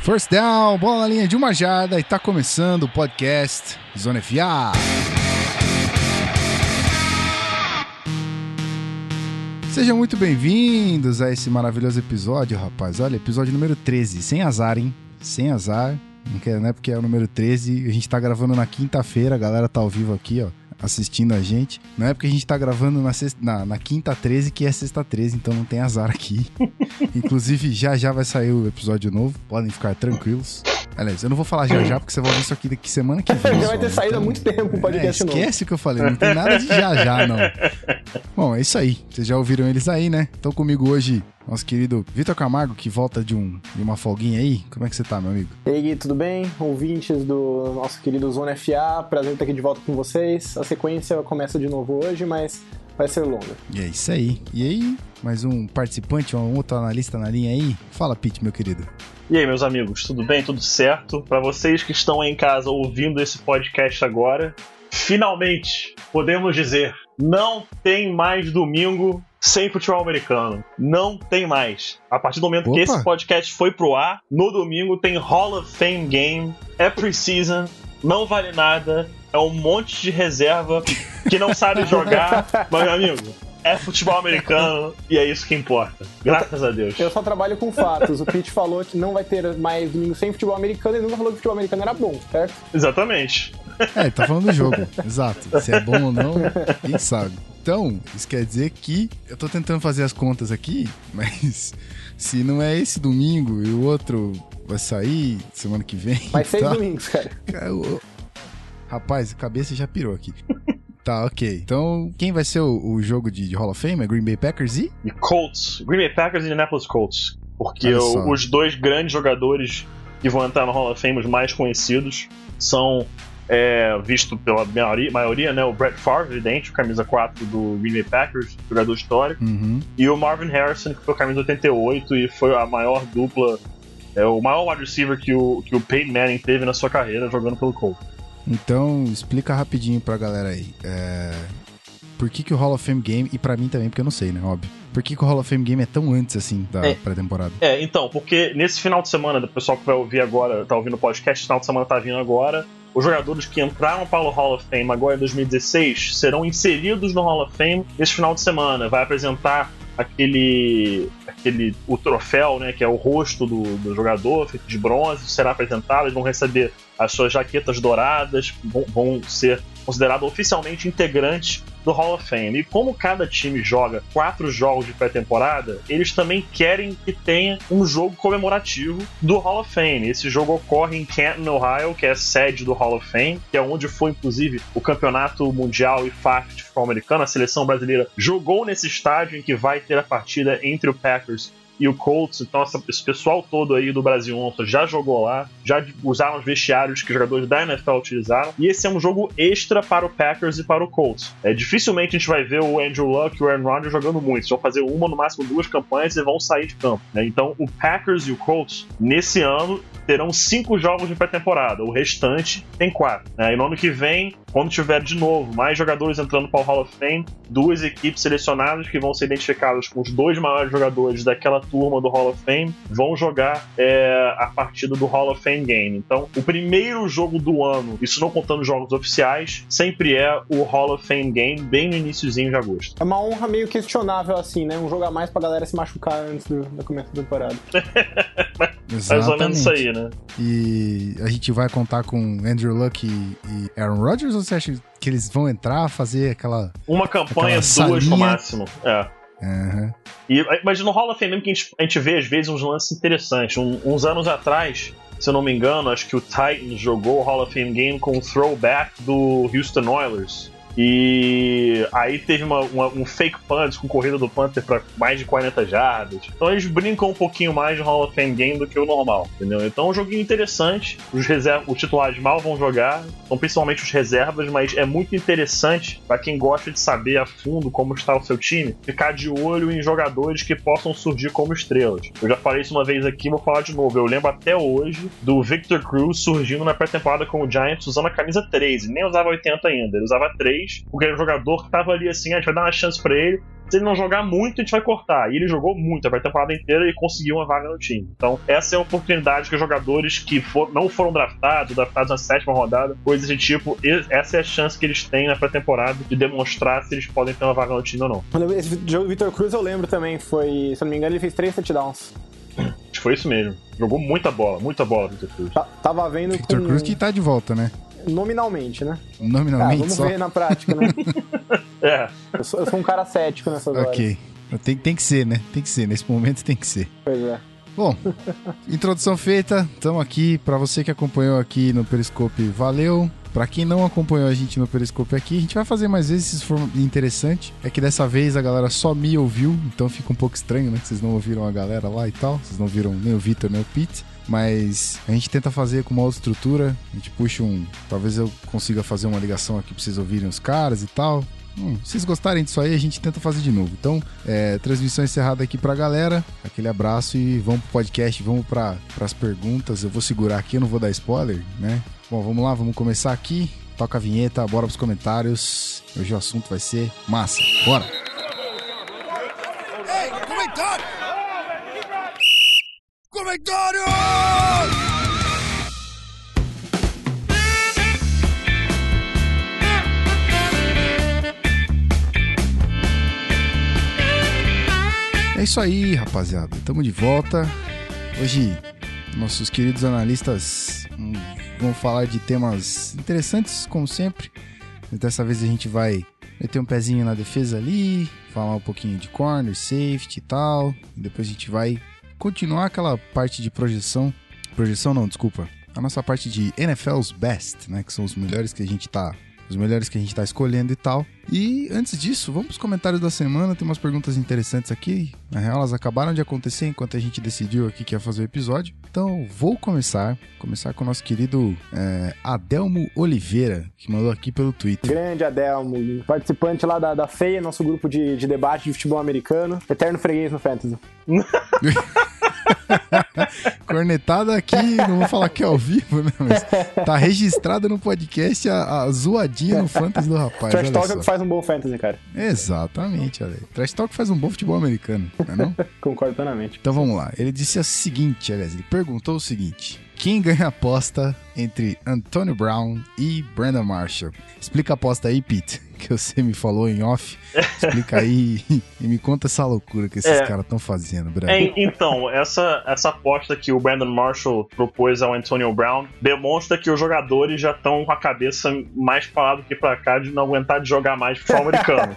First down, bola na linha de uma jarda e tá começando o podcast Zona FA. Sejam muito bem-vindos a esse maravilhoso episódio, rapaz. Olha, episódio número 13, sem azar, hein? Sem azar, não é porque é o número 13, a gente tá gravando na quinta-feira, a galera tá ao vivo aqui, ó, assistindo a gente. Não é porque a gente tá gravando na quinta 13, que é sexta 13, então não tem azar aqui. Inclusive, já vai sair o episódio novo, podem ficar tranquilos. Aliás, eu não vou falar já, porque você vai ouvir isso aqui daqui semana que vem. Já vai ter saído há muito tempo o podcast novo. Esquece o que eu falei, não tem nada de já, não. Bom, é isso aí. Vocês já ouviram eles aí, né? Estão comigo hoje, nosso querido Vitor Camargo, que volta de uma folguinha aí. Como é que você tá, meu amigo? E aí, Gui, tudo bem? Ouvintes do nosso querido Zona FA, prazer estar aqui de volta com vocês. A sequência começa de novo hoje, mas vai ser longa. E é isso aí. E aí, mais um participante, um outro analista na linha aí? Fala, Pete, meu querido. E aí, meus amigos, tudo bem? Tudo certo? Para vocês que estão aí em casa ouvindo esse podcast agora, finalmente podemos dizer, não tem mais domingo sem futebol americano. Não tem mais. A partir do momento que esse podcast foi pro ar, no domingo tem Hall of Fame Game, é preseason, não vale nada, é um monte de reserva que não sabe jogar, mas, meu amigo, é futebol americano e é isso que importa. Graças a Deus. Eu só trabalho com fatos. O Pete falou que não vai ter mais domingo sem futebol americano e nunca falou que o futebol americano era bom, certo? Exatamente. Ele tá falando do jogo. Exato. Se é bom ou não, quem sabe. Então, isso quer dizer que eu tô tentando fazer as contas aqui, mas se não é esse domingo e o outro vai sair semana que vem... Mas 6 domingos, cara. Rapaz, a cabeça já pirou aqui. Tá, ok. Então, quem vai ser o jogo de Hall of Fame? É Green Bay Packers e Colts. Green Bay Packers e Indianapolis Colts. Porque os dois grandes jogadores que vão entrar no Hall of Fame, os mais conhecidos, são, visto pela maioria, né, o Brett Favre, evidente, o camisa 4 do Green Bay Packers, jogador histórico, e o Marvin Harrison, que foi o camisa 88 e foi a maior dupla, o maior wide receiver que o Peyton Manning teve na sua carreira jogando pelo Colts. Então, explica rapidinho pra galera aí. Por que o Hall of Fame Game, e pra mim também, porque eu não sei, né, óbvio. Por que o Hall of Fame Game é tão antes, assim, da pré-temporada? Então, porque nesse final de semana, do pessoal que vai ouvir agora, tá ouvindo o podcast, final de semana tá vindo agora, os jogadores que entraram para o Hall of Fame agora em 2016 serão inseridos no Hall of Fame nesse final de semana. Vai apresentar o troféu, né, que é o rosto do jogador, feito de bronze, será apresentado, eles vão receber as suas jaquetas douradas, vão ser considerados oficialmente integrantes do Hall of Fame. E como cada time joga 4 jogos de pré-temporada, eles também querem que tenha um jogo comemorativo do Hall of Fame. Esse jogo ocorre em Canton, Ohio, que é a sede do Hall of Fame, que é onde foi, inclusive, o campeonato mundial IFAF de futebol americano. A seleção brasileira jogou nesse estádio em que vai ter a partida entre o Packers e o Colts. Então esse pessoal todo aí do Brasil Onça já jogou lá, já usaram os vestiários que os jogadores da NFL utilizaram, e esse é um jogo extra para o Packers e para o Colts. Dificilmente a gente vai ver o Andrew Luck e o Aaron Rodgers jogando muito, eles vão fazer uma, no máximo 2 campanhas e vão sair de campo, né? Então o Packers e o Colts nesse ano terão 5 jogos de pré-temporada, o restante tem 4, né? E no ano que vem, quando tiver de novo mais jogadores entrando para o Hall of Fame, 2 equipes selecionadas que vão ser identificadas com os 2 maiores jogadores daquela turma do Hall of Fame vão jogar a partida do Hall of Fame Game. Então, o primeiro jogo do ano, isso não contando jogos oficiais, sempre é o Hall of Fame Game, bem no iniciozinho de agosto. É uma honra meio questionável assim, né? Um jogo a mais pra galera se machucar antes do começo da temporada. Mais ou menos isso aí, né? E a gente vai contar com Andrew Luck e Aaron Rodgers, ou você acha que eles vão entrar, fazer aquela... Uma campanha, 2 no máximo. Uhum. Mas no Hall of Fame mesmo que a gente vê às vezes uns lances interessantes. Uns anos atrás, se eu não me engano, acho que o Titans jogou o Hall of Fame Game com um throwback do Houston Oilers. E aí teve um fake punt com corrida do punter para mais de 40 jardas. Então eles brincam um pouquinho mais de Hall of Fame Game do que o normal, entendeu? Então é um joguinho interessante. Os titulares mal vão jogar, são principalmente os reservas, mas é muito interessante para quem gosta de saber a fundo como está o seu time, ficar de olho em jogadores que possam surgir como estrelas. Eu já falei isso uma vez aqui, vou falar de novo. Eu lembro até hoje do Victor Cruz surgindo na pré-temporada com o Giants usando a camisa 3, e nem usava 80 ainda, ele usava 3, porque era um jogador que tava ali assim, a gente vai dar uma chance pra ele. se ele não jogar muito, a gente vai cortar. E ele jogou muito a temporada inteira e conseguiu uma vaga no time. Então, essa é a oportunidade que os jogadores que não foram draftados na 7ª rodada, coisas de tipo, essa é a chance que eles têm na pré-temporada de demonstrar se eles podem ter uma vaga no time ou não. Esse jogo do Victor Cruz eu lembro também, foi, se eu não me engano, ele fez 3 touchdowns. Acho que foi isso mesmo. Jogou muita bola, Victor Cruz. Tava vendo Victor Cruz que tá de volta, né? Nominalmente, né? Nominalmente vamos só? ver na prática, né? É. Eu sou um cara cético nessas horas. Ok. Tem que ser, né? Tem que ser. Nesse momento tem que ser. Pois é. Bom, introdução feita. Estamos aqui. Pra você que acompanhou aqui no Periscope, valeu. Pra quem não acompanhou a gente no Periscope aqui, a gente vai fazer mais vezes, se for interessante. É que dessa vez a galera só me ouviu, então fica um pouco estranho, né? Que vocês não ouviram a galera lá e tal. Vocês não viram nem o Vitor, nem o Pete. Mas a gente tenta fazer com uma outra estrutura. A gente puxa talvez eu consiga fazer uma ligação aqui pra vocês ouvirem os caras e tal. Se vocês gostarem disso aí, a gente tenta fazer de novo. Então, transmissão encerrada aqui pra galera. Aquele abraço e vamos pro podcast, vamos pras perguntas. Eu vou segurar aqui, eu não vou dar spoiler, né? Bom, vamos lá, vamos começar aqui. Toca a vinheta, bora pros comentários. Hoje o assunto vai ser massa. Bora! Ei, comentário! Comentário! É isso aí, rapaziada. Tamo de volta. Hoje, nossos queridos analistas vão falar de temas interessantes, como sempre. Dessa vez a gente vai meter um pezinho na defesa ali, falar um pouquinho de corner, safety e tal. E depois a gente vai continuar aquela parte de projeção. Projeção não, desculpa. A nossa parte de NFL's Best, né? Que são os melhores que a gente tá escolhendo e tal. E antes disso, vamos pros comentários da semana. Tem umas perguntas interessantes aqui. Na real, elas acabaram de acontecer enquanto a gente decidiu aqui que ia fazer o episódio. Então, vou começar com o nosso querido Adelmo Oliveira, que mandou aqui pelo Twitter. Grande Adelmo, participante lá da FEIA, nosso grupo de debate de futebol americano. Eterno freguês no Fantasy. Cornetada aqui, não vou falar que é ao vivo, né? Mas tá registrada no podcast a zoadinha no Fantasy do rapaz. Trash Talk é o que faz um bom Fantasy, cara. Exatamente, olha aí. Trash Talk faz um bom futebol americano, não é não? Concordo plenamente. Então vamos lá. Ele disse o seguinte, aliás, ele perguntou o seguinte: quem ganha a aposta entre Antonio Brown e Brandon Marshall? Explica a aposta aí, Pete, que você me falou em off. Explica aí e me conta essa loucura que esses caras estão fazendo, Brandon. Então, essa aposta que o Brandon Marshall propôs ao Antonio Brown demonstra que os jogadores já estão com a cabeça mais pra lá do que pra cá de não aguentar de jogar mais futebol americano.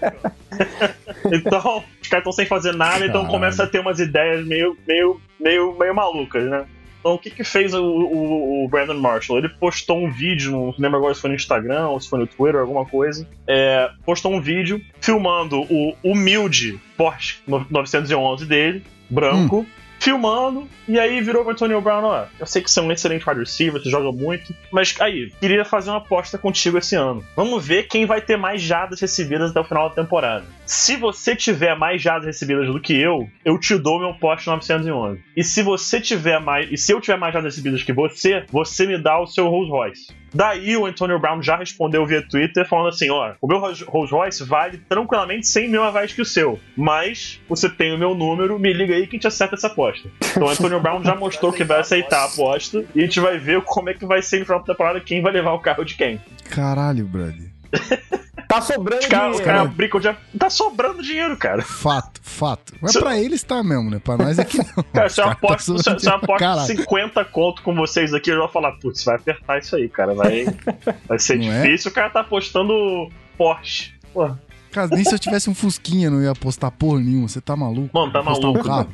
Então, os caras estão sem fazer nada, então começa a ter umas ideias meio malucas, né? Então, o que fez o Brandon Marshall? Ele postou um vídeo, não lembro agora se foi no Instagram ou se foi no Twitter, alguma coisa. Postou um vídeo filmando o humilde Porsche 911 dele, branco, filmando, e aí virou pro Antonio Brown: ó, eu sei que você é um excelente wide receiver, você joga muito, mas aí, queria fazer uma aposta contigo esse ano. Vamos ver quem vai ter mais jardas recebidas até o final da temporada. Se você tiver mais jardas recebidas do que eu te dou meu Porsche 911. E se você tiver mais, e se eu tiver mais jardas recebidas que você me dá o seu Rolls Royce. Daí o Antonio Brown já respondeu via Twitter falando assim: ó, o meu Rolls Royce vale tranquilamente 100 mil a mais que o seu, mas você tem o meu número, me liga aí que a gente acerta essa aposta. Então o Antonio Brown já mostrou que vai aceitar a aposta e a gente vai ver como é que vai ser no final da temporada, quem vai levar o carro de quem. Caralho, brother. Tá sobrando dinheiro. Os caras brincam de... Tá sobrando dinheiro, cara. Fato. Mas pra eles tá mesmo, né? Pra nós aqui não. Cara, se eu aposto 50 conto com vocês aqui, eu vou falar: putz, vai apertar isso aí, cara. Vai ser não difícil. O cara tá apostando Porsche. Porra. Cara, nem se eu tivesse um Fusquinha não ia apostar porra nenhuma. Você tá maluco? Mano, tá apostar maluco. Um carro.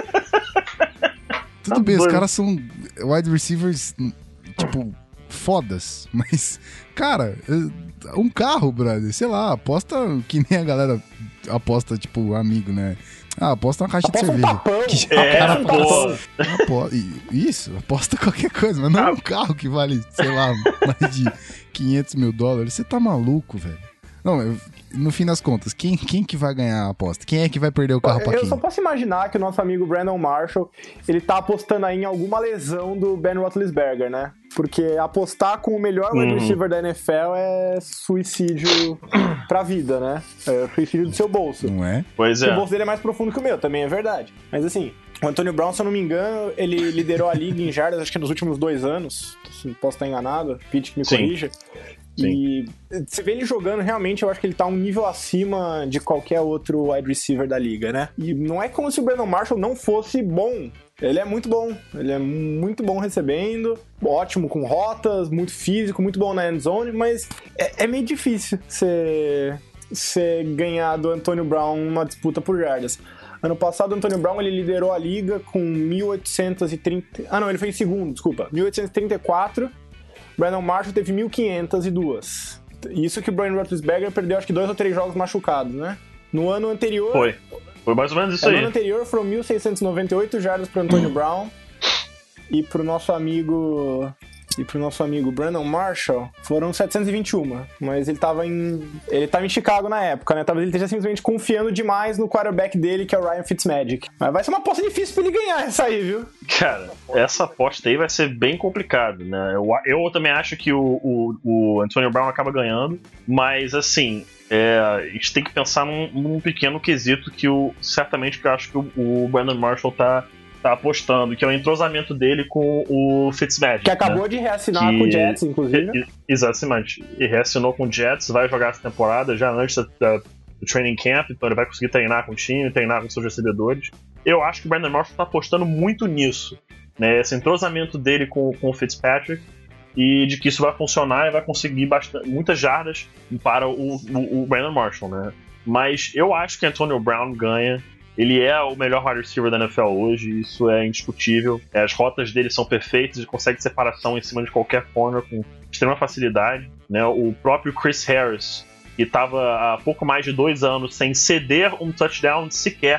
Tudo bem, os caras são wide receivers, tipo, fodas. Mas, cara, um carro, brother, sei lá, aposta que nem a galera aposta, tipo, amigo, né? Aposta uma caixa de cerveja. Isso, aposta qualquer coisa, mas não é um carro que vale, sei lá, mais de 500 mil dólares. Você tá maluco, velho. Não, no fim das contas, quem que vai ganhar a aposta? Quem é que vai perder o carro pra quem? Eu só posso imaginar que o nosso amigo Brandon Marshall, ele tá apostando aí em alguma lesão do Ben Roethlisberger, né? Porque apostar com o melhor wide receiver da NFL é suicídio pra vida, né? É suicídio do seu bolso. Não é? Pois O bolso dele é mais profundo que o meu, também é verdade. Mas assim, o Antonio Brown, se eu não me engano, ele liderou a liga em jardas, acho que nos últimos 2 anos. Posso estar enganado, Pete que me corrija. E você vê ele jogando, realmente, eu acho que ele tá um nível acima de qualquer outro wide receiver da liga, né? E não é como se o Brandon Marshall não fosse bom. Ele é muito bom. Ele é muito bom recebendo, ótimo com rotas, muito físico, muito bom na end zone, mas é meio difícil você ganhar do Antonio Brown uma disputa por jardas. Ano passado, o Antonio Brown ele liderou a liga com 1.830... Ah, não, ele foi em segundo, desculpa. 1.834. Brandon Marshall teve 1.502. Isso que o Brian Roethlisberger perdeu, acho que 2 ou 3 jogos machucados, né? No ano anterior... Foi mais ou menos isso aí. No ano anterior foram 1.698 jardas pro Antonio Brown e pro nosso amigo Brandon Marshall foram 721, mas ele tava em Chicago na época, né? Talvez ele esteja simplesmente confiando demais no quarterback dele, que é o Ryan Fitzmagic. Mas vai ser uma aposta difícil pra ele ganhar essa aí, viu? Cara, essa aposta aí vai ser bem complicado, né? Eu também acho que o Antonio Brown acaba ganhando, mas assim... a gente tem que pensar num pequeno quesito que certamente que eu acho que o Brandon Marshall tá apostando, que é o entrosamento dele com o Fitzmagic. Que acabou de reassinar com o Jets, inclusive. Exatamente. E reassinou com o Jets, vai jogar essa temporada já antes do training camp, então ele vai conseguir treinar com o time, treinar com seus recebedores. Eu acho que o Brandon Marshall tá apostando muito nisso, né? Esse entrosamento dele com o Fitzpatrick, e de que isso vai funcionar e vai conseguir muitas jardas para o Brandon Marshall, né? Mas eu acho que Antonio Brown ganha. Ele é o melhor wide receiver da NFL hoje, isso é indiscutível. As rotas dele são perfeitas, ele consegue separação em cima de qualquer corner com extrema facilidade, né? O próprio Chris Harris, que estava há pouco mais de 2 anos sem ceder um touchdown sequer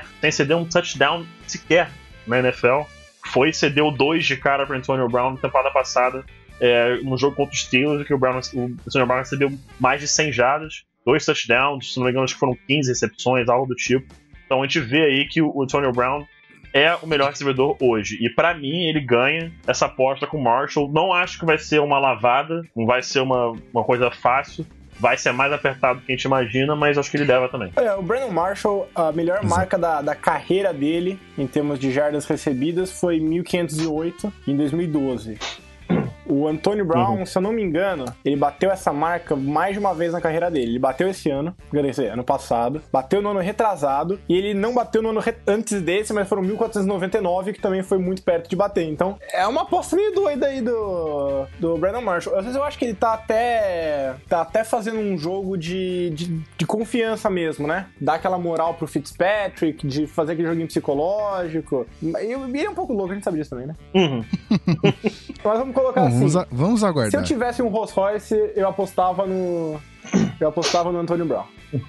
na NFL, cedeu 2 de cara para Antonio Brown na temporada passada. No jogo contra os Steelers, que o Antonio Brown recebeu mais de 100 jardas, 2 touchdowns, se não me engano, acho que foram 15 recepções, algo do tipo. Então a gente vê aí que o Antonio Brown é o melhor recebedor hoje. E pra mim, ele ganha essa aposta com o Marshall. Não acho que vai ser uma lavada, não vai ser uma coisa fácil. Vai ser mais apertado do que a gente imagina, mas acho que ele leva também. O Brandon Marshall, a melhor marca da carreira dele, em termos de jardas recebidas, foi 1.508 em 2012. O Antonio Brown, se eu não me engano, ele bateu essa marca mais de uma vez na carreira dele. Ele bateu esse ano, ano passado, bateu no ano retrasado, e ele não bateu no ano antes desse, mas foram 1.499, que também foi muito perto de bater. Então, é uma aposta meio doida aí do Brandon Marshall. Às vezes eu acho que ele tá até fazendo um jogo de confiança mesmo, né? Dar aquela moral pro Fitzpatrick, de fazer aquele joguinho psicológico. Ele é um pouco louco, a gente sabe disso também, né? Mas vamos colocar assim. Vamos aguardar. Se eu tivesse um Rolls Royce, eu apostava no Antonio Brown.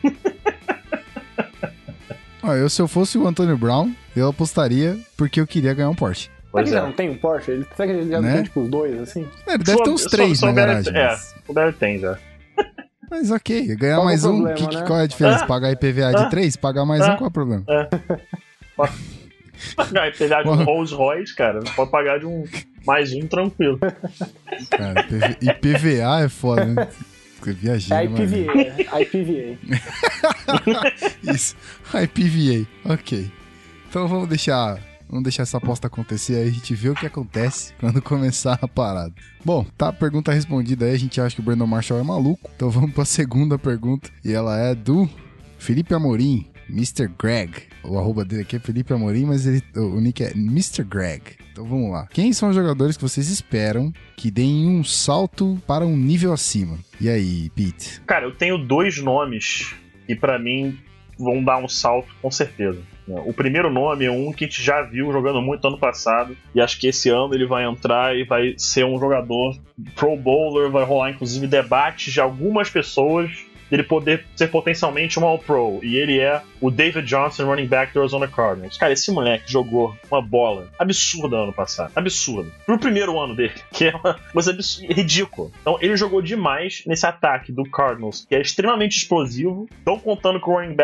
Se eu fosse o Antonio Brown, eu apostaria porque eu queria ganhar um Porsche. Será que já não tem um Porsche? Será que ele já não tem, tipo, os 2, assim? Ele deve ter uns 3 na garagem. O Barry tem já. Mas ok, ganhar mais um, problema, qual é a diferença? Pagar IPVA de 3? Pagar mais um, qual é o problema? Pagar IPVA de um Rolls Royce, cara, pode pagar de mais um tranquilo. Cara, IPVA é foda, né? Eu viajei, IPVA. Isso, IPVA, ok. Então vamos deixar essa aposta acontecer aí, a gente vê o que acontece quando começar a parada. Bom, tá a pergunta respondida aí, a gente acha que o Brandon Marshall é maluco, então vamos pra segunda pergunta, e ela é do Felipe Amorim, Mr. Greg. O arroba dele aqui é Felipe Amorim, mas o nick é Mr. Greg. Então vamos lá. Quem são os jogadores que vocês esperam que deem um salto para um nível acima? E aí, Pete? Cara, eu tenho 2 nomes que pra mim vão dar um salto com certeza. O primeiro nome é um que a gente já viu jogando muito ano passado, e acho que esse ano ele vai entrar e vai ser um jogador Pro Bowler, vai rolar inclusive debates de algumas pessoas dele poder ser potencialmente um All-Pro, e ele é o David Johnson, running back do Arizona Cardinals. Cara, esse moleque jogou uma bola absurda ano passado, absurda, pro primeiro ano dele, que é uma coisa ridícula. Então ele jogou demais nesse ataque do Cardinals, que é extremamente explosivo. Estão contando com o running back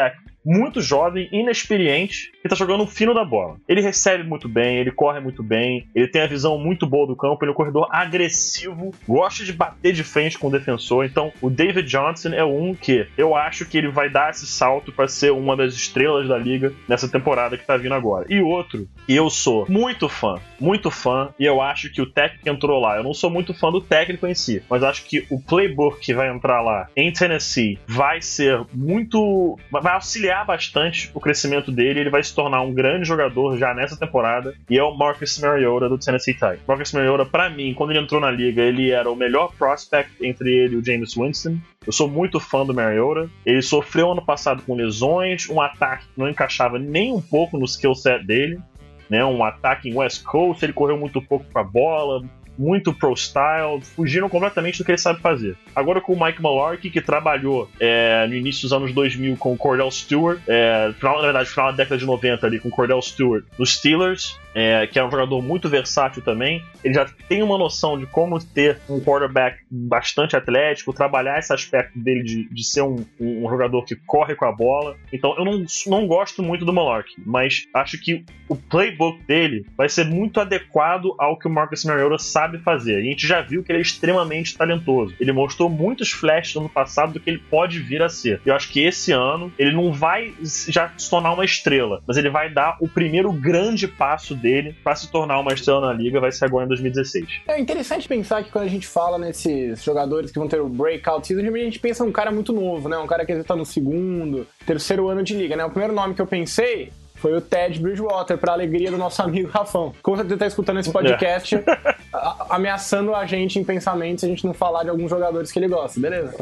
muito jovem, inexperiente, que tá jogando o fino da bola. Ele recebe muito bem, ele corre muito bem, ele tem a visão muito boa do campo, ele é um corredor agressivo, gosta de bater de frente com o defensor. Então, o David Johnson é um que eu acho que ele vai dar esse salto para ser uma das estrelas da liga nessa temporada que tá vindo agora. E outro, que eu sou muito fã, e eu acho que o técnico que entrou lá, eu não sou muito fã do técnico em si, mas acho que o playbook que vai entrar lá em Tennessee vai auxiliar bastante o crescimento dele, ele vai se tornar um grande jogador já nessa temporada, e é o Marcus Mariota do Tennessee Titans. Marcus Mariota, pra mim, quando ele entrou na liga, ele era o melhor prospect entre ele e o Jameis Winston. Eu sou muito fã do Mariota. Ele sofreu ano passado com lesões, um ataque que não encaixava nem um pouco no skill set dele, né? Um ataque em West Coast, ele correu muito pouco com a bola, muito pro style, fugiram completamente do que ele sabe fazer. Agora com o Mike Mularkey, que trabalhou no início dos anos 2000 com o Cordell Stewart, final da década de 90 ali com o Cordell Stewart nos Steelers, que é um jogador muito versátil também. Ele já tem uma noção de como ter um quarterback bastante atlético, trabalhar esse aspecto dele de ser um jogador que corre com a bola. Então eu não gosto muito do Mularkey, mas acho que o playbook dele vai ser muito adequado ao que o Marcus Mariota sabe fazer. E a gente já viu que ele é extremamente talentoso. Ele mostrou muitos flashes no ano passado do que ele pode vir a ser. Eu acho que esse ano ele não vai já se tornar uma estrela, mas ele vai dar o primeiro grande passo dele para se tornar uma estrela na liga, vai ser agora em 2016. É interessante pensar que quando a gente fala nesses jogadores que vão ter o breakout season, a gente pensa um cara muito novo, né? Um cara que está no segundo, terceiro ano de liga, né? O primeiro nome que eu pensei foi o Ted Bridgewater, pra alegria do nosso amigo Rafão. Como você tá escutando esse podcast, ameaçando a gente em pensamentos se a gente não falar de alguns jogadores que ele gosta, beleza?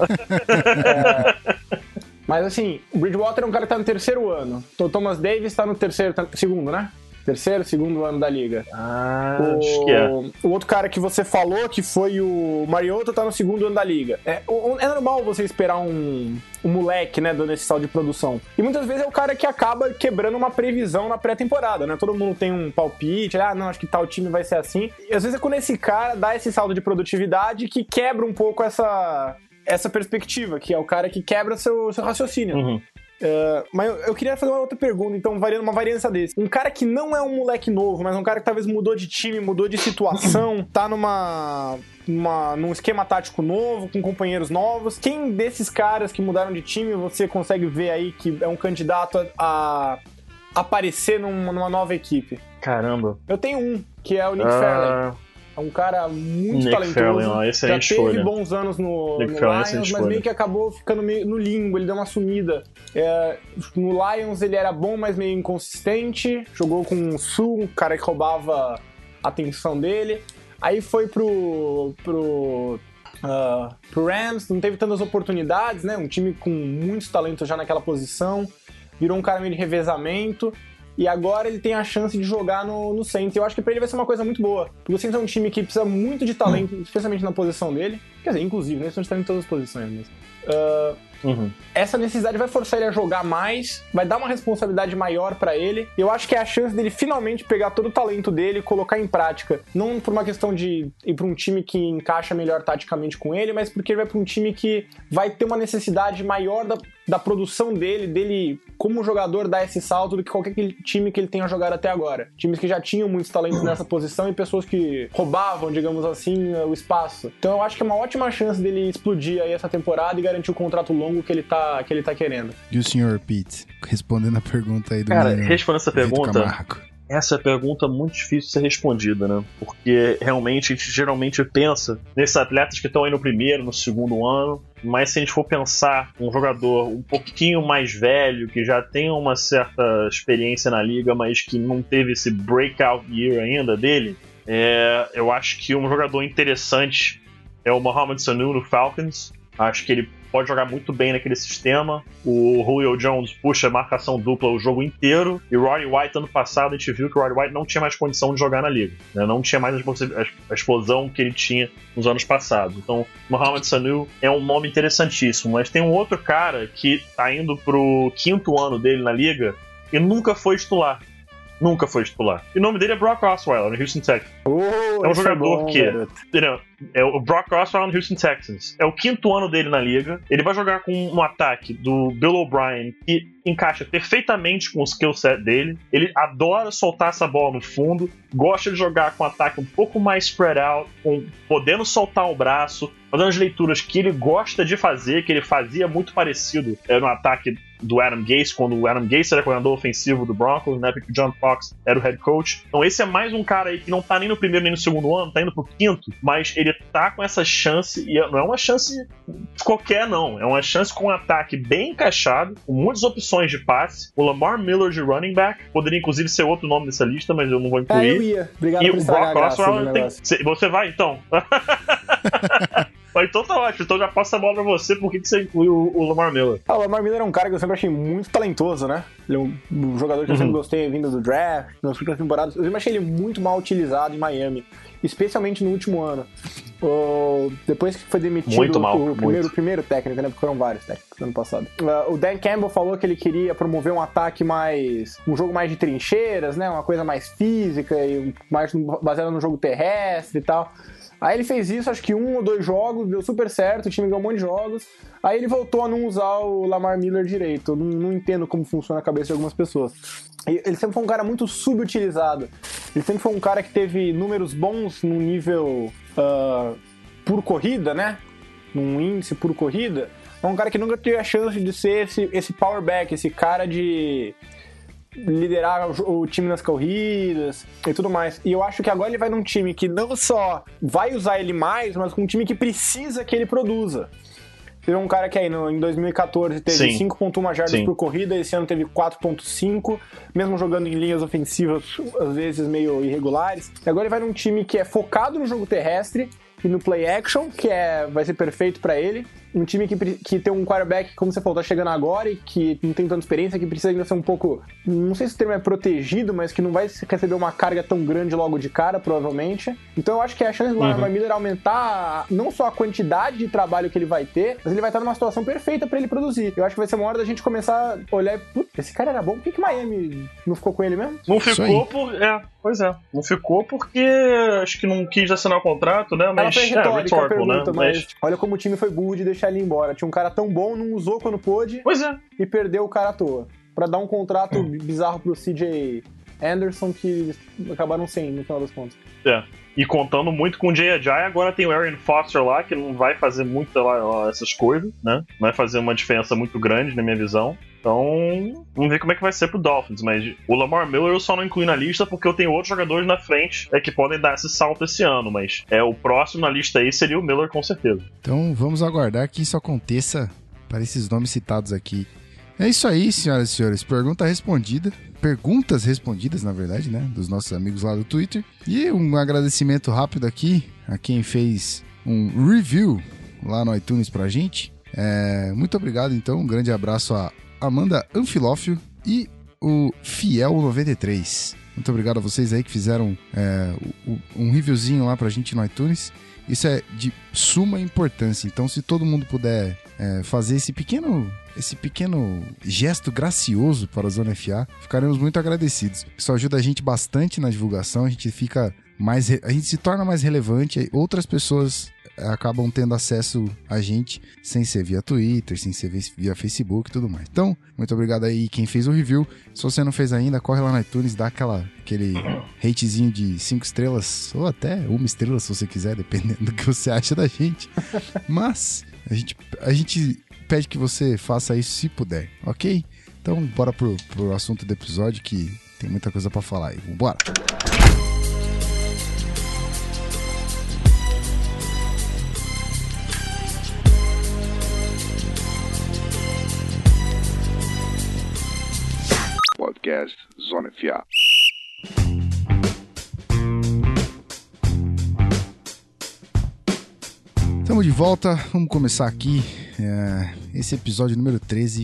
Mas assim, o Bridgewater é um cara que tá no terceiro ano. O Thomas Davis tá no segundo, né? Segundo ano da liga. Acho que é. O outro cara que você falou, que foi o Mariota, tá no segundo ano da liga. É normal você esperar um moleque, né, dando esse salto de produção. E muitas vezes é o cara que acaba quebrando uma previsão na pré-temporada, né? Todo mundo tem um palpite, não, acho que tal time vai ser assim. E às vezes é quando esse cara dá esse salto de produtividade que quebra um pouco essa perspectiva, que é o cara que quebra seu raciocínio. Uhum. Mas eu queria fazer uma outra pergunta, então, uma variância desse. Um cara que não é um moleque novo, mas um cara que talvez mudou de time, mudou de situação, tá num esquema tático novo, com companheiros novos. Quem desses caras que mudaram de time você consegue ver aí que é um candidato a aparecer numa nova equipe? Caramba. Eu tenho um, que é o Nick Fairley. É um cara muito talentoso. Fairley, já teve bons anos no Lions, mas meio que acabou ficando meio no limbo, ele deu uma sumida. No Lions ele era bom, mas meio inconsistente. Jogou com o Sul, um cara que roubava a atenção dele. Aí foi pro Rams, não teve tantas oportunidades, né? Um time com muitos talentos já naquela posição. Virou um cara meio de revezamento. E agora ele tem a chance de jogar no Saints. Eu acho que pra ele vai ser uma coisa muito boa. Porque o Saints é um time que precisa muito de talento, especialmente na posição dele. Quer dizer, inclusive, né? Eles estão em todas as posições mesmo. Essa necessidade vai forçar ele a jogar mais, vai dar uma responsabilidade maior pra ele. Eu acho que é a chance dele finalmente pegar todo o talento dele e colocar em prática. Não por uma questão de ir pra um time que encaixa melhor taticamente com ele, mas porque ele vai pra um time que vai ter uma necessidade maior da produção dele como jogador dar esse salto do que qualquer time que ele tenha jogado até agora. Times que já tinham muitos talentos nessa posição e pessoas que roubavam, digamos assim, o espaço. Então eu acho que é uma ótima chance dele explodir aí essa temporada e garantir o contrato longo que ele tá querendo. E o Sr. Pete, respondendo a pergunta aí do cara, respondendo essa pergunta, Camargo. Essa é a pergunta muito difícil de ser respondida, né? Porque realmente a gente geralmente pensa nesses atletas que estão aí no primeiro, no segundo ano, mas se a gente for pensar um jogador um pouquinho mais velho, que já tem uma certa experiência na liga, mas que não teve esse breakout year ainda dele, eu acho que um jogador interessante é o Mohamed Sanu no Falcons. Acho que ele pode jogar muito bem naquele sistema. O Julio Jones puxa marcação dupla o jogo inteiro. E o Roddy White, ano passado, a gente viu que o Roddy White não tinha mais condição de jogar na liga, né? Não tinha mais a explosão que ele tinha nos anos passados. Então, Mohamed Sanu é um nome interessantíssimo. Mas tem um outro cara que tá indo pro 5º ano dele na liga e nunca foi titular. E o nome dele é Brock Osweiler, no Houston Texans. É um jogador que É o Brock Osweiler no Houston Texans. É o 5º ano dele na liga. Ele vai jogar com um ataque do Bill O'Brien que encaixa perfeitamente com o skill set dele. Ele adora soltar essa bola no fundo, gosta de jogar com um ataque um pouco mais spread out, podendo soltar o braço, fazendo as leituras que ele gosta de fazer, que ele fazia muito parecido no ataque do Adam Gase, quando o Adam Gase era coordenador ofensivo do Broncos, né, porque o John Fox era o head coach. Então esse é mais um cara aí que não tá nem no primeiro nem no segundo ano, tá indo pro 5º, mas ele tá com essa chance, e não é uma chance qualquer não, é uma chance com um ataque bem encaixado, com muitas opções de passe. O Lamar Miller de running back, poderia inclusive ser outro nome dessa lista, mas eu não vou incluir. Eu ia. Obrigado e por o Brock Osweiler você vai então? Mas então tá ótimo, então já passo a bola pra você, por que você incluiu o Lamar Miller? O Lamar Miller é um cara que eu sempre achei muito talentoso, né? Ele é um jogador que eu sempre gostei vindo do draft, nas últimas temporadas. Eu sempre achei ele muito mal utilizado em Miami, especialmente no último ano. Depois que foi demitido o primeiro técnico, né? Porque foram vários técnicos no ano passado. O Dan Campbell falou que ele queria promover um ataque um jogo mais de trincheiras, né? Uma coisa mais física e mais baseada no jogo terrestre e tal. Aí ele fez isso, acho que 1 ou 2 jogos, deu super certo, o time ganhou um monte de jogos. Aí ele voltou a não usar o Lamar Miller direito. Eu não entendo como funciona a cabeça de algumas pessoas. Ele sempre foi um cara muito subutilizado. Ele sempre foi um cara que teve números bons no nível por corrida, né? Num índice por corrida. É um cara que nunca teve a chance de ser esse power back, esse cara de liderar o time nas corridas e tudo mais. E eu acho que agora ele vai num time que não só vai usar ele mais, mas com um time que precisa que ele produza. Teve um cara que aí em 2014 teve 5.1 jardas por corrida, esse ano teve 4.5, mesmo jogando em linhas ofensivas às vezes meio irregulares. E agora ele vai num time que é focado no jogo terrestre e no play action, que vai ser perfeito pra ele. Um time que tem um quarterback, como você falou, tá chegando agora e que não tem tanta experiência, que precisa ainda ser um pouco, não sei se o termo é protegido, mas que não vai receber uma carga tão grande logo de cara, provavelmente. Então eu acho que a chance do Lamar Miller aumentar não só a quantidade de trabalho que ele vai ter, mas ele vai estar numa situação perfeita pra ele produzir. Eu acho que vai ser uma hora da gente começar a olhar e, esse cara era bom, por que Miami não ficou com ele mesmo? Não ficou pois é. Não ficou porque acho que não quis assinar o contrato, né? Mas foi retórica a pergunta, né? Mas olha como o time foi burro de deixar ele embora. Tinha um cara tão bom, não usou quando pôde. Pois é. E perdeu o cara à toa. Pra dar um contrato bizarro pro CJ Anderson, que acabaram sem, no final das contas. É. E contando muito com o Jay Ajayi, agora tem o Arian Foster lá, que não vai fazer muito essas coisas, né? Não vai fazer uma diferença muito grande, na minha visão. Então, vamos ver como é que vai ser pro Dolphins. Mas o Lamar Miller eu só não incluí na lista porque eu tenho outros jogadores na frente que podem dar esse salto esse ano. Mas o próximo na lista aí seria o Miller, com certeza. Então, vamos aguardar que isso aconteça para esses nomes citados aqui. É isso aí, senhoras e senhores. Perguntas respondidas, na verdade, né? Dos nossos amigos lá do Twitter. E um agradecimento rápido aqui a quem fez um review lá no iTunes pra gente. Muito obrigado, então. Um grande abraço a Amanda Anfilófio e o Fiel93. Muito obrigado a vocês aí que fizeram um reviewzinho lá pra gente no iTunes. Isso é de suma importância. Então, se todo mundo puder fazer esse pequeno gesto gracioso para a Zona FA, ficaremos muito agradecidos. Isso ajuda a gente bastante na divulgação, a gente se torna mais relevante, outras pessoas acabam tendo acesso a gente sem ser via Twitter, sem ser via Facebook e tudo mais. Então, muito obrigado aí quem fez o review. Se você não fez ainda, corre lá no iTunes, dá aquele ratezinho de 5 estrelas, ou até 1 estrela se você quiser, dependendo do que você acha da gente. Mas a gente pede que você faça isso se puder, ok? Então, bora pro assunto do episódio, que tem muita coisa pra falar aí. Vambora! Podcast Zona FA. Estamos de volta, vamos começar aqui esse episódio número 13.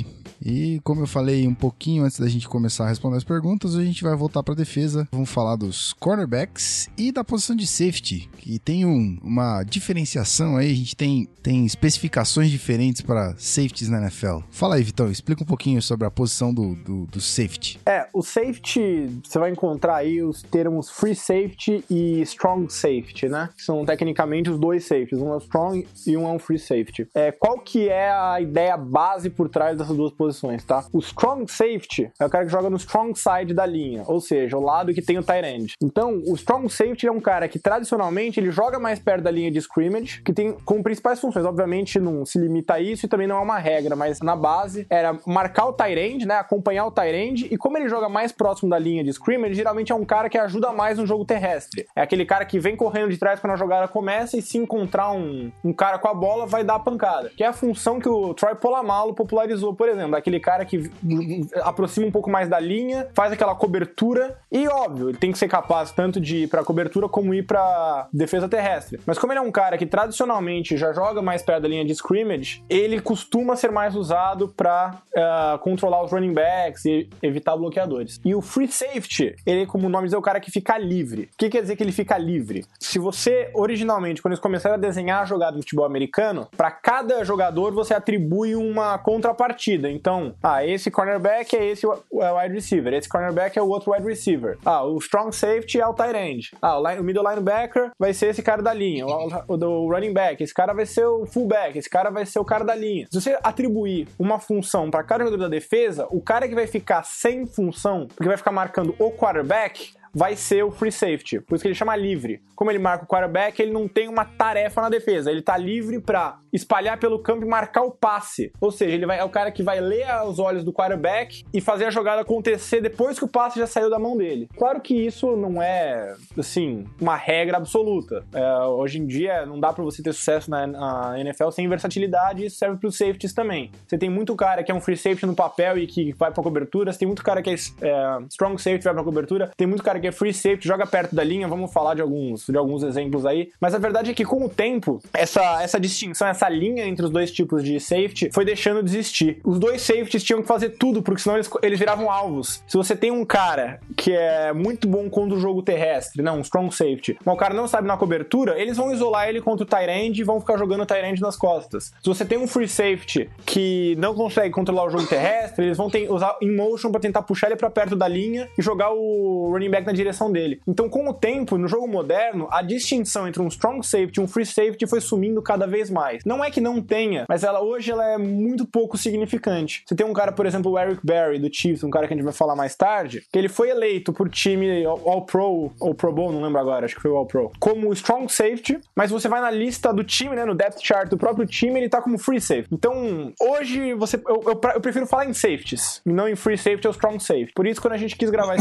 E como eu falei um pouquinho antes da gente começar a responder as perguntas, a gente vai voltar pra defesa. Vamos falar dos cornerbacks e da posição de safety, que tem uma diferenciação aí, a gente tem especificações diferentes para safeties na NFL. Fala aí, Vitão, explica um pouquinho sobre a posição do safety. O safety, você vai encontrar aí os termos free safety e strong safety, né? Que são tecnicamente os dois safeties, um é o strong e um é um free safety. Qual que é a ideia base por trás dessas duas posições, tá? O strong safety é o cara que joga no strong side da linha, ou seja, o lado que tem o tight end. Então, o strong safety é um cara que tradicionalmente ele joga mais perto da linha de scrimmage, que tem como principais funções, obviamente não se limita a isso e também não é uma regra, mas na base era marcar o tight end, né, acompanhar o tight end, e como ele joga mais próximo da linha de scrimmage, geralmente é um cara que ajuda mais no jogo terrestre. É aquele cara que vem correndo de trás quando a jogada começa e se encontrar um cara com a bola vai dar a pancada, que é a função que o Troy Polamalu popularizou, por exemplo, aquele cara que aproxima um pouco mais da linha, faz aquela cobertura e, óbvio, ele tem que ser capaz tanto de ir pra cobertura como ir pra defesa terrestre. Mas como ele é um cara que tradicionalmente já joga mais perto da linha de scrimmage, ele costuma ser mais usado pra controlar os running backs e evitar bloqueadores. E o free safety, ele, como o nome diz, é o cara que fica livre. O que quer dizer que ele fica livre? Se você, originalmente, quando eles começaram a desenhar a jogada no futebol americano, pra cada jogador você atribui uma contrapartida. Então, esse cornerback é esse wide receiver, esse cornerback é o outro wide receiver. O strong safety é o tight end. O middle linebacker vai ser esse cara da linha. O do running back, esse cara vai ser o fullback, esse cara vai ser o cara da linha. Se você atribuir uma função para cada jogador da defesa, o cara que vai ficar sem função, porque vai ficar marcando o quarterback, vai ser o free safety, por isso que ele chama livre. Como ele marca o quarterback, ele não tem uma tarefa na defesa, ele tá livre pra espalhar pelo campo e marcar o passe, ou seja, ele é o cara que vai ler os olhos do quarterback e fazer a jogada acontecer depois que o passe já saiu da mão dele. Claro que isso não é, assim, uma regra absoluta. Hoje em dia não dá pra você ter sucesso na NFL sem versatilidade, e isso serve pros safeties também. Você tem muito cara que é um free safety no papel e que vai pra cobertura, você tem muito cara que é strong safety, vai pra cobertura, tem muito cara que é free safety, joga perto da linha, vamos falar de alguns exemplos aí, mas a verdade é que com o tempo, essa distinção, essa linha entre os dois tipos de safety foi deixando de existir. Os dois safeties tinham que fazer tudo, porque senão eles viravam alvos. Se você tem um cara que é muito bom contra o jogo terrestre, um strong safety, mas o cara não sabe na cobertura, eles vão isolar ele contra o tight end e vão ficar jogando o tight end nas costas. Se você tem um free safety que não consegue controlar o jogo terrestre, eles vão usar in motion pra tentar puxar ele pra perto da linha e jogar o running back na direção dele. Então, com o tempo, no jogo moderno, a distinção entre um strong safety e um free safety foi sumindo cada vez mais. Não é que não tenha, mas hoje ela é muito pouco significante. Você tem um cara, por exemplo, o Eric Berry, do Chiefs, um cara que a gente vai falar mais tarde, que ele foi eleito por time All-Pro, ou Pro Bowl, não lembro agora, acho que foi o All-Pro, como strong safety, mas você vai na lista do time, no depth chart do próprio time, ele tá como free safety. Então, hoje, eu prefiro falar em safeties, e não em free safety ou strong safety. Por isso, quando a gente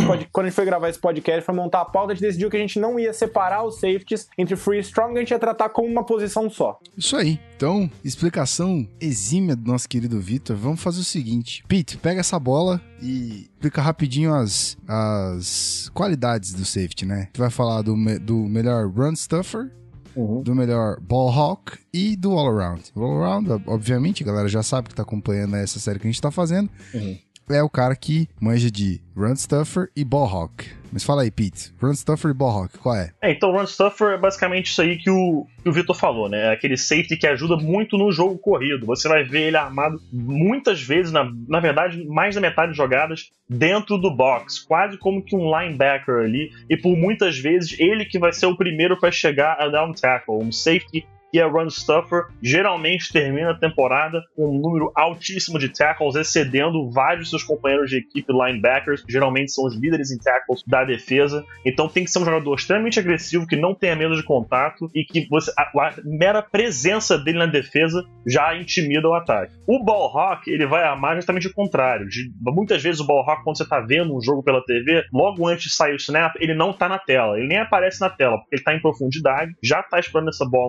foi gravar esse podcast para montar a pauta, a gente decidiu que a gente não ia separar os safeties entre free e strong, a gente ia tratar como uma posição só. Isso aí. Então, explicação exímia do nosso querido Vitor. Vamos fazer o seguinte. Pete, pega essa bola e explica rapidinho as qualidades do safety, né? A gente vai falar do melhor run stuffer, do melhor ball hawk e do all around. O all around, obviamente, a galera já sabe que tá acompanhando essa série que a gente tá fazendo. É o cara que manja de run stuffer e ball hawk. Mas fala aí, Pete. Run stuffer e ball hawk, qual é? Então, run stuffer é basicamente isso aí que o Vitor falou, né? É aquele safety que ajuda muito no jogo corrido. Você vai ver ele armado muitas vezes, na verdade, mais da metade de jogadas dentro do box, quase como que um linebacker ali, e por muitas vezes ele que vai ser o primeiro para chegar a dar um tackle, um safety que é run stuffer, geralmente termina a temporada com um número altíssimo de tackles, excedendo vários de seus companheiros de equipe linebackers, que geralmente são os líderes em tackles da defesa. Então tem que ser um jogador extremamente agressivo, que não tenha medo de contato e que a mera presença dele na defesa já intimida o ataque. O ball hawk, ele vai armar justamente o contrário. Muitas vezes o ball hawk, quando você está vendo um jogo pela TV, logo antes de sair o snap, ele não está na tela, ele nem aparece na tela, porque ele está em profundidade, já está esperando essa bola no fundo do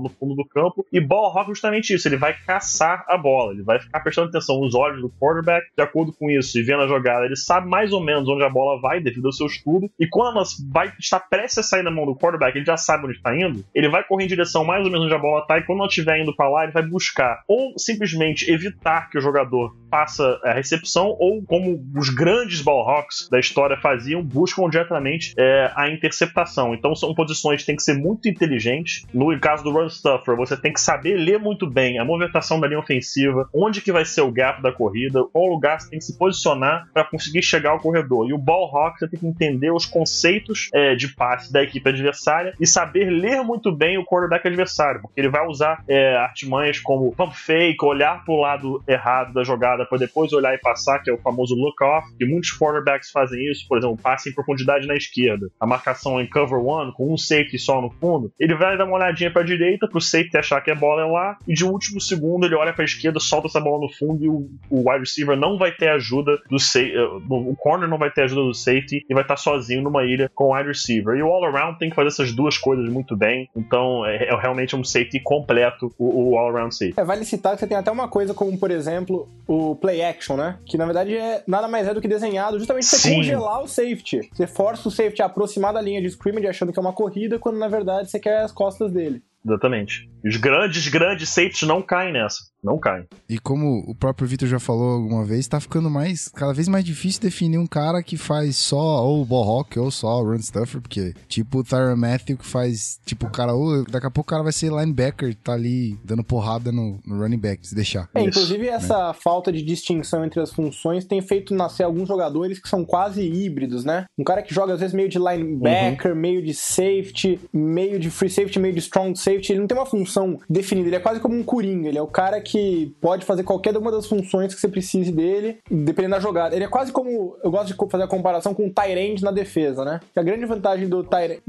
campo, e ball hawk é justamente isso, ele vai caçar a bola, ele vai ficar prestando atenção nos olhos do quarterback, de acordo com isso, e vendo a jogada, ele sabe mais ou menos onde a bola vai, devido ao seu estudo, e quando ela vai estar prestes a sair na mão do quarterback, ele já sabe onde está indo, ele vai correr em direção mais ou menos onde a bola está, e quando ela estiver indo para lá, ele vai buscar, ou simplesmente evitar que o jogador faça a recepção, ou como os grandes ball hawks da história faziam, buscam diretamente a interceptação. Então são posições que tem que ser muito inteligentes. No caso do run stuffer, você tem que saber ler muito bem a movimentação da linha ofensiva, onde que vai ser o gap da corrida, qual lugar você tem que se posicionar para conseguir chegar ao corredor. E o ball hawk, você tem que entender os conceitos de passe da equipe adversária e saber ler muito bem o quarterback adversário, porque ele vai usar artimanhas como pump fake, olhar para o lado errado da jogada para depois olhar e passar, que é o famoso look-off, e muitos quarterbacks fazem isso, por exemplo, passe em profundidade na esquerda, a marcação em cover one, com um safety só no fundo, ele vai dar uma olhadinha para a direita, para o safety achar que a bola é lá, e de último segundo ele olha para a esquerda, solta essa bola no fundo e o wide receiver não vai ter ajuda do safety, o corner não vai ter ajuda do safety e vai estar sozinho numa ilha com o wide receiver. E o all-around tem que fazer essas duas coisas muito bem, então é realmente um safety completo, o all-around safety. Vale citar que você tem até uma coisa como, por exemplo, o play action, né? Que na verdade nada mais é do que desenhado justamente pra congelar o safety. Você força o safety a aproximar da linha de scrimmage achando que é uma corrida, quando na verdade você quer as costas dele. Exatamente. Os grandes safeties não caem nessa. Não caem. E como o próprio Vitor já falou alguma vez, tá ficando cada vez mais difícil definir um cara que faz só ou ball hawk ou só run stuffer, porque tipo o Tyrann Mathieu que faz, tipo o cara, daqui a pouco o cara vai ser linebacker, tá ali dando porrada no running back, se deixar. Inclusive essa falta de distinção entre as funções tem feito nascer alguns jogadores que são quase híbridos, né? Um cara que joga às vezes meio de linebacker, meio de safety, meio de free safety, meio de strong safety, ele não tem uma função definida, ele é quase como um coringa, ele é o cara que pode fazer qualquer uma das funções que você precise dele, dependendo da jogada. Ele é quase como, eu gosto de fazer a comparação com o tight end na defesa, né? A grande vantagem do tight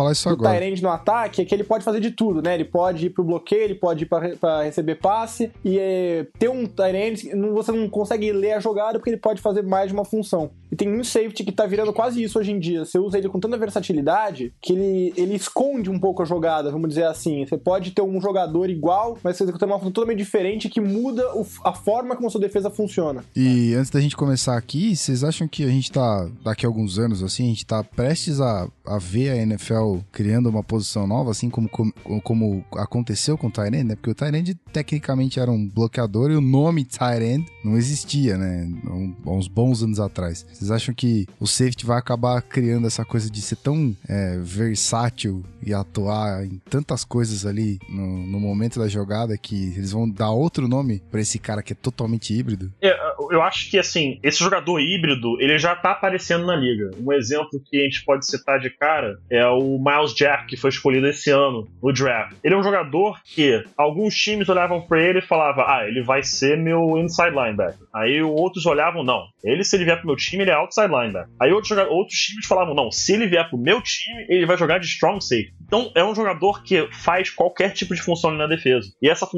end no ataque é que ele pode fazer de tudo, né? Ele pode ir pro bloqueio, ele pode ir pra receber passe, e ter um tight end, você não consegue ler a jogada porque ele pode fazer mais de uma função. E tem um safety que tá virando quase isso hoje em dia. Você usa ele com tanta versatilidade que ele esconde um pouco a jogada, vamos dizer assim. Você pode ter um jogador igual, mas você tem uma função totalmente diferente que muda a forma como a sua defesa funciona. E antes da gente começar aqui, vocês acham que a gente tá, daqui a alguns anos, assim, a gente tá prestes a ver a NFL criando uma posição nova, assim como aconteceu com o tight end, né? Porque o tight end tecnicamente era um bloqueador e o nome tight end não existia, né? Há uns bons anos atrás. Vocês acham que o safety vai acabar criando essa coisa de ser tão versátil e atuar em tantas coisas ali no momento da jogada que eles vão dar outro nome pra esse cara que é totalmente híbrido? Eu acho que, assim, esse jogador híbrido, ele já tá aparecendo na liga. Um exemplo que a gente pode citar de cara é o Myles Jack, que foi escolhido esse ano no draft. Ele é um jogador que alguns times olhavam pra ele e falavam, ele vai ser meu inside linebacker. Aí outros olhavam, não, se ele vier pro meu time, ele é outside linebacker. Aí outros times falavam, não, se ele vier pro meu time, ele vai jogar de strong safety. Então, é um jogador que faz qualquer tipo de função ali na defesa. E essa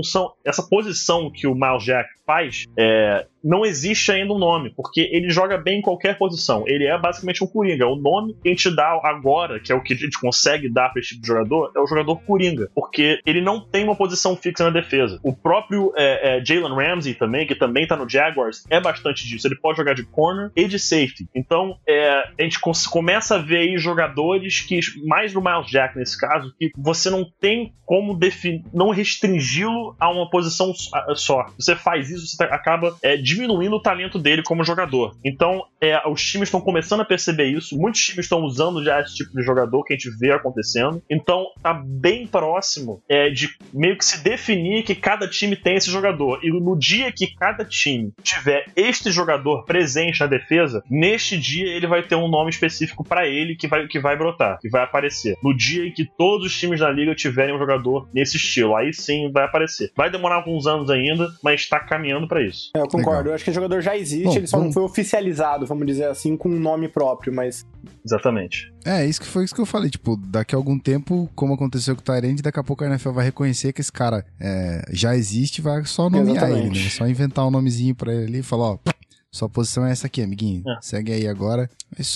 posição que o Myles Jack faz, não existe ainda um nome, porque ele joga bem em qualquer posição. Ele é basicamente um coringa. O nome que a gente dá agora, que é o que a gente consegue dar para esse tipo de jogador, é o jogador coringa, porque ele não tem uma posição fixa na defesa. O próprio Jalen Ramsey também, que também tá no Jaguars, é bastante disso. Ele pode jogar de corner e de safety. Então, a gente começa a ver aí jogadores que, mais do Myles Jack nesse caso, que você não tem como não restringi-lo a uma posição só. Você faz isso, você acaba diminuindo o talento dele como jogador. Então, os times estão começando a perceber isso. Muitos times estão usando já esse tipo de jogador que a gente vê acontecendo. Então, tá bem próximo de meio que se definir que cada time tem esse jogador. E no dia que cada time tiver este jogador presente na defesa, neste dia ele vai ter um nome específico para ele que vai brotar, que vai aparecer. No dia em que todos os times da liga tiverem um jogador nesse estilo, aí sim vai aparecer. Vai demorar alguns anos ainda, mas tá caminhando para isso. Eu concordo. Legal. Eu acho que o jogador já existe, ele só não foi oficializado, vamos dizer assim, com um nome próprio, mas... Exatamente. Foi isso que eu falei, tipo, daqui a algum tempo, como aconteceu com o Tyrande, daqui a pouco a NFL vai reconhecer que esse cara já existe e vai só nomear ele, né? Só inventar um nomezinho pra ele ali e falar, sua posição é essa aqui, amiguinho. Segue aí agora. É isso aí.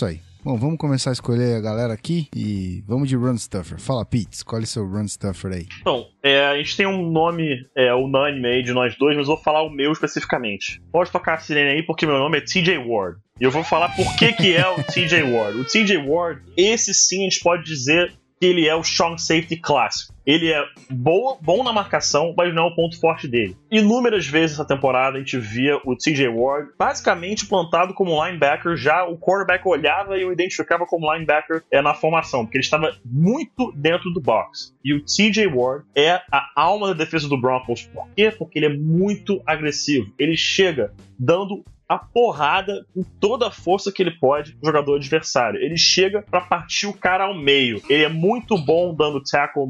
Bom, vamos começar a escolher a galera aqui e vamos de Run Stuffer. Fala, Pete, escolhe seu Run Stuffer aí. Então, a gente tem um nome unânime aí de nós dois, mas eu vou falar o meu especificamente. Pode tocar a sirene aí, porque meu nome é TJ Ward. E eu vou falar por que é o TJ Ward. O TJ Ward, esse sim a gente pode dizer que ele é o strong safety clássico. Ele é bom na marcação, mas não é o ponto forte dele. Inúmeras vezes essa temporada a gente via o TJ Ward basicamente plantado como linebacker, já o quarterback olhava e o identificava como linebacker na formação, porque ele estava muito dentro do box. E o TJ Ward é a alma da defesa do Broncos. Por quê? Porque ele é muito agressivo. Ele chega dando a porrada com toda a força que ele pode no jogador adversário. Ele chega pra partir o cara ao meio. Ele é muito bom dando tackle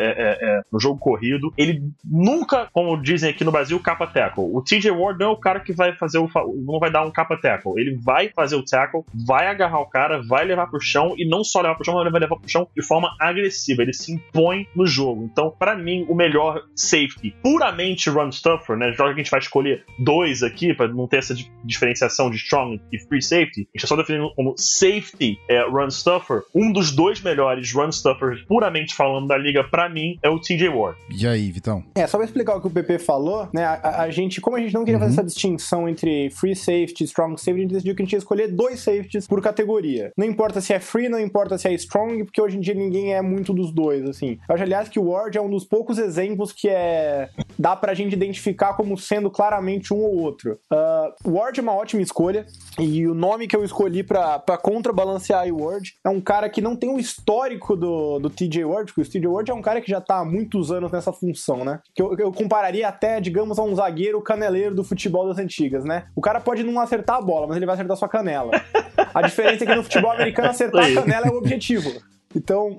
no jogo corrido. Ele nunca, como dizem aqui no Brasil, capa tackle. O TJ Ward não é o cara que vai fazer não vai dar um capa tackle. Ele vai fazer o tackle, vai agarrar o cara, vai levar pro chão, e não só levar pro chão, mas ele vai levar pro chão de forma agressiva. Ele se impõe no jogo. Então, pra mim, o melhor safety, puramente run stuffer, né? Já que a gente vai escolher dois aqui, pra não ter essa diferenciação de strong e free safety, a gente está só definindo como safety run stuffer. Um dos dois melhores run stuffers, puramente falando da liga, pra mim, é o TJ Ward. E aí, Vitão? Só pra explicar o que o PP falou, né, a gente, como a gente não queria fazer essa distinção entre free safety e strong safety, a gente decidiu que a gente ia escolher dois safeties por categoria. Não importa se é free, não importa se é strong, porque hoje em dia ninguém é muito dos dois, assim. Eu acho, aliás, que o Ward é um dos poucos exemplos que dá pra gente identificar como sendo claramente um ou outro. O Ward é uma ótima escolha, e o nome que eu escolhi pra contrabalancear o Ward é um cara que não tem o histórico do TJ Ward, porque o TJ Ward é um cara que já tá há muitos anos nessa função, né? Que eu compararia até, digamos, a um zagueiro caneleiro do futebol das antigas, né? O cara pode não acertar a bola, mas ele vai acertar sua canela. A diferença é que no futebol americano acertar a canela é o objetivo. Então,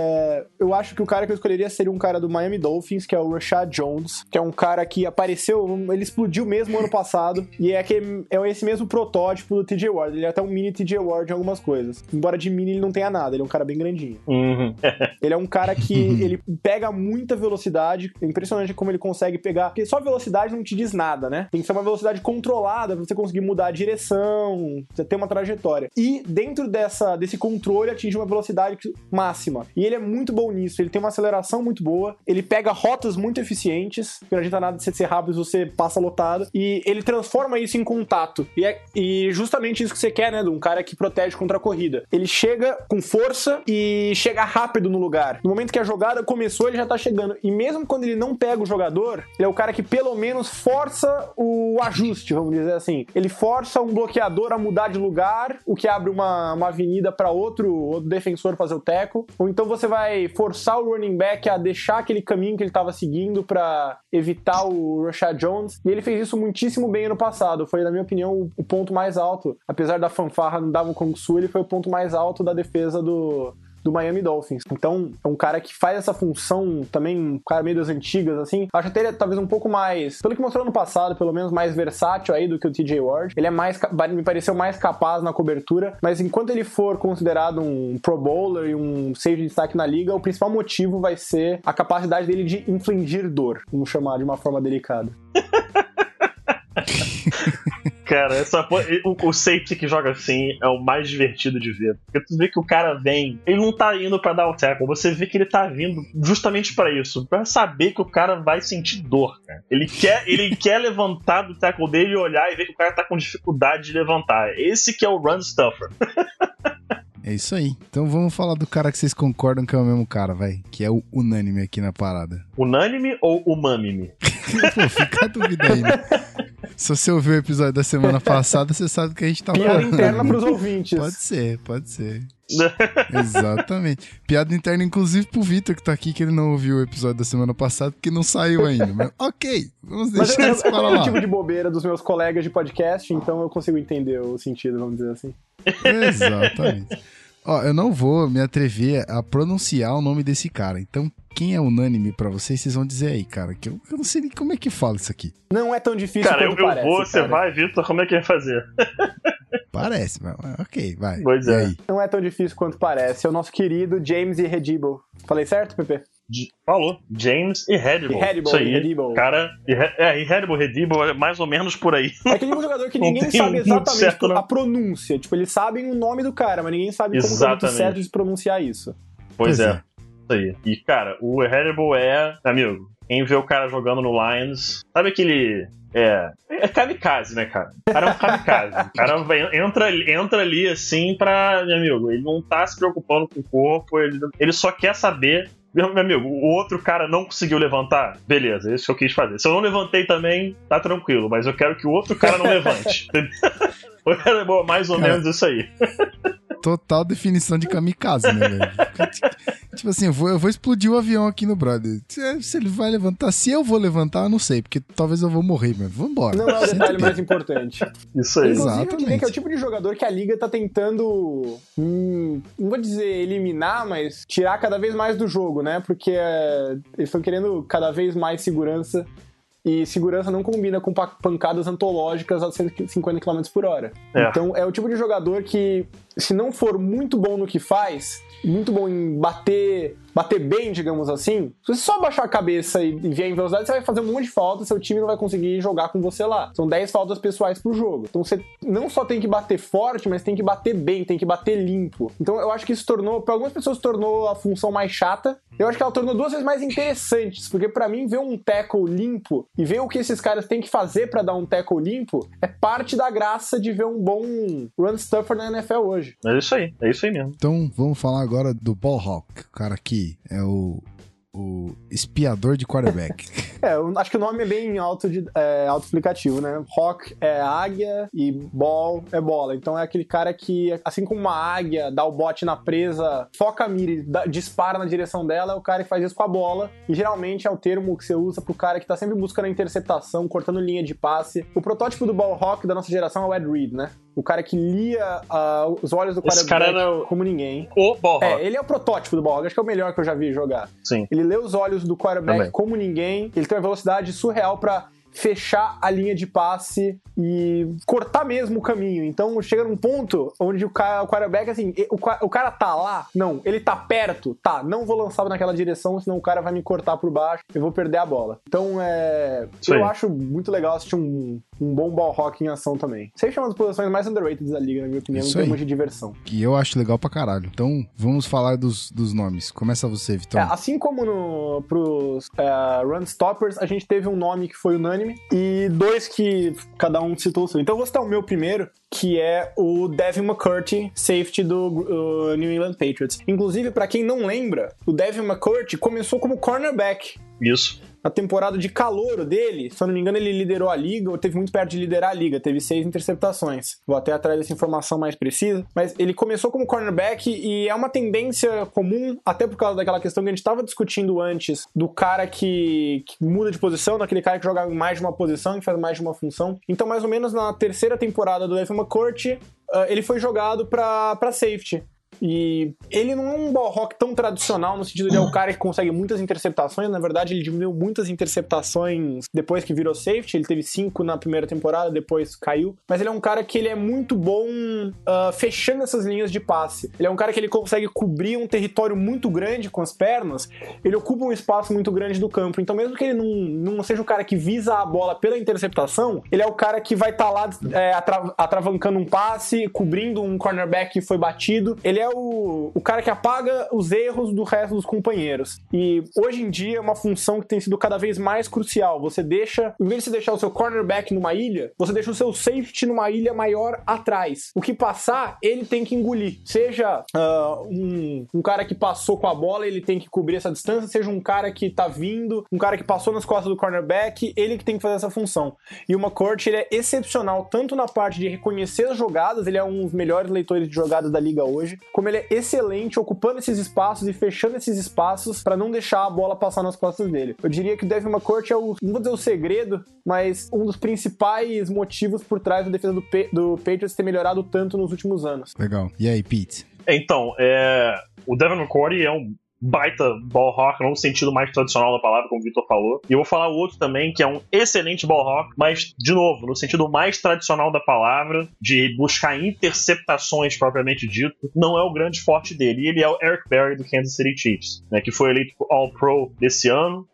eu acho que o cara que eu escolheria seria um cara do Miami Dolphins, que é o Rashad Jones, que é um cara que apareceu, ele explodiu mesmo ano passado, e é esse mesmo protótipo do TJ Ward. Ele é até um mini TJ Ward em algumas coisas. Embora de mini ele não tenha nada, ele é um cara bem grandinho. Ele é um cara que ele pega muita velocidade, é impressionante como ele consegue pegar, porque só velocidade não te diz nada, né? Tem que ser uma velocidade controlada pra você conseguir mudar a direção, você ter uma trajetória. E dentro desse controle atinge uma velocidade máxima. E ele é muito bom nisso, ele tem uma aceleração muito boa, ele pega rotas muito eficientes, que não adianta nada de você ser rápido, você passa lotado, e ele transforma isso em contato. E justamente isso que você quer, né, de um cara que protege contra a corrida. Ele chega com força e chega rápido no lugar. No momento que a jogada começou, ele já tá chegando. E mesmo quando ele não pega o jogador, ele é o cara que pelo menos força o ajuste, vamos dizer assim. Ele força um bloqueador a mudar de lugar, o que abre uma avenida para outro defensor fazer o tackle. Ou então você vai forçar o running back a deixar aquele caminho que ele estava seguindo para evitar o Rashad Jones. E ele fez isso muitíssimo bem ano passado. Foi, na minha opinião, o ponto mais alto. Apesar da fanfarra no Dalvin Kong Su, ele foi o ponto mais alto da defesa do Miami Dolphins. Então, é um cara que faz essa função também, um cara meio das antigas, assim. Acho até ele talvez um pouco mais, pelo que mostrou no passado, pelo menos mais versátil aí do que o TJ Ward. Ele me pareceu mais capaz na cobertura, mas enquanto ele for considerado um Pro Bowler e um safety de destaque na liga, o principal motivo vai ser a capacidade dele de infligir dor, vamos chamar de uma forma delicada. Cara, o safety que joga assim é o mais divertido de ver. Porque tu vê que o cara vem, ele não tá indo pra dar o tackle, você vê que ele tá vindo justamente pra isso, pra saber que o cara vai sentir dor, cara. Ele quer levantar do tackle dele e olhar e ver que o cara tá com dificuldade de levantar. Esse que é o run stuffer. É isso aí. Então vamos falar do cara que vocês concordam que é o mesmo cara, vai. Que é o unânime aqui na parada. Unânime ou umânime? Pô, fica a dúvida aí, né? Se você ouviu o episódio da semana passada, você sabe que a gente tá falando. Piada interna pros ouvintes. Pode ser. Exatamente. Piada interna, inclusive, pro Vitor, que tá aqui, que ele não ouviu o episódio da semana passada, porque não saiu ainda. Mas, ok, vamos deixar isso para lá. É o tipo de bobeira dos meus colegas de podcast, então eu consigo entender o sentido, vamos dizer assim. Exatamente. Ó, eu não vou me atrever a pronunciar o nome desse cara, então quem é unânime pra vocês, vocês vão dizer aí, cara, que eu não sei nem como é que fala isso aqui. Não é tão difícil cara, quanto parece. Cara, eu vou, você vai, Vitor, como é que vai fazer? Parece, mas ok, vai. Pois é. Não é tão difícil quanto parece. É o nosso querido James Irredible. Falei certo, Pepe? Falou. James Irredible. Isso aí. Irredible. Cara, Irredible é mais ou menos por aí. É aquele jogador que ninguém sabe exatamente certo, a pronúncia. Tipo, eles sabem o nome do cara, mas ninguém sabe como é muito certo de pronunciar isso. Pois é. Isso aí. E, cara, o Irredible amigo, quem vê o cara jogando no Lions, sabe aquele... É kamikaze, né, cara? O cara é um kamikaze. O cara entra ali, assim, meu amigo, ele não tá se preocupando com o corpo, ele só quer saber... Meu amigo, o outro cara não conseguiu levantar? Beleza, isso que eu quis fazer. Se eu não levantei também, tá tranquilo, mas eu quero que o outro cara não levante. Entendeu? Mais ou menos isso aí. Total definição de kamikaze, né, velho? Tipo assim, eu vou explodir o avião aqui no brother. Se ele vai levantar, se eu vou levantar, eu não sei, porque talvez eu vou morrer, mas vambora. Não é o detalhe mais importante. Isso aí. Inclusive, eu diria que é o tipo de jogador que a liga tá tentando, não vou dizer eliminar, mas tirar cada vez mais do jogo, né? Porque eles estão querendo cada vez mais segurança. E segurança não combina com pancadas antológicas a 150 km por hora. Então é o tipo de jogador que, se não for muito bom no que faz, muito bom em bater bem, digamos assim, se você só baixar a cabeça e vier em velocidade, você vai fazer um monte de falta, seu time não vai conseguir jogar com você lá. São 10 faltas pessoais pro jogo. Então você não só tem que bater forte, mas tem que bater bem, tem que bater limpo. Então eu acho que isso tornou, para algumas pessoas, tornou a função mais chata. Eu acho que ela tornou 2 vezes mais interessantes, porque pra mim ver um tackle limpo e ver o que esses caras têm que fazer pra dar um tackle limpo é parte da graça de ver um bom run stuffer na NFL hoje. É isso aí mesmo. Então vamos falar agora do ball hawk, o cara que é o espiador de quarterback. Eu acho que o nome é bem auto-explicativo, né? Hawk é águia e ball é bola. Então é aquele cara que, assim como uma águia dá o bote na presa, foca a mira e dispara na direção dela, é o cara que faz isso com a bola. E geralmente é o termo que você usa pro cara que tá sempre buscando a interceptação, cortando linha de passe. O protótipo do ball hawk da nossa geração é o Ed Reed, né? O cara que lia os olhos do quarterback como ninguém. O ball hawk. Ele é o protótipo do ball hawk. Acho que é o melhor que eu já vi jogar. Sim. Ele lê os olhos do quarterback também como ninguém. Ele tem uma velocidade surreal pra fechar a linha de passe e cortar mesmo o caminho. Então chega num ponto onde o quarterback, assim, o cara tá lá? Não. Ele tá perto? Tá. Não vou lançar naquela direção, senão o cara vai me cortar por baixo, eu vou perder a bola. Então eu acho muito legal assistir um bom ball hawk em ação também. Sempre é uma das posições mais underrated da liga, na minha opinião, em termos de diversão. Que eu acho legal pra caralho. Então vamos falar dos nomes. Começa você, Vitão. Assim como pros run stoppers, a gente teve um nome que foi unânime e 2 que cada um citou o seu. Então eu vou citar o meu primeiro, que é o Devin McCourty, safety do New England Patriots. Inclusive, pra quem não lembra, o Devin McCourty começou como cornerback. Isso. Na temporada de calouro dele, se eu não me engano, ele liderou a liga, ou teve muito perto de liderar a liga, teve 6 interceptações. Vou até atrás dessa informação mais precisa. Mas ele começou como cornerback e é uma tendência comum, até por causa daquela questão que a gente estava discutindo antes, do cara que muda de posição, daquele cara que joga em mais de uma posição, que faz mais de uma função. Então, mais ou menos na terceira temporada do Devin McCourty, ele foi jogado para safety. E ele não é um ball hawk tão tradicional, no sentido de é o cara que consegue muitas interceptações. Na verdade, ele diminuiu muitas interceptações depois que virou safety. Ele teve 5 na primeira temporada, depois caiu. Mas ele é um cara que ele é muito bom fechando essas linhas de passe. Ele é um cara que ele consegue cobrir um território muito grande com as pernas. Ele ocupa um espaço muito grande do campo. Então, mesmo que ele não seja o cara que visa a bola pela interceptação, ele é o cara que vai estar lá atravancando um passe, cobrindo um cornerback que foi batido. Ele é o cara que apaga os erros do resto dos companheiros. E hoje em dia é uma função que tem sido cada vez mais crucial. Você deixa, em vez de você deixar o seu cornerback numa ilha, você deixa o seu safety numa ilha maior atrás. O que passar, ele tem que engolir. Seja um cara que passou com a bola, ele tem que cobrir essa distância, seja um cara que tá vindo, um cara que passou nas costas do cornerback, ele que tem que fazer essa função. E o McCourty, ele é excepcional tanto na parte de reconhecer as jogadas, ele é um dos melhores leitores de jogadas da liga hoje, como ele é excelente ocupando esses espaços e fechando esses espaços para não deixar a bola passar nas costas dele. Eu diria que o Devin McCourty é não vou dizer o segredo, mas um dos principais motivos por trás da defesa do Patriots ter melhorado tanto nos últimos anos. Legal. E aí, Pete? Então, o Devin McCourty é um baita ball hawk, não no sentido mais tradicional da palavra, como o Vitor falou. E eu vou falar o outro também, que é um excelente ball hawk, mas, de novo, no sentido mais tradicional da palavra, de buscar interceptações propriamente dito, não é o grande forte dele. E ele é o Eric Berry do Kansas City Chiefs, né, que foi eleito All-Pro desse ano.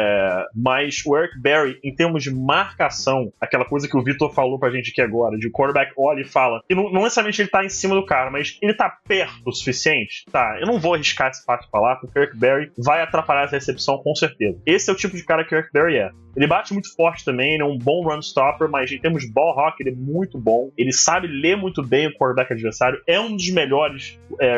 Mas o Eric Berry, em termos de marcação, aquela coisa que o Vitor falou pra gente aqui agora, de o quarterback olha e fala, e não necessariamente ele tá em cima do cara, mas ele tá perto o suficiente. Tá, eu não vou arriscar esse passo pra lá, porque o Eric Berry vai atrapalhar essa recepção com certeza. Esse é o tipo de cara que o Eric Berry é. Ele bate muito forte também, ele é um bom run stopper, mas em termos de ball hawk ele é muito bom. Ele sabe ler muito bem o quarterback adversário, é um dos melhores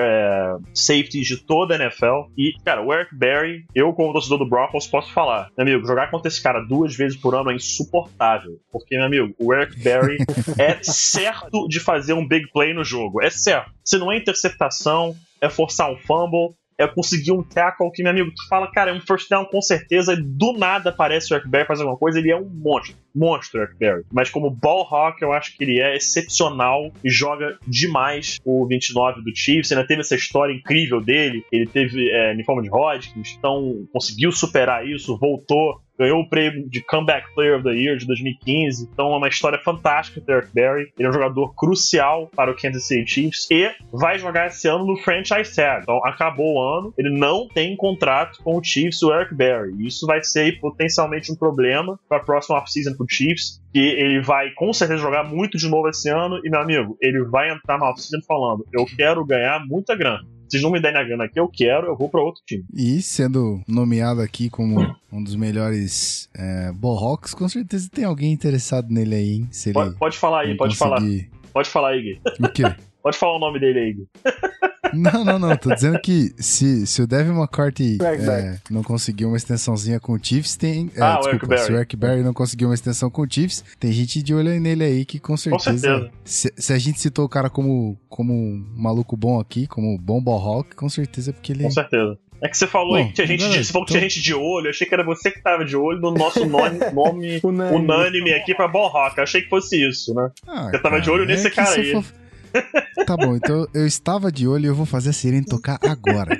safeties de toda a NFL. E, cara, o Eric Berry, eu como torcedor do Broncos posso falar, meu amigo, jogar contra esse cara 2 vezes por ano é insuportável. Porque, meu amigo, o Eric Berry é certo de fazer um big play no jogo, é certo. Se não é interceptação, é forçar um fumble, é conseguir um tackle que, meu amigo, tu fala, cara, é um first down com certeza, e do nada aparece o Eric Berry fazer alguma coisa, ele é um monstro, Eric Berry. Mas como ball hawk, eu acho que ele é excepcional e joga demais o 29 do Chiefs. Ainda teve essa história incrível dele, ele teve uniforme de Hodgkins, então conseguiu superar isso, voltou, ganhou o prêmio de Comeback Player of the Year de 2015. Então é uma história fantástica do Eric Berry. Ele é um jogador crucial para o Kansas City Chiefs e vai jogar esse ano no franchise tag. Então acabou o ano, ele não tem contrato com o Chiefs, o Eric Berry. Isso vai ser potencialmente um problema para a próxima off-season pro Chiefs, que ele vai com certeza jogar muito de novo esse ano. E, meu amigo, ele vai entrar na off-season falando, eu quero ganhar muita grana. Vocês não me derem a grana aqui, eu vou para outro time. E sendo nomeado aqui como um dos melhores ball hawks, com certeza tem alguém interessado nele aí, hein? Se ele pode falar aí, pode conseguir... falar. Pode falar aí, Gui. O quê? Pode falar o nome dele aí, Gui. Não. Tô dizendo que se o Devin McCourty não conseguiu uma extensãozinha com o Chiefs, tem... se o Eric Berry não conseguiu uma extensão com o Chiefs, tem gente de olho nele aí que com certeza... Se a gente citou o cara como um maluco bom aqui, como bom ball hawk, com certeza é porque ele... Com certeza. É que você falou aí que tinha gente, você falou que tinha gente de olho, eu achei que era você que tava de olho no nosso nome unânime aqui pra ball hawk. Eu achei que fosse isso, né? Você tava de olho nesse cara aí. Tá bom, então eu estava de olho e eu vou fazer a sirene tocar agora.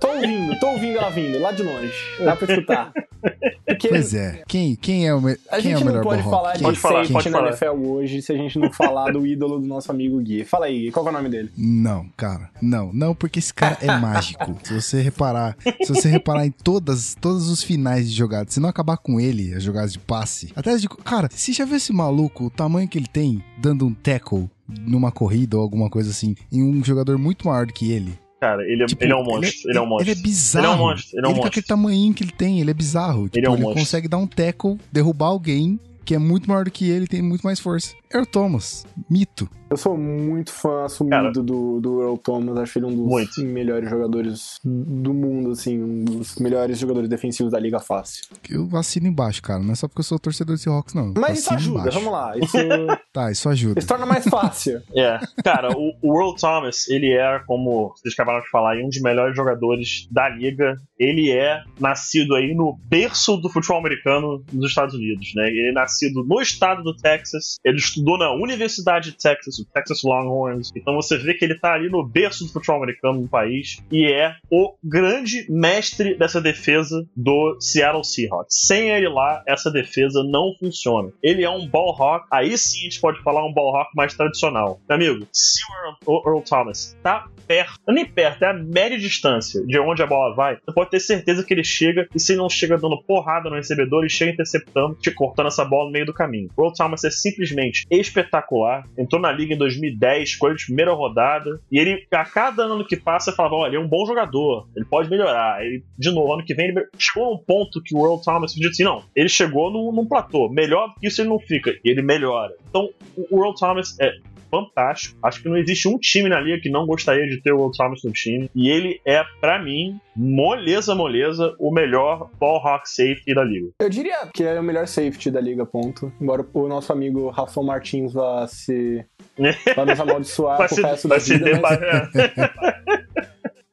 Tô ouvindo ela vindo, lá de longe. Dá pra escutar. Porque pois é. Quem é o melhor ball hawk? A gente não pode falar de safety na NFL hoje se a gente não falar do ídolo do nosso amigo Gui. Fala aí, qual é o nome dele? Não, cara. Não, porque esse cara é mágico. Se você reparar em todos os finais de jogada, se não acabar com ele, as jogadas de passe, cara, você já viu esse maluco, o tamanho que ele tem, dando um tackle numa corrida ou alguma coisa assim, em um jogador muito maior do que ele? Cara, ele é um monstro. Ele é um monstro. Ele é bizarro. Ele é um monstro. Ele com aquele tamanhinho que ele tem, ele é bizarro. Tipo, ele consegue dar um tackle, derrubar alguém que é muito maior do que ele, tem muito mais força. Earl Thomas, mito. Eu sou muito fã assumido do Earl Thomas, acho ele um dos melhores jogadores do mundo, assim, um dos melhores jogadores defensivos da liga fácil. Eu assino embaixo, cara, não é só porque eu sou torcedor de Seahawks, não. Mas isso ajuda, embaixo. Vamos lá. Tá, isso ajuda. Isso torna mais fácil. Cara, o Earl Thomas, ele é, como vocês acabaram de falar, um dos melhores jogadores da liga. Ele é nascido aí no berço do futebol americano nos Estados Unidos, né? Ele é nascido no estado do Texas, ele estudou na Universidade de Texas, o Texas Longhorns. Então você vê que ele tá ali no berço do futebol americano no país e é o grande mestre dessa defesa do Seattle Seahawks. Sem ele lá, essa defesa não funciona. Ele é um ball hawk, aí sim a gente pode falar um ball hawk mais tradicional. Meu amigo, se o Earl Thomas tá perto, nem perto, é a média distância de onde a bola vai, você pode ter certeza que ele chega, e se ele não chega dando porrada no recebedor, ele chega interceptando, te cortando essa bola no meio do caminho. O Earl Thomas é simplesmente espetacular, entrou na liga em 2010, escolha de primeira rodada, e ele, a cada ano que passa, falava, olha, ele é um bom jogador, ele pode melhorar. Ele, de novo, ano que vem, ele chegou num ponto que o Earl Thomas disse assim, não, ele chegou num platô, melhor do que isso ele não fica, e ele melhora. Então, o Earl Thomas é fantástico. Acho que não existe um time na liga que não gostaria de ter o Earl Thomas no time. E ele é, pra mim, moleza, o melhor ball hawk safety da liga. Eu diria que é o melhor safety da liga, ponto. Embora o nosso amigo Rafa Martins vá nos amaldiçoar pro resto da vida.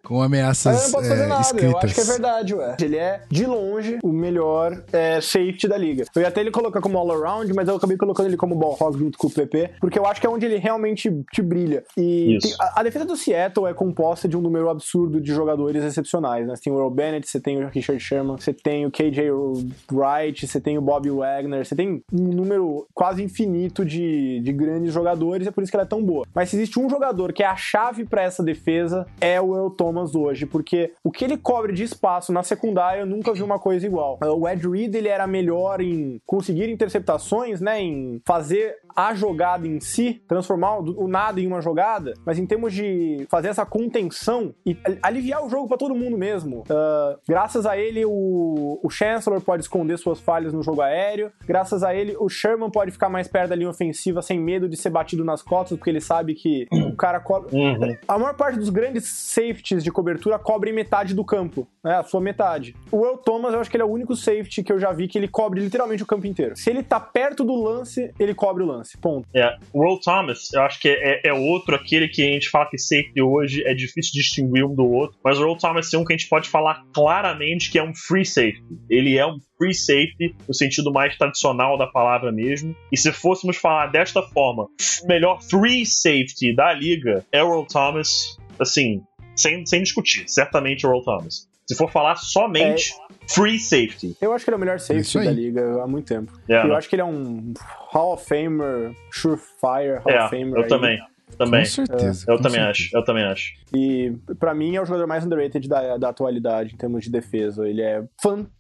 Com ameaças não posso fazer nada, escritas. eu acho que é verdade, ué. Ele é, de longe, o melhor safety da liga. Eu ia até ele colocar como all-around, mas eu acabei colocando ele como ball hog junto com o PP, porque eu acho que é onde ele realmente te brilha. E a defesa do Seattle é composta de um número absurdo de jogadores excepcionais, né? Você tem o Earl Bennett, você tem o Richard Sherman, você tem o KJ Wright, você tem o Bobby Wagner, você tem um número quase infinito de grandes jogadores, é por isso que ela é tão boa. Mas se existe um jogador que é a chave pra essa defesa, é o Earl Thomas hoje, porque o que ele cobre de espaço na secundária, eu nunca vi uma coisa igual. O Ed Reed, ele era melhor em conseguir interceptações, né, em fazer a jogada em si, transformar o nada em uma jogada, mas em termos de fazer essa contenção e aliviar o jogo pra todo mundo mesmo. Graças a ele, o Chancellor pode esconder suas falhas no jogo aéreo, graças a ele, o Sherman pode ficar mais perto da linha ofensiva sem medo de ser batido nas costas, porque ele sabe que o cara cobre... A maior parte dos grandes safeties de cobertura cobrem metade do campo, né, a sua metade. O Earl Thomas, eu acho que ele é o único safety que eu já vi que ele cobre literalmente o campo inteiro. Se ele tá perto do lance, ele cobre o lance, ponto. O Earl Thomas, eu acho que é outro, aquele que a gente fala que safety hoje é difícil distinguir um do outro, mas o Earl Thomas é um que a gente pode falar claramente que é um free safety. Ele é um free safety no sentido mais tradicional da palavra mesmo, e se fôssemos falar desta forma, o melhor free safety da liga é o Earl Thomas, assim, sem discutir, certamente o Earl Thomas. Se for falar somente free safety. Eu acho que ele é o melhor safety da liga há muito tempo. Eu acho que ele é um Hall of Famer, surefire Hall of Famer. Eu também. Com certeza. Eu também acho. E pra mim é o jogador mais underrated da atualidade em termos de defesa. Ele é fantástico.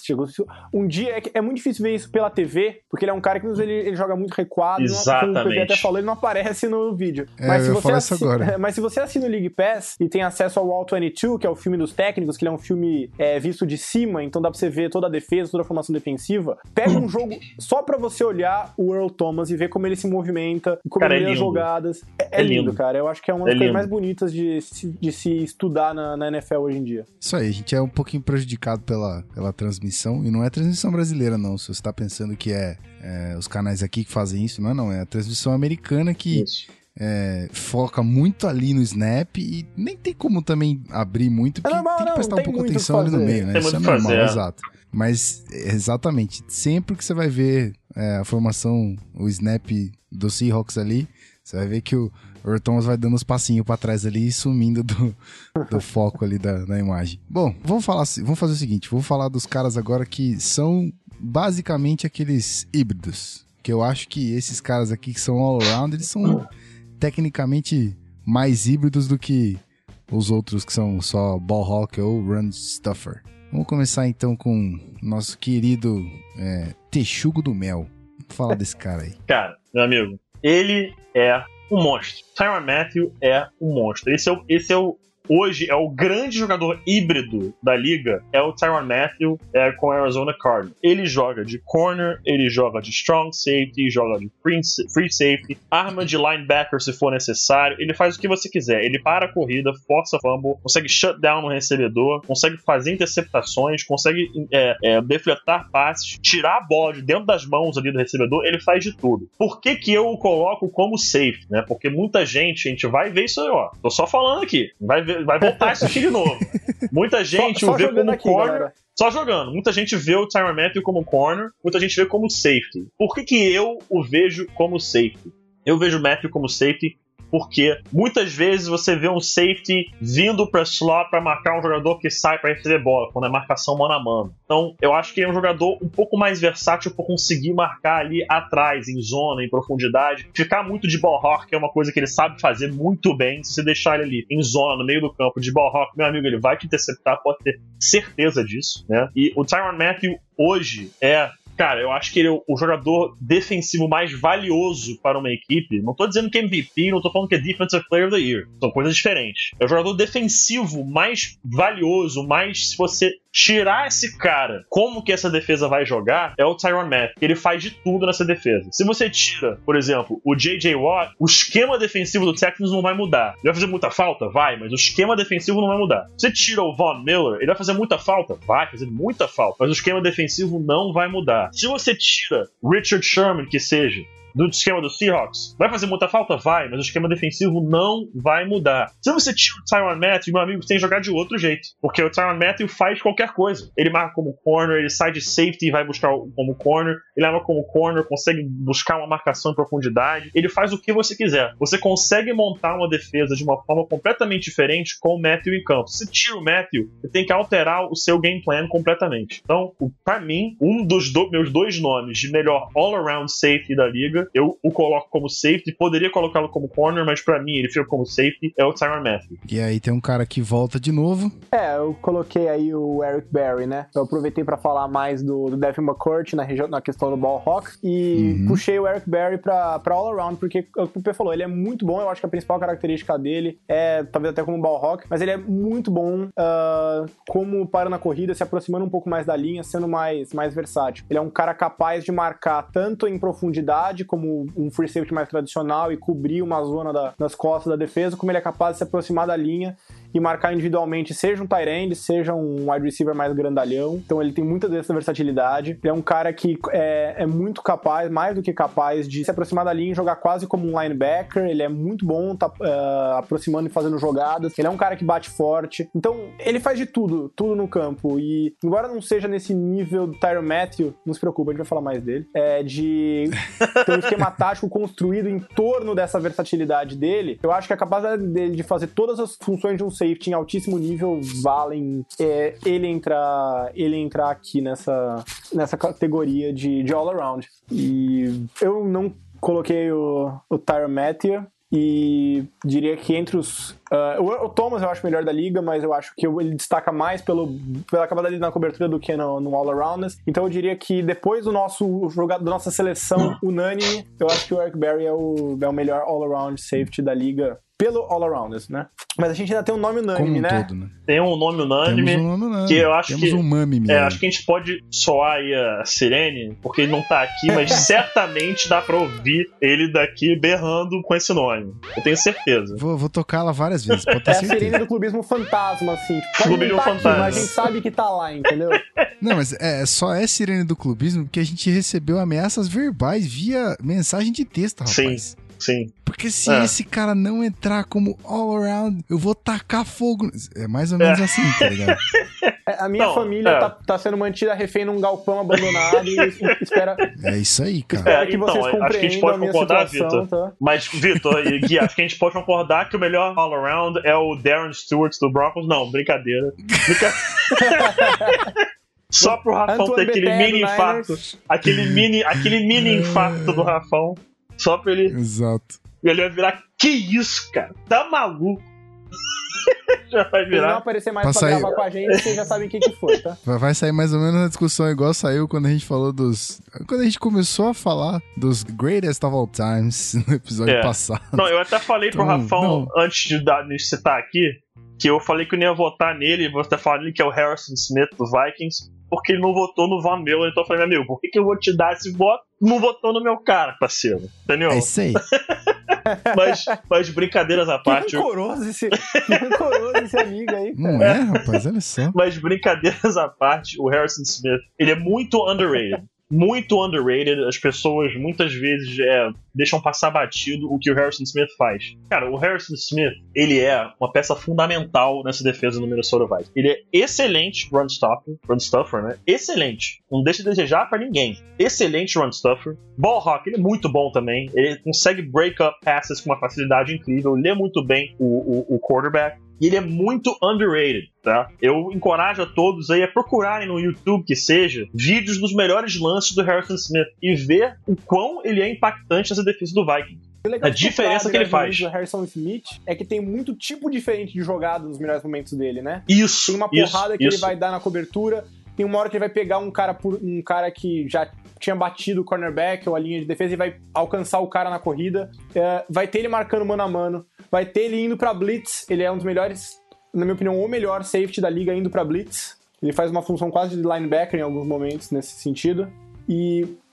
Um dia é muito difícil ver isso pela TV, porque ele é um cara que ele joga muito recuado. Exatamente. Como o PV até falou, ele não aparece no vídeo. Mas se você assina o League Pass e tem acesso ao All 22, que é o filme dos técnicos, que ele é um filme visto de cima, então dá pra você ver toda a defesa, toda a formação defensiva, pega um jogo só pra você olhar o Earl Thomas e ver como ele se movimenta, como ele lê as jogadas. É lindo, cara. Eu acho que é uma das coisas mais bonitas de se estudar na NFL hoje em dia. Isso aí, a gente é um pouquinho prejudicado pela transmissão, e não é transmissão brasileira não, se você tá pensando que é os canais aqui que fazem isso, não é a transmissão americana que foca muito ali no snap e nem tem como também abrir muito, porque tem que prestar um pouco de atenção ali no meio, né? Isso é normal, exato. Mas, exatamente, sempre que você vai ver a formação, o snap do Seahawks ali, você vai ver que o Earl Thomas vai dando uns passinhos pra trás ali e sumindo do foco ali da imagem. Bom, vamos fazer o seguinte, vou falar dos caras agora que são basicamente aqueles híbridos, que eu acho que esses caras aqui que são all-around, eles são tecnicamente mais híbridos do que os outros que são só ball hawk ou run stuffer. Vamos começar então com o nosso querido Texugo do Mel. Vamos falar desse cara aí. Cara, meu amigo, ele é um monstro. Tyrann Mathieu é um monstro. Hoje é o grande jogador híbrido da liga, é o Tyrann Mathieu com a Arizona Cardinals. Ele joga de corner, ele joga de strong safety, joga de free safety, arma de linebacker se for necessário, ele faz o que você quiser. Ele para a corrida, força fumble, consegue shut down no recebedor, consegue fazer interceptações, consegue defletar passes, tirar a bola de dentro das mãos ali do recebedor, ele faz de tudo. Por que eu o coloco como safety, né? Porque muita gente, a gente vai ver isso aí, ó. Tô só falando aqui, vai voltar isso aqui de novo. Muita gente o vê como corner, galera. Só jogando. Muita gente vê o Tyrann Mathieu como corner, muita gente vê como safety. Por que eu o vejo como safety? Eu vejo o Mathieu como safety porque muitas vezes você vê um safety vindo para slot para marcar um jogador que sai para receber bola, quando é marcação mano a mano. Então, eu acho que é um jogador um pouco mais versátil por conseguir marcar ali atrás, em zona, em profundidade. Ficar muito de ball hawk é uma coisa que ele sabe fazer muito bem. Se você deixar ele ali em zona, no meio do campo, de ball hawk, meu amigo, ele vai te interceptar, pode ter certeza disso, né? E o Tyrann Mathieu hoje cara, eu acho que ele é o jogador defensivo mais valioso para uma equipe. Não tô dizendo que é MVP, não tô falando que é Defensive Player of the Year. São coisas diferentes. É o jogador defensivo mais valioso, mais se você tirar esse cara, como que essa defesa vai jogar, é o Tyrann Mathieu. Ele faz de tudo nessa defesa. Se você tira, por exemplo, o J.J. Watt, o esquema defensivo do Texans não vai mudar. Ele vai fazer muita falta? Vai, mas o esquema defensivo não vai mudar. Se você tira o Von Miller, ele vai fazer muita falta? Vai fazer muita falta, mas o esquema defensivo não vai mudar. Se você tira Richard Sherman, que seja, do esquema do Seahawks. Vai fazer muita falta? Vai, mas o esquema defensivo não vai mudar. Se você tira o Tyrann Mathieu, meu amigo, você tem que jogar de outro jeito. Porque o Tyrann Mathieu faz qualquer coisa. Ele marca como corner, ele sai de safety e vai buscar como corner. Ele leva como corner, consegue buscar uma marcação em profundidade. Ele faz o que você quiser. Você consegue montar uma defesa de uma forma completamente diferente com o Mathieu em campo. Se tira o Mathieu, você tem que alterar o seu game plan completamente. Então, pra mim, um dos meus dois nomes de melhor all-around safety da liga, eu o coloco como safety, poderia colocá-lo como corner, mas pra mim ele fica como safety, é o Tyrann Mathieu. E aí tem um cara que volta de novo. Eu coloquei aí o Eric Berry, né? Eu aproveitei pra falar mais do Devin McCourt na questão do ball hawk e puxei o Eric Berry pra all-around, porque o que o P falou, ele é muito bom, eu acho que a principal característica dele é, talvez até como ball hawk, mas ele é muito bom como para na corrida, se aproximando um pouco mais da linha, sendo mais versátil. Ele é um cara capaz de marcar tanto em profundidade, como um free safety mais tradicional e cobrir uma zona das costas da defesa, como ele é capaz de se aproximar da linha e marcar individualmente, seja um tight end, seja um wide receiver mais grandalhão. Então ele tem muita dessa versatilidade. Ele é um cara que é muito capaz, mais do que capaz, de se aproximar da linha e jogar quase como um linebacker. Ele é muito bom, tá aproximando e fazendo jogadas. Ele é um cara que bate forte. Então ele faz de tudo no campo. E embora não seja nesse nível do Tyrann Mathieu, não se preocupa, a gente vai falar mais dele, de ter um esquema tático construído em torno dessa versatilidade dele, eu acho que a capacidade dele de fazer todas as funções de um safety em altíssimo nível valem ele entrar aqui nessa categoria de all-around. E eu não coloquei o Tyrann Mathieu e diria que entre os... o Thomas eu acho melhor da liga, mas eu acho que ele destaca mais pela capacidade dele na cobertura do que no all-aroundness. Então eu diria que depois da nossa seleção unânime, eu acho que o Eric Berry é o melhor all-around safety da liga pelo all-arounders, né? Mas a gente ainda tem um nome unânime, como um né? todo, né? Tem um nome unânime. Temos um nome unânime. Que eu acho Temos um mame mesmo. acho que a gente pode soar aí a sirene, porque ele não tá aqui, mas certamente dá pra ouvir ele daqui berrando com esse nome. Eu tenho certeza. Vou tocar ela várias vezes, pode ter É a certeza. sirene do clubismo fantasma, assim. Tipo, pode Clubismo não tá aqui, fantasma. mas a gente sabe que tá lá, entendeu? Não, mas só é sirene do clubismo porque a gente recebeu ameaças verbais via mensagem de texto, rapaz. Sim. Porque se esse cara não entrar como all-around, eu vou tacar fogo. É mais ou menos assim, tá ligado? A minha família tá sendo mantida refém num galpão abandonado e espera... É isso aí, cara. Espero que vocês acho que a gente compreendam pode a minha concordar, situação, Vitor. tá? Mas, Vitor e Gui, acho que a gente pode concordar que o melhor all-around é o Darren Stewart do Broncos. Não, brincadeira. Só pro Rafão ter aquele mini infarto. Aquele mini infarto do Rafão. Só pra ele... Exato. E ele vai virar, que isso, cara? Tá maluco? Já vai Se virar. não aparecer mais pra gravar com a gente, vocês já sabem o que foi, tá? Vai sair mais ou menos a discussão igual saiu quando a gente falou quando a gente começou a falar dos Greatest of All Times no episódio passado. Não, eu até falei pro Rafão, antes de citar aqui, que eu falei que eu não ia votar nele, vou até falar nele que é o Harrison Smith do Vikings, porque ele não votou no Von Miller. Então eu falei, meu amigo, por que eu vou te dar esse voto? Não votou no meu cara, parceiro. Entendeu? É isso aí. Mas brincadeiras à parte. Que rancoroso esse amigo aí, cara. Não é, rapaz? Olha só. Mas brincadeiras à parte, o Harrison Smith, ele é muito underrated. Muito underrated. As pessoas muitas vezes deixam passar batido o que o Harrison Smith faz. Cara, o Harrison Smith, ele é uma peça fundamental nessa defesa do Minnesota Vikings. Ele é excelente run stuffer, né? Excelente. Não deixa de desejar pra ninguém. Excelente run stuffer. Ball hawk, ele é muito bom também. Ele consegue break up passes com uma facilidade incrível. Lê muito bem o quarterback. E ele é muito underrated, tá? Eu encorajo a todos aí a procurarem no YouTube, que seja, vídeos dos melhores lances do Harrison Smith e ver o quão ele é impactante nessa defesa do Vikings. A diferença que ele faz. O Harrison Smith é que tem muito tipo diferente de jogada nos melhores momentos dele, né? Isso. Tem uma porrada que ele vai dar na cobertura, tem uma hora que ele vai pegar um cara que já tinha batido o cornerback ou a linha de defesa e vai alcançar o cara na corrida. Vai ter ele marcando mano a mano. Vai ter ele indo pra blitz. Ele é um dos melhores, na minha opinião, o melhor safety da liga indo pra blitz. Ele faz uma função quase de linebacker em alguns momentos nesse sentido. E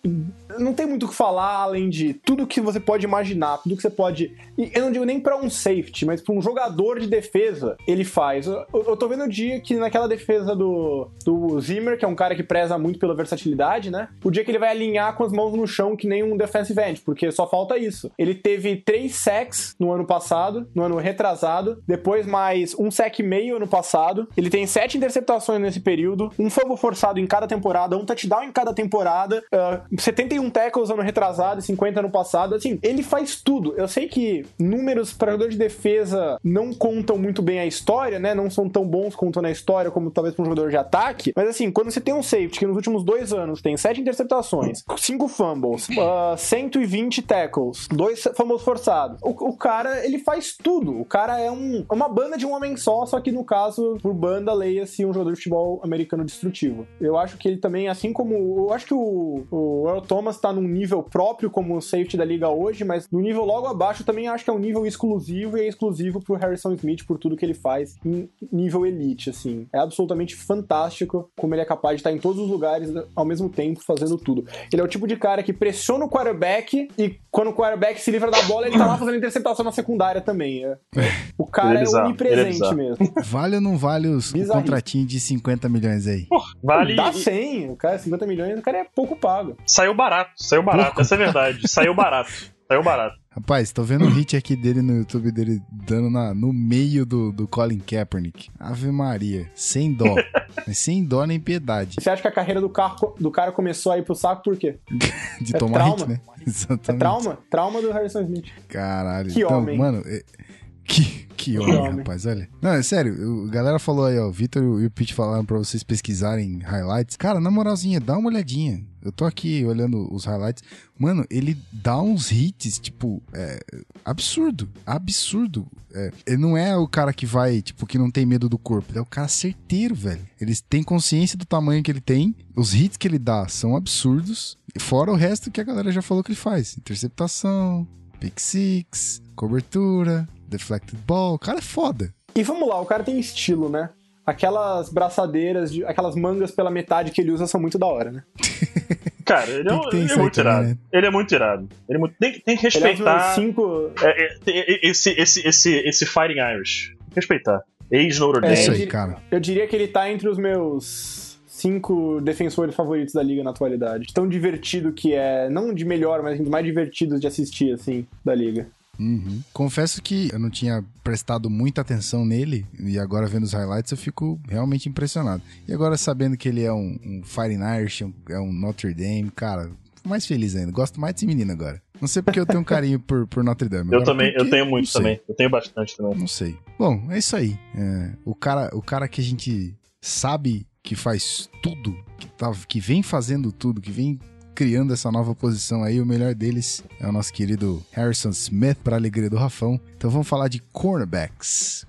não tem muito o que falar além de tudo que você pode imaginar, tudo que você pode... E eu não digo nem pra um safety, mas pra um jogador de defesa, ele faz. Eu tô vendo o dia que naquela defesa do Zimmer, que é um cara que preza muito pela versatilidade, né? O dia que ele vai alinhar com as mãos no chão que nem um defensive end, porque só falta isso. Ele teve 3 sacks no ano passado, no ano retrasado, depois mais um sack e meio ano passado. Ele tem 7 interceptações nesse período, um fumble forçado em cada temporada, um touchdown em cada temporada, 71 tackles ano retrasado e 50 ano passado. Assim, ele faz tudo. Eu sei que números para jogador de defesa não contam muito bem a história, né? Não são tão bons quanto na história como talvez para um jogador de ataque, mas assim, quando você tem um safety que nos últimos 2 anos tem 7 interceptações, 5 fumbles, 120 tackles, 2 fumbles forçados, o cara, ele faz tudo. O cara é uma banda de um homem só que no caso, por banda, leia-se um jogador de futebol americano destrutivo. Eu acho que ele também, assim como... Eu acho que o Earl Thomas tá num nível próprio como safety da liga hoje, mas no nível logo abaixo eu também acho que é um nível exclusivo, e é exclusivo pro Harrison Smith por tudo que ele faz em nível elite, assim. É absolutamente fantástico como ele é capaz de estar em todos os lugares ao mesmo tempo, fazendo tudo. Ele é o tipo de cara que pressiona o quarterback e quando o quarterback se livra da bola, ele tá lá fazendo interceptação na secundária também. O cara é onipresente mesmo. Vale ou não vale os contratinhos de 50 milhões aí? Vale. Dá 100. O cara, 50 milhões, o cara é pouco pago. Saiu barato. Essa é a verdade. Saiu barato. Rapaz, tô vendo um hit aqui dele no YouTube, dele dando no meio do Colin Kaepernick. Ave Maria, sem dó. Mas sem dó nem piedade. Você acha que a carreira do cara começou a ir pro saco por quê? De tomar hit, né? Exatamente. É trauma? Trauma do Harrison Smith. Caralho. Que então, homem. Mano, que homem, rapaz, olha. Não, é sério, a galera falou aí, ó, o Vitor e o Pete falaram pra vocês pesquisarem highlights. Cara, na moralzinha, dá uma olhadinha. Eu tô aqui olhando os highlights. Mano, ele dá uns hits, tipo, absurdo. Ele não é o cara que vai, tipo, que não tem medo do corpo. Ele é o cara certeiro, velho. Eles têm consciência do tamanho que ele tem. Os hits que ele dá são absurdos. Fora o resto que a galera já falou que ele faz. Interceptação, pick six, cobertura, deflected ball. O cara é foda. E vamos lá, o cara tem estilo, né? Aquelas braçadeiras, aquelas mangas pela metade que ele usa são muito da hora, né? Cara, ele é muito irado. Né? Ele é muito irado. Tem que respeitar esse Fighting Irish. Respeitar. Ex-Notre Dame. É isso aí, cara. Eu diria que ele tá entre os meus 5 defensores favoritos da liga na atualidade. Tão divertido que é, não de melhor, mas mais divertidos de assistir, assim, da liga. Uhum. Confesso que eu não tinha prestado muita atenção nele, e agora vendo os highlights eu fico realmente impressionado. E agora sabendo que ele é um Fighting Irish, é um Notre Dame, cara, mais feliz ainda. Gosto mais desse menino agora. Não sei porque eu tenho um carinho por Notre Dame. Eu também, eu tenho muito também. Eu tenho bastante também. Não sei. Bom, é isso aí. O cara que a gente sabe que faz tudo, que vem fazendo tudo, que vem criando essa nova posição aí, o melhor deles é o nosso querido Harrison Smith, para alegria do Rafão. Então vamos falar de cornerbacks.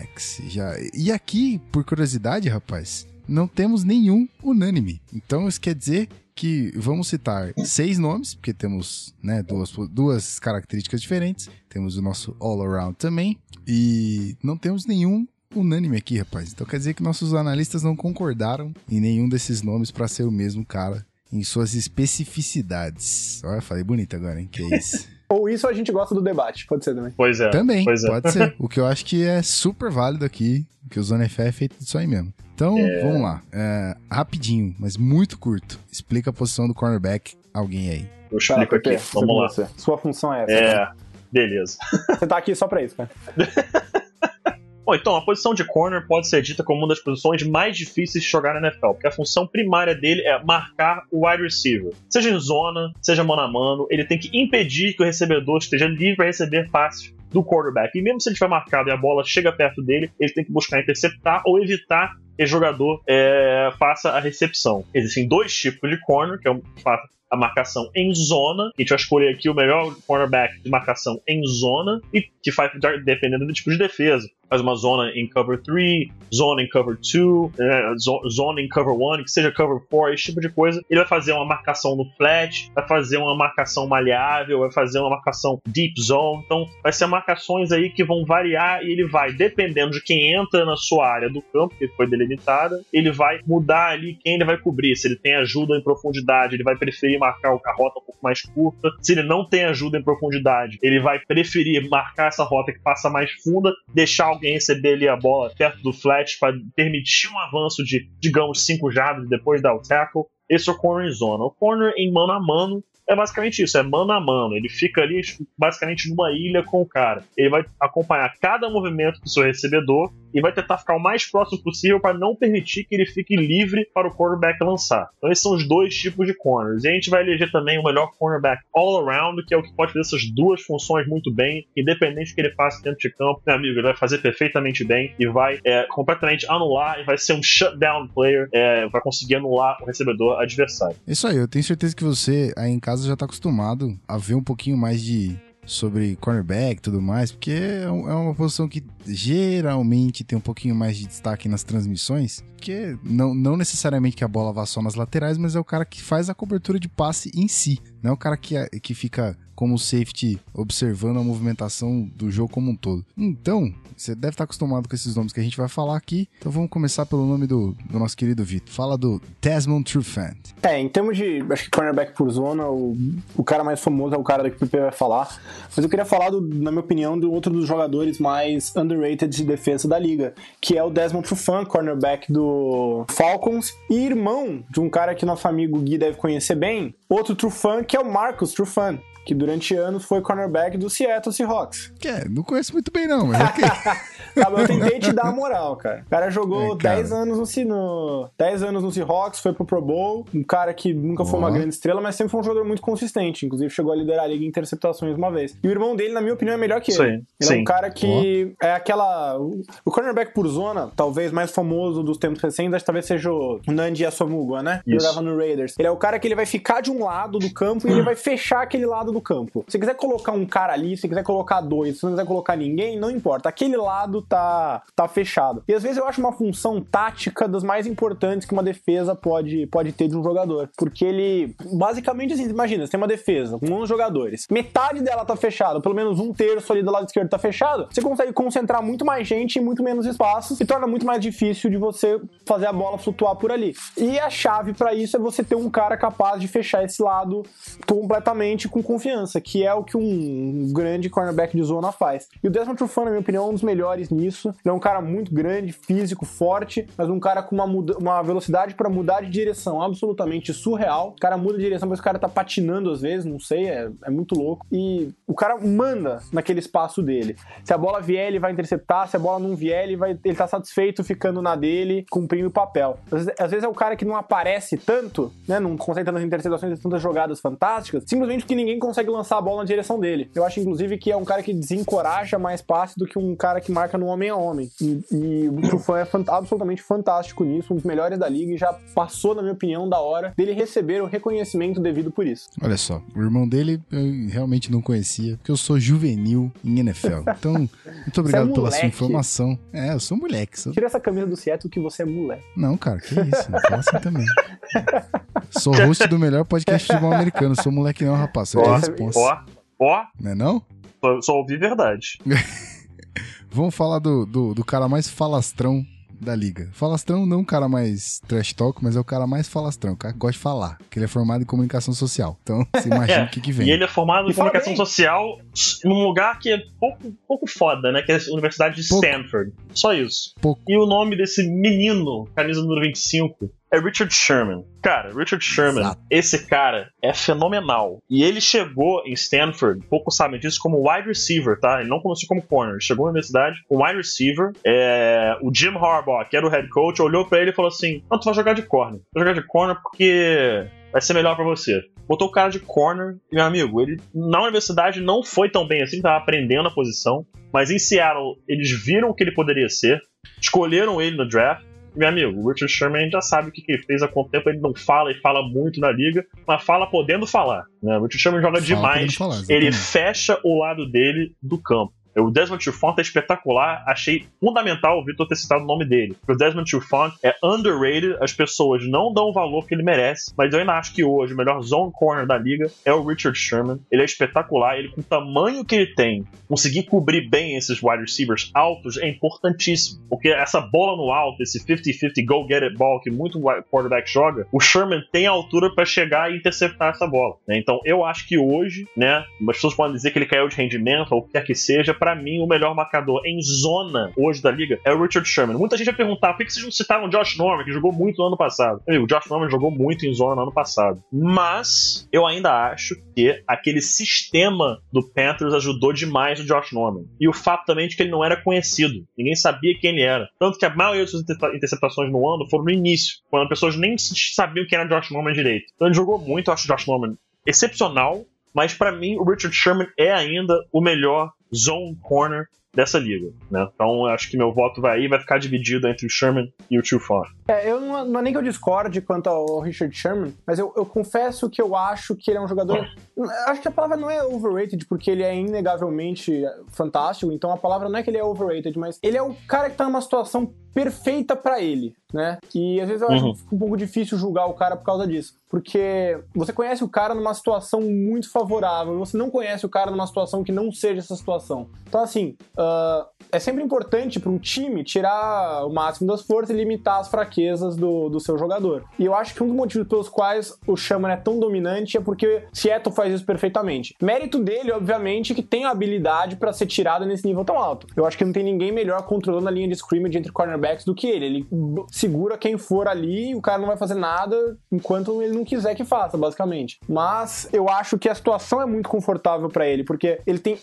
E aqui, por curiosidade, rapaz, não temos nenhum unânime. Então isso quer dizer que vamos citar 6 nomes, porque temos, né, duas características diferentes. Temos o nosso all-around também, e não temos nenhum unânime aqui, rapaz. Então quer dizer que nossos analistas não concordaram em nenhum desses nomes para ser o mesmo cara em suas especificidades. Olha, falei bonito agora, hein? Que é isso. Ou isso a gente gosta do debate, pode ser também. Pois é. Também, pode ser. O que eu acho que é super válido aqui, que o Zona FA é feito disso aí mesmo. Então, vamos lá. Rapidinho, mas muito curto. Explica a posição do cornerback, alguém aí. Eu explico aqui, vamos lá. Você. Sua função é essa. Né? Beleza. Você tá aqui só pra isso, cara. Bom, então, a posição de corner pode ser dita como uma das posições mais difíceis de jogar na NFL, porque a função primária dele é marcar o wide receiver. Seja em zona, seja mano a mano, ele tem que impedir que o recebedor esteja livre para receber passes do quarterback. E mesmo se ele estiver marcado e a bola chega perto dele, ele tem que buscar interceptar ou evitar que o jogador faça a recepção. Existem 2 tipos de corner, que é a marcação em zona, a gente vai escolher aqui o melhor cornerback de marcação em zona, e que faz dependendo do tipo de defesa. faz uma zona em cover 3, zona em cover 2, zona em cover 1, que seja cover 4, esse tipo de coisa. Ele vai fazer uma marcação no flat, vai fazer uma marcação maleável, vai fazer uma marcação deep zone. Então, vai ser marcações aí que vão variar e ele vai, dependendo de quem entra na sua área do campo, que foi delimitada, ele vai mudar ali quem ele vai cobrir. Se ele tem ajuda em profundidade, ele vai preferir marcar a rota um pouco mais curta. Se ele não tem ajuda em profundidade, ele vai preferir marcar essa rota que passa mais funda, deixar alguém receber ali a bola perto do flat para permitir um avanço de, digamos, 5 jardas depois dar o tackle. Esse é o corner em zona. O corner em mano a mano é basicamente isso, é mano a mano. Ele fica ali basicamente numa ilha com o cara. Ele vai acompanhar cada movimento do seu recebedor e vai tentar ficar o mais próximo possível para não permitir que ele fique livre para o quarterback lançar. Então esses são os dois tipos de corners. E a gente vai eleger também o melhor cornerback all around, que é o que pode fazer essas duas funções muito bem, independente do que ele faça dentro de campo. Meu amigo, ele vai fazer perfeitamente bem e vai completamente anular, e vai ser um shutdown player, vai conseguir anular o recebedor adversário. Isso aí, eu tenho certeza que você aí em casa já tá acostumado a ver um pouquinho mais sobre cornerback e tudo mais, porque é uma posição que geralmente tem um pouquinho mais de destaque nas transmissões, que não necessariamente que a bola vá só nas laterais, mas é o cara que faz a cobertura de passe em si, não é o cara que fica como safety observando a movimentação do jogo como um todo. Então, você deve estar acostumado com esses nomes que a gente vai falar aqui, então vamos começar pelo nome do nosso querido Vitor. Fala do Desmond Trufant. Em termos de, acho que cornerback por zona, o cara mais famoso é o cara que o PP vai falar, mas eu queria falar, na minha opinião, do outro dos jogadores mais underrated de defesa da liga, que é o Desmond Trufant, cornerback do Falcons, e irmão de um cara que nosso amigo Gui deve conhecer bem, outro Trufant, que é o Marcus Trufant, que durante anos foi cornerback do Seattle Seahawks. Não conheço muito bem não, mas ok. Eu tentei te dar a moral, cara. O cara jogou 10 anos no Seahawks, foi pro Pro Bowl, um cara que nunca foi uma grande estrela, mas sempre foi um jogador muito consistente, inclusive chegou a liderar a liga em interceptações uma vez. E o irmão dele, na minha opinião, é melhor que ele. Ele é um cara que é aquela... O cornerback por zona, talvez mais famoso dos tempos recentes, acho que talvez seja o Nnamdi Asomugha, né? Que jogava no Raiders. Ele é o cara que ele vai ficar de um lado do campo e ele vai fechar aquele lado do campo. Se quiser colocar um cara ali, se quiser colocar dois, se não quiser colocar ninguém, não importa. Aquele lado tá fechado. E às vezes eu acho uma função tática das mais importantes que uma defesa pode ter de um jogador. Porque ele, basicamente assim, imagina, você tem uma defesa com 11 jogadores, metade dela tá fechada, pelo menos um terço ali do lado esquerdo tá fechado, você consegue concentrar muito mais gente em muito menos espaços e torna muito mais difícil de você fazer a bola flutuar por ali. E a chave pra isso é você ter um cara capaz de fechar esse lado completamente com confiança, que é o que um grande cornerback de zona faz. E o Desmond Trufant, na minha opinião, é um dos melhores nisso. Ele é um cara muito grande, físico, forte, mas um cara com uma velocidade para mudar de direção absolutamente surreal. O cara muda de direção, mas o cara tá patinando às vezes, não sei, é muito louco. E o cara manda naquele espaço dele. Se a bola vier, ele vai interceptar, se a bola não vier, ele tá satisfeito ficando na dele, cumprindo o papel. Às vezes é o cara que não aparece tanto, né, não consegue tantas interceptações e tantas jogadas fantásticas, simplesmente porque ninguém consegue lançar a bola na direção dele. Eu acho, inclusive, que é um cara que desencoraja mais passe do que um cara que marca no homem a homem. E o Trufant é absolutamente fantástico nisso, um dos melhores da liga, e já passou, na minha opinião, da hora dele receber o reconhecimento devido por isso. Olha só, o irmão dele eu realmente não conhecia, porque eu sou juvenil em NFL. Então, muito obrigado pela sua informação. Eu sou moleque. Tira essa camisa do Seattle que você é moleque. Não, cara, que isso? Não fala assim também. Sou host do melhor podcast de futebol americano. Sou moleque não, rapaz. Sou de responsa. Não é não? Só ouvi verdade. Vamos falar do cara mais falastrão da liga. Falastrão não o cara mais trash talk, mas é o cara mais falastrão, o cara que gosta de falar, que ele é formado em comunicação social. Então, você imagina o que vem. E ele é formado em comunicação social num lugar que é pouco foda, né? Que é a Universidade de Stanford. Só isso. E o nome desse menino, camisa número 25, é Richard Sherman. Cara, Richard Sherman, exato. Esse cara é fenomenal. E ele chegou em Stanford, poucos sabem disso, como wide receiver, tá? Ele não começou como corner. Chegou na universidade como wide receiver. O Jim Harbaugh, que era o head coach, olhou pra ele e falou assim: não, tu vai jogar de corner. Vai jogar de corner porque vai ser melhor pra você. Botou o cara de corner e, meu amigo, ele na universidade não foi tão bem assim, tava aprendendo a posição. Mas em Seattle, eles viram o que ele poderia ser, escolheram ele no draft. Meu amigo, o Richard Sherman já sabe o que ele fez há quanto tempo. Ele não fala e fala muito na liga, mas fala podendo falar, né? O Richard Sherman joga demais. Ele fecha o lado dele do campo. O Desmond Trufant é espetacular, achei fundamental o Vitor ter citado o nome dele. Porque o Desmond Trufant é underrated, as pessoas não dão o valor que ele merece, mas eu ainda acho que hoje o melhor zone corner da liga é o Richard Sherman. Ele é espetacular, ele com o tamanho que ele tem, conseguir cobrir bem esses wide receivers altos é importantíssimo, porque essa bola no alto, esse 50-50 go get it ball que muito quarterback joga, o Sherman tem a altura para chegar e interceptar essa bola, né? Então eu acho que hoje, né, as pessoas podem dizer que ele caiu de rendimento ou o que quer que seja, para mim o melhor marcador em zona hoje da liga é o Richard Sherman. Muita gente vai perguntar por que vocês não citaram o Josh Norman, que jogou muito no ano passado. O Josh Norman jogou muito em zona no ano passado, mas eu ainda acho que aquele sistema do Panthers ajudou demais o Josh Norman, e o fato também de que ele não era conhecido, ninguém sabia quem ele era, tanto que a maioria das suas interceptações no ano foram no início, quando as pessoas nem sabiam quem era Josh Norman direito. Então ele jogou muito, eu acho o Josh Norman excepcional, mas pra mim o Richard Sherman é ainda o melhor zone corner dessa liga, né? Então eu acho que meu voto vai ficar dividido entre o Sherman e o Trufant. Eu não é nem que eu discorde quanto ao Richard Sherman, mas eu confesso que eu acho que ele é um jogador... Acho que a palavra não é overrated, porque ele é inegavelmente fantástico, então a palavra não é que ele é overrated, mas ele é o cara que tá numa situação perfeita pra ele, né? E às vezes eu acho que fica um pouco difícil julgar o cara por causa disso, porque você conhece o cara numa situação muito favorável, você não conhece o cara numa situação que não seja essa situação. Então assim, é sempre importante para um time tirar o máximo das forças e limitar as fraquezas do seu jogador. E eu acho que um dos motivos pelos quais o Sherman é tão dominante é porque Seattle faz isso perfeitamente. Mérito dele, obviamente, que tem a habilidade para ser tirado nesse nível tão alto. Eu acho que não tem ninguém melhor controlando a linha de scrimmage entre cornerbacks do que ele. Ele segura quem for ali e o cara não vai fazer nada enquanto ele não quiser que faça, basicamente. Mas eu acho que a situação é muito confortável para ele, porque ele tem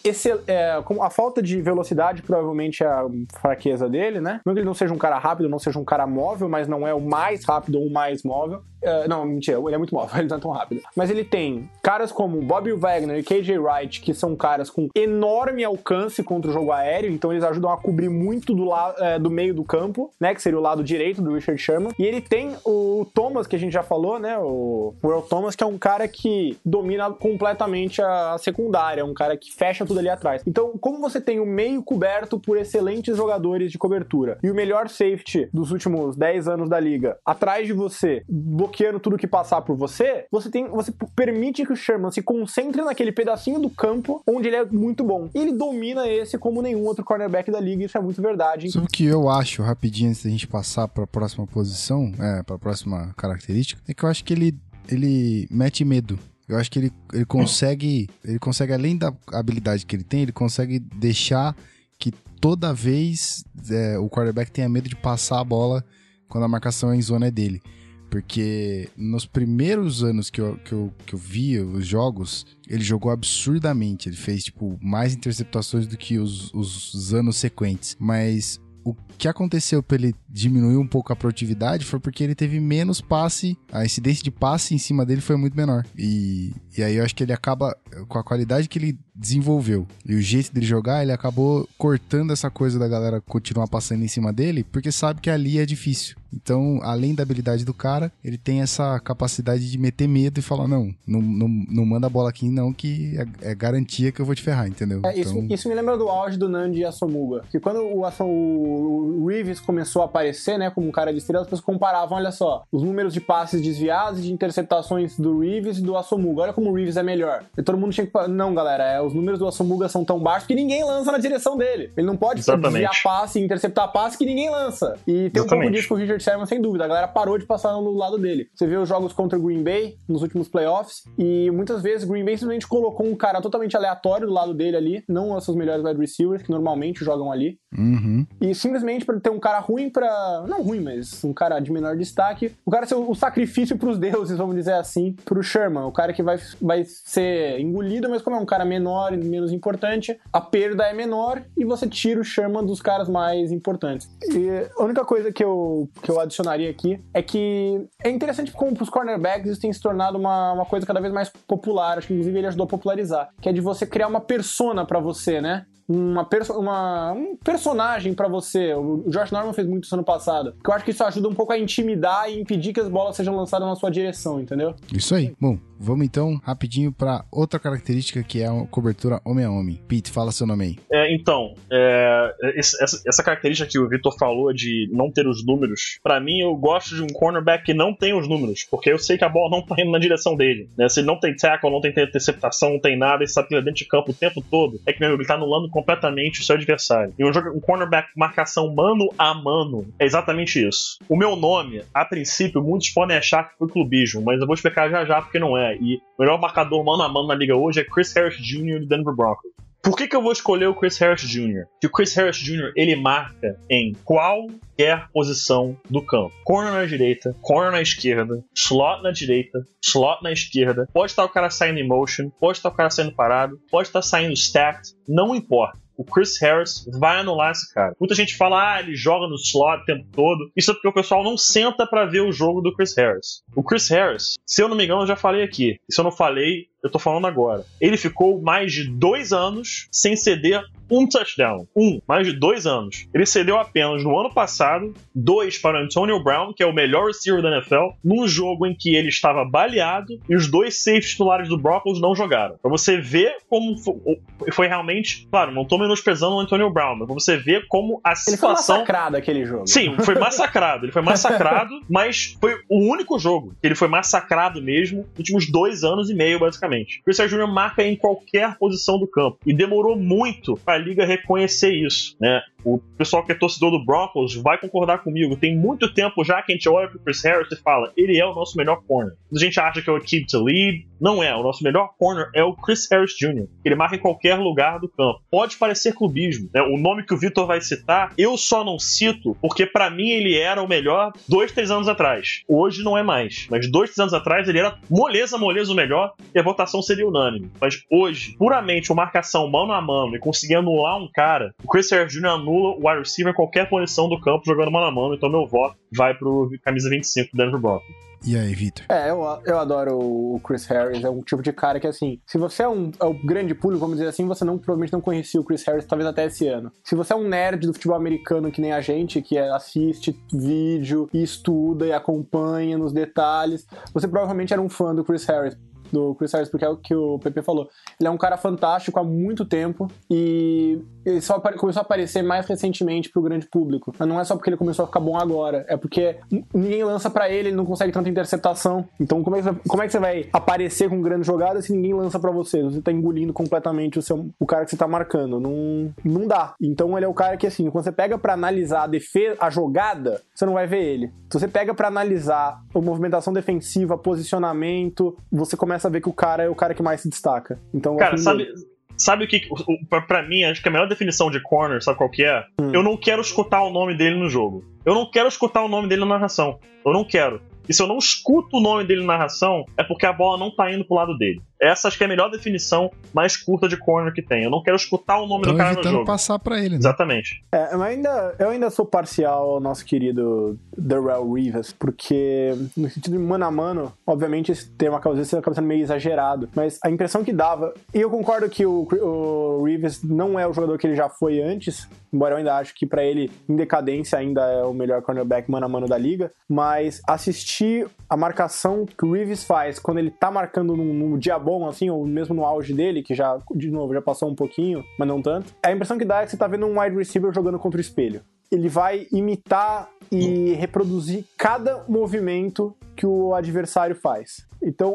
a falta de velocidade provavelmente é a fraqueza dele, né? Não que ele não seja um cara rápido, não seja um cara móvel, mas não é o mais rápido ou o mais móvel. Não, mentira, ele é muito móvel, ele não é tão rápido. Mas ele tem caras como Bobby Wagner e KJ Wright, que são caras com enorme alcance contra o jogo aéreo, então eles ajudam a cobrir muito do meio do campo, né, que seria o lado direito do Richard Sherman. E ele tem o Thomas, que a gente já falou, né, o Earl Thomas, que é um cara que domina completamente a secundária, um cara que fecha tudo ali atrás. Então, como você tem o meio coberto por excelentes jogadores de cobertura e o melhor safety dos últimos 10 anos da liga atrás de você, bloqueando tudo que passar por você, você permite que o Sherman se concentre naquele pedacinho do campo onde ele é muito bom. E ele domina esse como nenhum outro cornerback da liga, isso é muito verdade. Sabe o que eu acho, rapidinho, antes da gente passar pra próxima posição, pra próxima característica, é que eu acho que ele mete medo. Eu acho que ele consegue, além da habilidade que ele tem, ele consegue deixar que toda vez o quarterback tenha medo de passar a bola quando a marcação em zona é dele. Porque nos primeiros anos que eu via os jogos, ele jogou absurdamente. Ele fez, mais interceptações do que os anos sequentes. Mas o que aconteceu para ele diminuir um pouco a produtividade foi porque ele teve menos passe, a incidência de passe em cima dele foi muito menor. E aí eu acho que ele acaba, com a qualidade que ele desenvolveu e o jeito dele jogar, ele acabou cortando essa coisa da galera continuar passando em cima dele, porque sabe que ali é difícil. Então, além da habilidade do cara, ele tem essa capacidade de meter medo e falar, não manda a bola aqui não, que é garantia que eu vou te ferrar, entendeu? Isso me lembra do auge do Nnamdi Asomugha, que quando o Reeves começou a aparecer, né, como um cara de estrela, as pessoas comparavam, olha só, os números de passes desviados e de interceptações do Reeves e do Asomugha, olha como o Reeves é melhor. E todo mundo tinha que... Não, galera, os números do Asomugha são tão baixos que ninguém lança na direção dele. Ele não pode desviar passe e interceptar passe que ninguém lança. E tem um pouco disso com o Richard Sherman, sem dúvida. A galera parou de passar no lado dele. Você vê os jogos contra o Green Bay nos últimos playoffs e muitas vezes o Green Bay simplesmente colocou um cara totalmente aleatório do lado dele ali, não os seus melhores wide receivers que normalmente jogam ali. E simplesmente pra ter um cara ruim não ruim, mas um cara de menor destaque, o cara ser o sacrifício pros deuses, vamos dizer assim, pro Sherman. O cara que vai ser engolido, mas como é um cara menor e menos importante, a perda é menor e você tira o Sherman dos caras mais importantes. E a única coisa que eu adicionaria aqui é que é interessante como pros cornerbacks isso tem se tornado uma coisa cada vez mais popular, acho que inclusive ele ajudou a popularizar, que é de você criar uma persona pra você, né? um personagem pra você. O Josh Norman fez muito isso ano passado. Porque eu acho que isso ajuda um pouco a intimidar e impedir que as bolas sejam lançadas na sua direção, entendeu? Isso aí. Bom, vamos então rapidinho pra outra característica que é a cobertura homem a homem. Pete, fala seu nome aí. Essa característica que o Vitor falou de não ter os números, pra mim eu gosto de um cornerback que não tem os números, porque eu sei que a bola não tá indo na direção dele, né? Se ele não tem tackle, não tem interceptação, não tem nada, ele sabe que ele é dentro de campo o tempo todo, é que ele tá anulando completamente o seu adversário. E um cornerback com marcação mano a mano é exatamente isso. O meu nome, a princípio, muitos podem achar que foi clubismo, mas eu vou explicar já porque não é. E o melhor marcador mano a mano na liga hoje é Chris Harris Jr. do Denver Broncos. Por que eu vou escolher o Chris Harris Jr.? Porque o Chris Harris Jr. ele marca em qualquer posição do campo. Corner na direita, corner na esquerda, slot na direita, slot na esquerda. Pode estar o cara saindo em motion, pode estar o cara saindo parado, pode estar saindo stacked, não importa. O Chris Harris vai anular esse cara. Muita gente fala, ele joga no slot o tempo todo. Isso é porque o pessoal não senta pra ver o jogo do Chris Harris. O Chris Harris, se eu não me engano, eu já falei aqui. E se eu não falei, eu tô falando agora. Ele ficou mais de 2 anos sem ceder um touchdown. Mais de 2 anos. Ele cedeu apenas no ano passado 2 para o Antonio Brown, que é o melhor receiver da NFL, num jogo em que ele estava baleado e os 2 safes titulares do Broncos não jogaram. Pra você ver como foi realmente... Claro, não tô menosprezando o Antonio Brown, mas pra você ver como a situação... Ele foi massacrado aquele jogo. Sim, foi massacrado. Ele foi massacrado, mas foi o único jogo que ele foi massacrado mesmo nos últimos 2 anos e meio, basicamente. O Chris Harris Jr. marca em qualquer posição do campo. E demorou muito pra liga reconhecer isso, né? O pessoal que é torcedor do Broncos vai concordar comigo. Tem muito tempo já que a gente olha pro Chris Harris e fala, ele é o nosso melhor corner. A gente acha que é o Aqib Talib, não é. O nosso melhor corner é o Chris Harris Jr. Ele marca em qualquer lugar do campo. Pode parecer clubismo, né? O nome que o Vitor vai citar, eu só não cito porque pra mim ele era o melhor 2, 3 anos atrás. Hoje não é mais. Mas 2, 3 anos atrás ele era moleza o melhor e a votação seria unânime. Mas hoje, puramente uma marcação mano a mano e conseguir anular um cara, o Chris Harris Jr. anula o wide receiver em qualquer posição do campo jogando mano a mano, então meu voto vai pro camisa 25 do Denver Broncos. E aí, Vitor? Eu adoro o Chris Harris, é um tipo de cara que, assim, se você é o grande público, vamos dizer assim, você provavelmente não conhecia o Chris Harris, talvez até esse ano. Se você é um nerd do futebol americano que nem a gente, que assiste vídeo e estuda e acompanha nos detalhes, você provavelmente era um fã do Chris Harris, porque é o que o Pepe falou. Ele é um cara fantástico há muito tempo e ele só começou a aparecer mais recentemente pro grande público. Mas não é só porque ele começou a ficar bom agora, é porque ninguém lança pra ele não consegue tanta interceptação. Então como é que você vai aparecer com grandes jogadas se ninguém lança pra você? Você tá engolindo completamente o cara que você tá marcando. Não dá. Então ele é o cara que, assim, quando você pega pra analisar a jogada, você não vai ver ele. Se você pega pra analisar a movimentação defensiva, posicionamento, você começa a ver que o cara é o cara que mais se destaca. Então, cara, sabe o que, pra mim, acho que a melhor definição de corner, sabe qual que é? Eu não quero escutar o nome dele no jogo. Eu não quero escutar o nome dele na narração. Eu não quero. E se eu não escuto o nome dele na narração, é porque a bola não tá indo pro lado dele. Essa acho que é a melhor definição mais curta de corner que tem. Eu não quero escutar o nome do cara no jogo. Passar pra ele, né? Exatamente. Mas eu ainda sou parcial ao nosso querido Darrelle Revis, porque no sentido de mano a mano, obviamente esse termo às vezes acaba sendo meio exagerado, mas a impressão que dava, e eu concordo que o Revis não é o jogador que ele já foi antes, embora eu ainda acho que pra ele, em decadência, ainda é o melhor cornerback mano a mano da liga, mas assistir a marcação que o Revis faz quando ele tá marcando num dia bom, assim, ou mesmo no auge dele, que já, de novo, já passou um pouquinho, mas não tanto, a impressão que dá é que você tá vendo um wide receiver jogando contra o espelho. Ele vai imitar e reproduzir cada movimento que o adversário faz. Então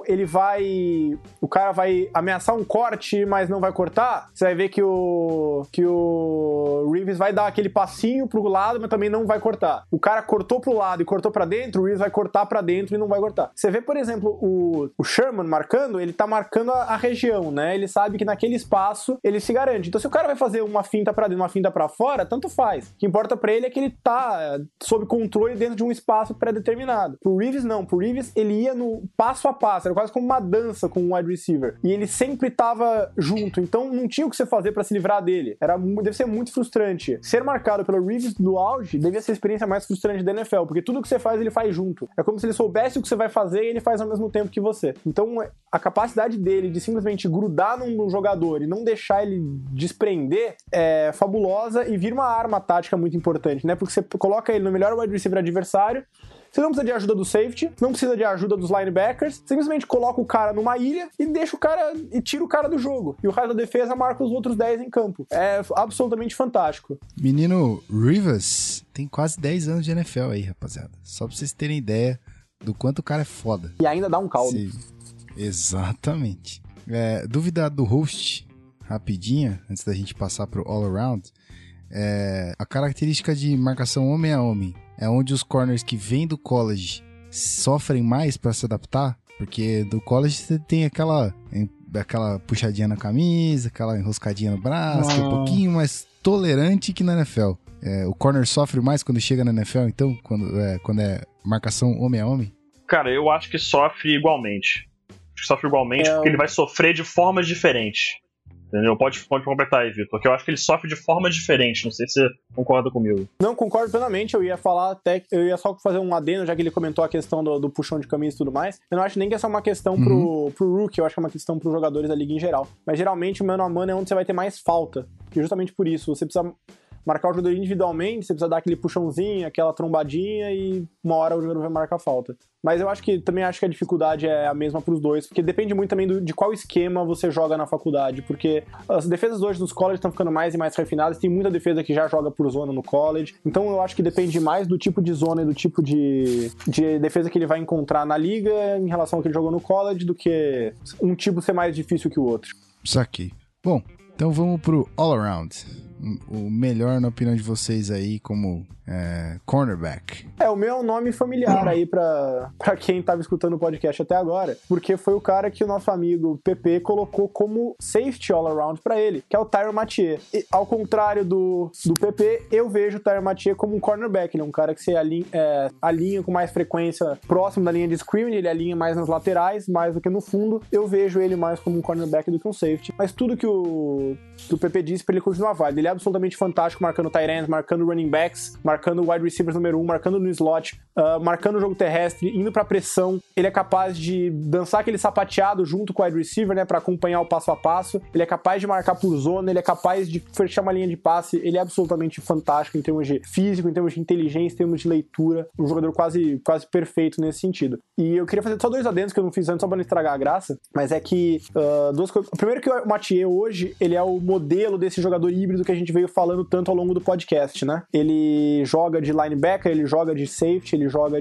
o cara vai ameaçar um corte, mas não vai cortar. Você vai ver que o Revis vai dar aquele passinho pro lado, mas também não vai cortar. O cara cortou pro lado e cortou pra dentro, o Revis vai cortar pra dentro e não vai cortar. Você vê, por exemplo, o Sherman marcando, ele tá marcando a região, né? Ele sabe que naquele espaço ele se garante. Então se o cara vai fazer uma finta pra dentro, uma finta pra fora, tanto faz. O que importa pra ele é que ele tá sob controle dentro de um espaço pré-determinado. Pro Revis não, pro Reeves, ele ia no passo a passo, era quase como uma dança com um wide receiver. E ele sempre tava junto, então não tinha o que você fazer pra se livrar dele. Deve ser muito frustrante. Ser marcado pelo Reeves no auge devia ser a experiência mais frustrante da NFL, porque tudo que você faz, ele faz junto. É como se ele soubesse o que você vai fazer e ele faz ao mesmo tempo que você. Então, a capacidade dele de simplesmente grudar num jogador e não deixar ele desprender é fabulosa e vira uma arma tática muito importante, né? Porque você coloca ele no melhor wide receiver adversário, você não precisa de ajuda do safety, não precisa de ajuda dos linebackers, simplesmente coloca o cara numa ilha e deixa o cara e tira o cara do jogo. E o resto da defesa marca os outros 10 em campo. É absolutamente fantástico. Menino Rivers tem quase 10 anos de NFL aí, rapaziada. Só pra vocês terem ideia do quanto o cara é foda. E ainda dá um caldo. Exatamente. Dúvida do host, rapidinha, antes da gente passar pro all-around. A característica de marcação homem a homem é onde os corners que vêm do college sofrem mais para se adaptar, porque do college você tem aquela puxadinha na camisa, aquela enroscadinha no braço, que é um pouquinho mais tolerante que na NFL. O corner sofre mais quando chega na NFL, então, quando é marcação homem a homem? Cara, eu acho que sofre igualmente. Porque ele vai sofrer de formas diferentes. Entendeu? Pode completar aí, Vitor, que eu acho que ele sofre de forma diferente. Não sei se você concorda comigo. Não, concordo plenamente. Eu ia só fazer um adendo, já que ele comentou a questão do puxão de camisa e tudo mais. Eu não acho nem que essa é uma questão pro rookie, eu acho que é uma questão pros jogadores da liga em geral. Mas geralmente o mano a mano é onde você vai ter mais falta. E justamente por isso, você precisa marcar o jogador individualmente, você precisa dar aquele puxãozinho, aquela trombadinha e uma hora o jogador vai marcar falta. Mas eu acho que a dificuldade é a mesma pros dois, porque depende muito também de qual esquema você joga na faculdade, porque as defesas hoje dos colleges estão ficando mais e mais refinadas, tem muita defesa que já joga por zona no college, então eu acho que depende mais do tipo de zona e do tipo de defesa que ele vai encontrar na liga em relação ao que ele jogou no college, do que um tipo ser mais difícil que o outro. Saquei. Bom, então vamos pro all-around. O melhor, na opinião de vocês aí, como cornerback. O meu é um nome familiar aí pra quem tava escutando o podcast até agora, porque foi o cara que o nosso amigo Pepe colocou como safety all-around pra ele, que é o Tyrann Mathieu. E, ao contrário do Pepe, eu vejo o Tyrann Mathieu como um cornerback. Ele é um cara que você alinha com mais frequência próximo da linha de scrimmage, ele alinha mais nas laterais, mais do que no fundo. Eu vejo ele mais como um cornerback do que um safety. Mas tudo que o Pepe disse pra ele continuar válido. Ele é absolutamente fantástico, marcando tight ends, marcando running backs, marcando wide receivers número 1, marcando no slot, marcando o jogo terrestre, indo pra pressão. Ele é capaz de dançar aquele sapateado junto com o wide receiver, né, pra acompanhar o passo a passo. Ele é capaz de marcar por zona, ele é capaz de fechar uma linha de passe. Ele é absolutamente fantástico em termos de físico, em termos de inteligência, em termos de leitura. Um jogador quase perfeito nesse sentido. E eu queria fazer só 2 adendos que eu não fiz antes, só pra não estragar a graça, mas é que 2 coisas. Primeiro que o Mathieu hoje, ele é o modelo desse jogador híbrido que a gente veio falando tanto ao longo do podcast, né? Ele joga de linebacker, ele joga de safety, ele joga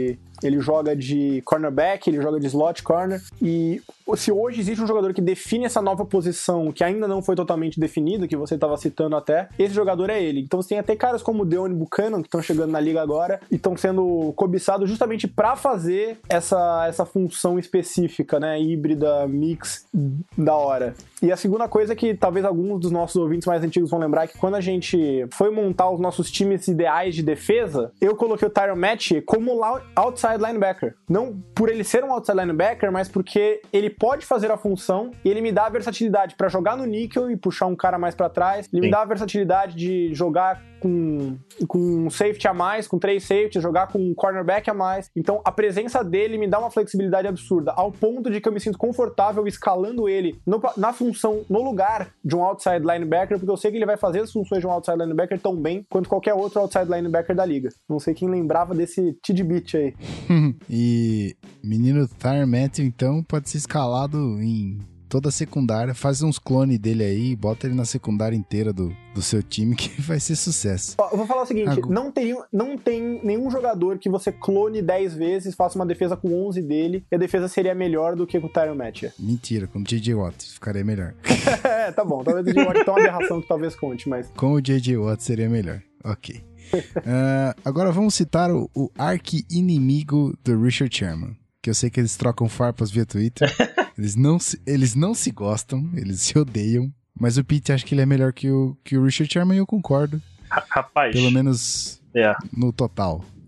de cornerback, ele joga de slot corner. E se hoje existe um jogador que define essa nova posição que ainda não foi totalmente definida, que você estava citando até, esse jogador é ele. Então você tem até caras como o Deone Buchanan, que estão chegando na liga agora e estão sendo cobiçados justamente para fazer essa função específica, né, híbrida, mix, da hora. E a segunda coisa que talvez alguns dos nossos ouvintes mais antigos vão lembrar é que quando a gente foi montar os nossos times ideais de defesa, eu coloquei o Tyrann Mathieu como outside linebacker. Não por ele ser um outside linebacker, mas porque ele pode fazer a função e ele me dá a versatilidade para jogar no níquel e puxar um cara mais para trás. Ele me dá a versatilidade de jogar com um safety a mais, com 3 safeties, jogar com um cornerback a mais. Então a presença dele me dá uma flexibilidade absurda, ao ponto de que eu me sinto confortável escalando ele na função, no lugar de um outside linebacker, porque eu sei que ele vai fazer as funções de um outside linebacker tão bem quanto qualquer outro outside linebacker da liga. Não sei quem lembrava desse tidbit aí. E menino Tyrann Mathieu, então, pode ser escalado em toda a secundária, faz uns clones dele aí, bota ele na secundária inteira do seu time, que vai ser sucesso. Eu vou falar o seguinte, não tem nenhum jogador que você clone 10 vezes, faça uma defesa com 11 dele, e a defesa seria melhor do que com o Tyrann Mathieu. Mentira, com o J.J. Watt ficaria melhor. Tá bom, talvez o J.J. Watt tenha uma aberração que talvez conte, mas... Com o J.J. Watt seria melhor, ok. Agora vamos citar o arqui-inimigo do Richard Sherman, que eu sei que eles trocam farpas via Twitter. Eles não se gostam, eles se odeiam. Mas o Pete acha que ele é melhor que o Richard Sherman e eu concordo. Rapaz. Pelo menos no total.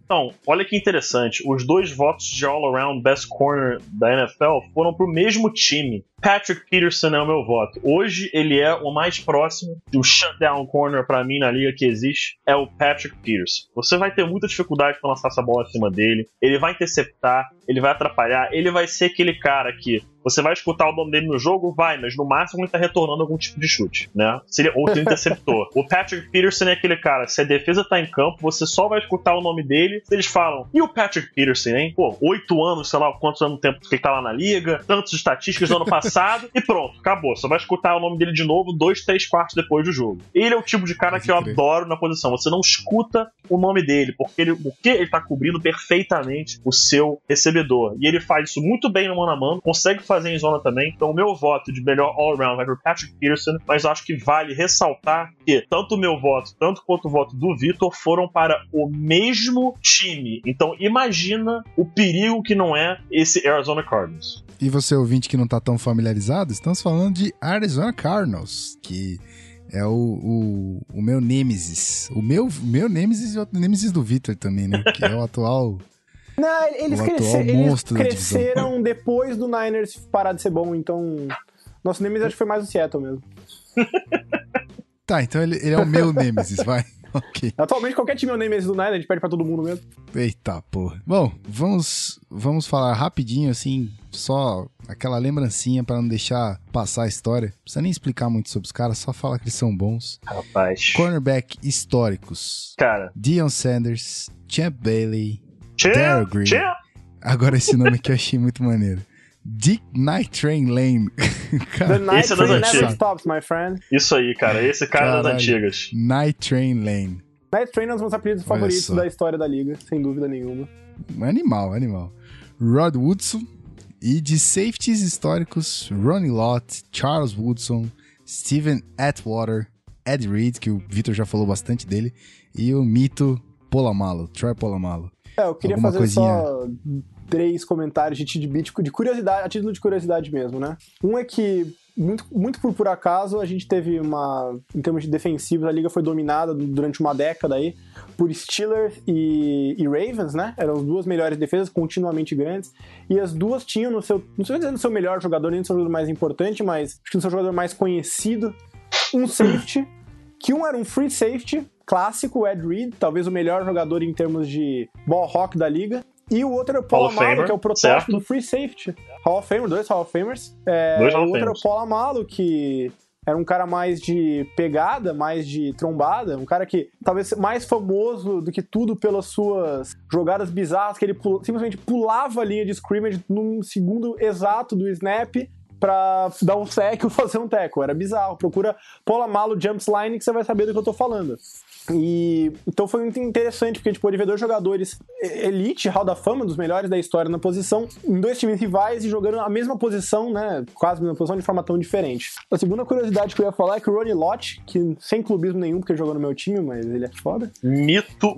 Então, olha que interessante. Os 2 votos de All-Around Best Corner da NFL foram pro mesmo time. Patrick Peterson é o meu voto. Hoje ele é o mais próximo do shutdown corner pra mim na liga que existe, é o Patrick Peterson. Você vai ter muita dificuldade pra lançar essa bola acima dele, ele vai interceptar, ele vai atrapalhar, ele vai ser aquele cara que você vai escutar o nome dele no jogo, vai, mas no máximo ele tá retornando algum tipo de chute, né? Ou se ele interceptou. O Patrick Peterson é aquele cara, se a defesa tá em campo, você só vai escutar o nome dele, se eles falam, e o Patrick Peterson, hein? Pô, 8 anos, sei lá quantos anos tempo que ele tá lá na liga, tantas estatísticas do ano passado, e pronto, acabou. Só vai escutar o nome dele de novo 2, 3 quartos depois do jogo. Ele é o tipo de cara que eu adoro na posição. Você não escuta o nome dele, porque ele tá cobrindo perfeitamente o seu recebedor. E ele faz isso muito bem no mano a mano, consegue fazer em zona também. Então o meu voto de melhor all-round vai pro Patrick Peterson, mas acho que vale ressaltar que tanto o meu voto, tanto quanto o voto do Vitor foram para o mesmo time. Então imagina o perigo que não é esse Arizona Cardinals. E você, ouvinte que não tá tão familiarizado, estamos falando de Arizona Cardinals, que é o meu nêmesis. O meu nêmesis e o nêmesis do Vitor também, né? Que é o atual... Não, eles cresceram depois do Niners parar de ser bom, então... Nosso nêmesis acho que foi mais o Seattle mesmo. Tá, então ele é o meu nêmesis, vai. Ok. Atualmente, qualquer time é o nêmesis do Niners, a gente perde pra todo mundo mesmo. Eita, porra. Bom, vamos falar rapidinho, assim, só aquela lembrancinha pra não deixar passar a história. Não precisa nem explicar muito sobre os caras, só falar que eles são bons. Rapaz. Cornerback históricos. Cara. Deion Sanders, Champ Bailey, Darryl Green. Agora esse nome aqui eu achei muito maneiro. Dick Night Train Lane. Cara, The Night Train never stops, my friend. Isso aí, cara. Esse cara das antigas. Night Train Lane. Night Train é um dos meus apelidos favoritos da história da liga, sem dúvida nenhuma. Animal. Rod Woodson. E de safeties históricos, Ronnie Lott, Charles Woodson, Steven Atwater, Ed Reed, que o Vitor já falou bastante dele, e o mito Polamalu, Troy Polamalu. Eu queria fazer só 3 comentários de tidbit, de curiosidade, a título de curiosidade mesmo, né? Um é que, muito por acaso, a gente teve em termos de defensivos, a liga foi dominada durante uma década aí por Steelers e Ravens, né? Eram as 2 melhores defesas, continuamente grandes, e as duas tinham não sei dizer no seu melhor jogador, nem no seu jogador mais importante, mas acho que no seu jogador mais conhecido, um safety, que um era um free safety, clássico, o Ed Reed, talvez o melhor jogador em termos de ball hawk da liga, e o outro era o Polamalu, que é o protótipo do free safety. Hall of Famer, 2 Hall of Famers. O outro era o Polamalu, que era um cara mais de pegada, mais de trombada, um cara que talvez mais famoso do que tudo pelas suas jogadas bizarras, que ele simplesmente pulava a linha de scrimmage num segundo exato do snap pra dar um sack ou fazer um tackle. Era bizarro. Procura Polamalu Jumps Line que você vai saber do que eu tô falando. E então foi muito interessante, porque a gente pôde ver 2 jogadores elite, Hall da Fama, dos melhores da história na posição, em 2 times rivais e jogando a mesma posição, né? Quase a mesma posição, de forma tão diferente. A segunda curiosidade que eu ia falar é que o Ronnie Lott, que sem clubismo nenhum, porque jogou no meu time, mas ele é foda. Mito.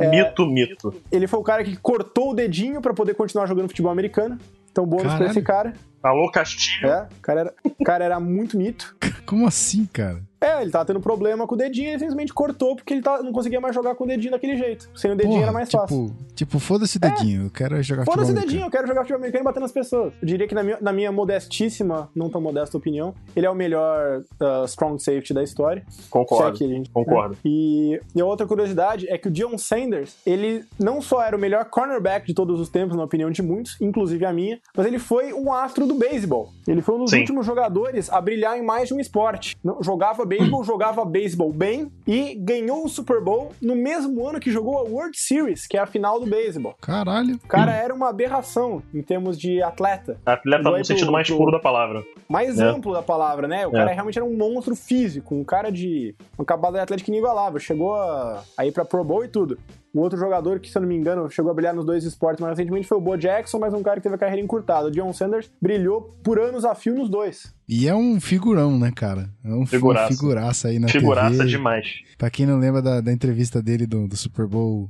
Ele foi o cara que cortou o dedinho pra poder continuar jogando futebol americano. Então, bônus pra esse cara. Alô, Castilho. O cara era muito mito. Como assim, cara? Ele tava tendo problema com o dedinho e ele simplesmente cortou porque ele não conseguia mais jogar com o dedinho daquele jeito. Sem o dedinho era mais fácil. Tipo, foda-se o dedinho, eu quero jogar futebol americano. Foda-se o dedinho, eu quero jogar futebol americano e bater nas pessoas. Eu diria que na minha modestíssima, não tão modesta opinião, ele é o melhor strong safety da história. Concordo. Né? E a outra curiosidade é que o Deion Sanders, ele não só era o melhor cornerback de todos os tempos, na opinião de muitos, inclusive a minha, mas ele foi um astro do beisebol. Ele foi um dos últimos jogadores a brilhar em mais de um esporte. Jogava beisebol bem e ganhou o Super Bowl no mesmo ano que jogou a World Series, que é a final do beisebol. Caralho. O cara era uma aberração em termos de atleta. Atleta no sentido mais puro da palavra. Mais amplo da palavra, né? O cara realmente era um monstro físico, um cara de uma capacidade atlética inigualável. Chegou a ir pra Pro Bowl e tudo. O outro jogador que, se eu não me engano, chegou a brilhar nos 2 esportes mais recentemente foi o Bo Jackson, mas um cara que teve a carreira encurtada. O Deion Sanders brilhou por anos a fio nos 2. E é um figurão, né, cara? É um figuraça aí na TV. Figuraça demais. Pra quem não lembra da entrevista dele do Super Bowl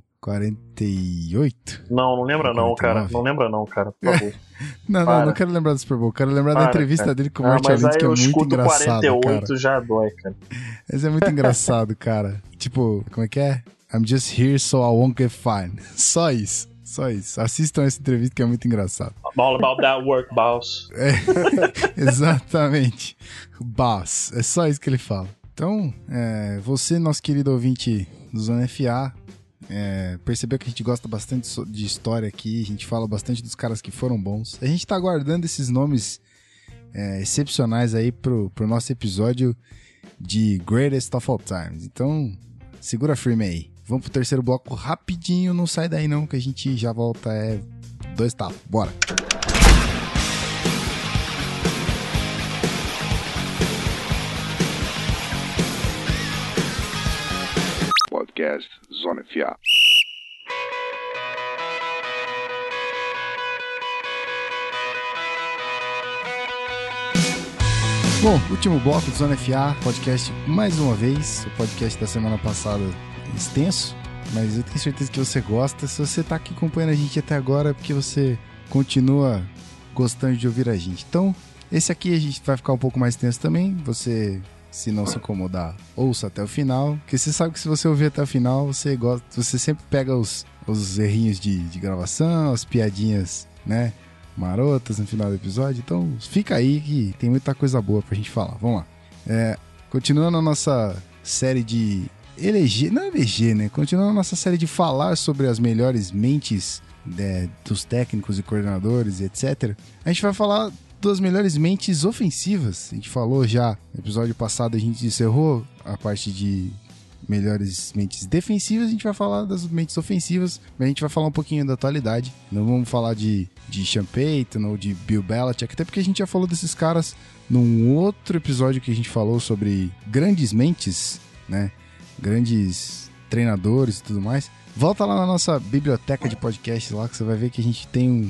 48? Não lembra não, cara. Não lembra não, cara. Por favor. Não quero lembrar do Super Bowl. Quero lembrar da entrevista dele com o Martin Lynch, que é muito engraçado, 48 cara. Já dói, cara. Mas é muito engraçado, cara. Tipo, como é que é? I'm just here so I won't get fined. Só isso. Assistam essa entrevista que é muito engraçado. All about that work, boss. Exatamente. Boss. É só isso que ele fala. Então, você, nosso querido ouvinte do Zona FA, percebeu que a gente gosta bastante de história aqui, a gente fala bastante dos caras que foram bons. A gente tá aguardando esses nomes excepcionais aí pro nosso episódio de Greatest of All Times. Então, segura firme aí. Vamos pro terceiro bloco rapidinho, não sai daí não, que a gente já volta, 2 tapas. Bora! Podcast Zona FA. Bom, último bloco do Zona FA, podcast mais uma vez, o podcast da semana passada extenso, mas eu tenho certeza que você gosta. Se você tá aqui acompanhando a gente até agora é porque você continua gostando de ouvir a gente. Então, esse aqui a gente vai ficar um pouco mais tenso também. Você, se não se incomodar, ouça até o final, porque você sabe que se você ouvir até o final, você sempre pega os errinhos de gravação, as piadinhas, né, marotas no final do episódio. Então, fica aí que tem muita coisa boa pra gente falar. Vamos lá. Continuando a nossa série de eleger, né? Continuando a nossa série de falar sobre as melhores mentes dos técnicos e coordenadores, etc. A gente vai falar das melhores mentes ofensivas. A gente falou já no episódio passado, a gente encerrou a parte de melhores mentes defensivas. A gente vai falar das mentes ofensivas, mas a gente vai falar um pouquinho da atualidade. Não vamos falar de Sean Payton ou de Bill Belichick, até porque a gente já falou desses caras num outro episódio que a gente falou sobre grandes mentes, né? Grandes treinadores e tudo mais. Volta lá na nossa biblioteca de podcasts lá, que você vai ver que a gente tem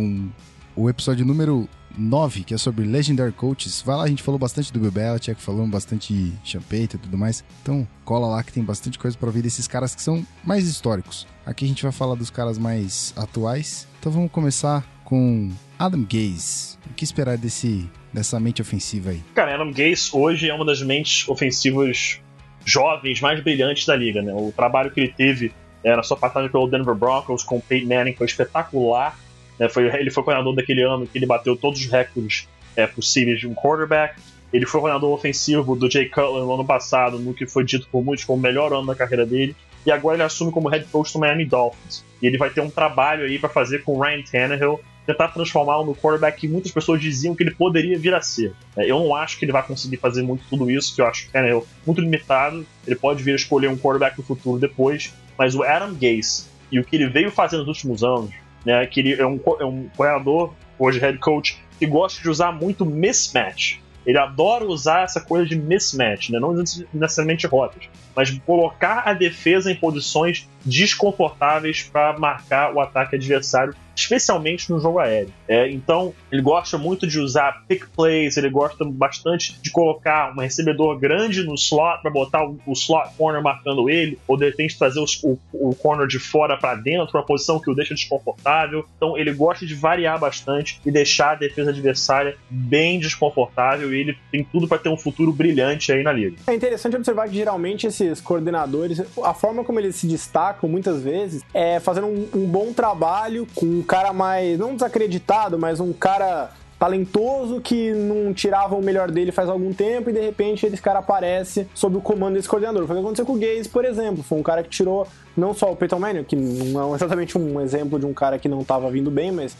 o episódio número 9, que é sobre Legendary Coaches. Vai lá, a gente falou bastante do Bill Belichick, falamos bastante de Sean Payton e tudo mais. Então, cola lá que tem bastante coisa pra ouvir desses caras que são mais históricos. Aqui a gente vai falar dos caras mais atuais. Então vamos começar com Adam Gase. O que esperar dessa mente ofensiva aí? Cara, Adam Gase hoje é uma das mentes ofensivas jovens mais brilhantes da liga, né? O trabalho que ele teve na sua passagem pelo Denver Broncos com o Peyton Manning foi espetacular, né? Ele foi coordenador daquele ano que ele bateu todos os recordes possíveis de um quarterback. Ele foi coordenador ofensivo do Jay Cutler no ano passado, no que foi dito por muitos como o melhor ano da carreira dele, e agora ele assume como head coach do Miami Dolphins. E ele vai ter um trabalho aí para fazer com o Ryan Tannehill, tentar transformá-lo no quarterback que muitas pessoas diziam que ele poderia vir a ser. Eu não acho que ele vai conseguir fazer muito tudo isso, que eu acho que o Tannehill é muito limitado. Ele pode vir a escolher um quarterback no futuro depois, mas o Adam Gase e o que ele veio fazendo nos últimos anos, né, que ele é um coordenador, hoje head coach, que gosta de usar muito mismatch. Ele adora usar essa coisa de mismatch, né? Não necessariamente rotas, mas colocar a defesa em posições desconfortáveis para marcar o ataque adversário, especialmente no jogo aéreo. Então, ele gosta muito de usar pick plays, ele gosta bastante de colocar um recebedor grande no slot para botar o slot corner marcando ele, ou de repente trazer o corner de fora para dentro, uma posição que o deixa desconfortável. Então, ele gosta de variar bastante e deixar a defesa adversária bem desconfortável, e ele tem tudo para ter um futuro brilhante aí na liga. É interessante observar que geralmente esses coordenadores, a forma como eles se destacam muitas vezes é fazendo um bom trabalho com um cara mais, não desacreditado, mas um cara talentoso que não tirava o melhor dele faz algum tempo e de repente esse cara aparece sob o comando desse coordenador. Foi o que aconteceu com o Gase, por exemplo. Foi um cara que tirou não só o Peyton Manning, que não é exatamente um exemplo de um cara que não estava vindo bem, mas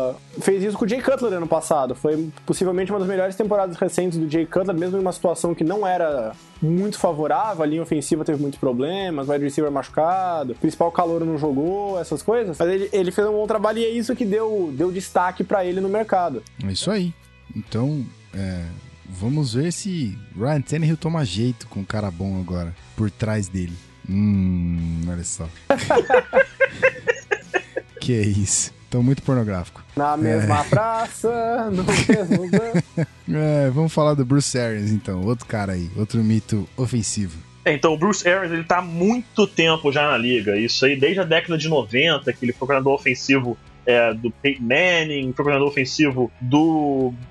fez isso com o Jay Cutler ano passado. Foi possivelmente uma das melhores temporadas recentes do Jay Cutler, mesmo em uma situação que não era muito favorável. A linha ofensiva teve muitos problemas, o wide receiver machucado, o principal calouro não jogou, essas coisas. Mas ele fez um bom trabalho e é isso que deu destaque para ele no mercado. É isso aí. Então, vamos ver se Ryan Tannehill toma jeito com um cara bom agora, por trás dele. Olha só. Que é isso. Tô muito pornográfico. Na mesma praça, no mesmo banco. Vamos falar do Bruce Arians, então. Outro cara aí, outro mito ofensivo. Então, o Bruce Arians, ele tá há muito tempo já na liga. Isso aí desde a década de 90, que ele foi coordenador ofensivo do Peyton Manning, foi coordenador ofensivo do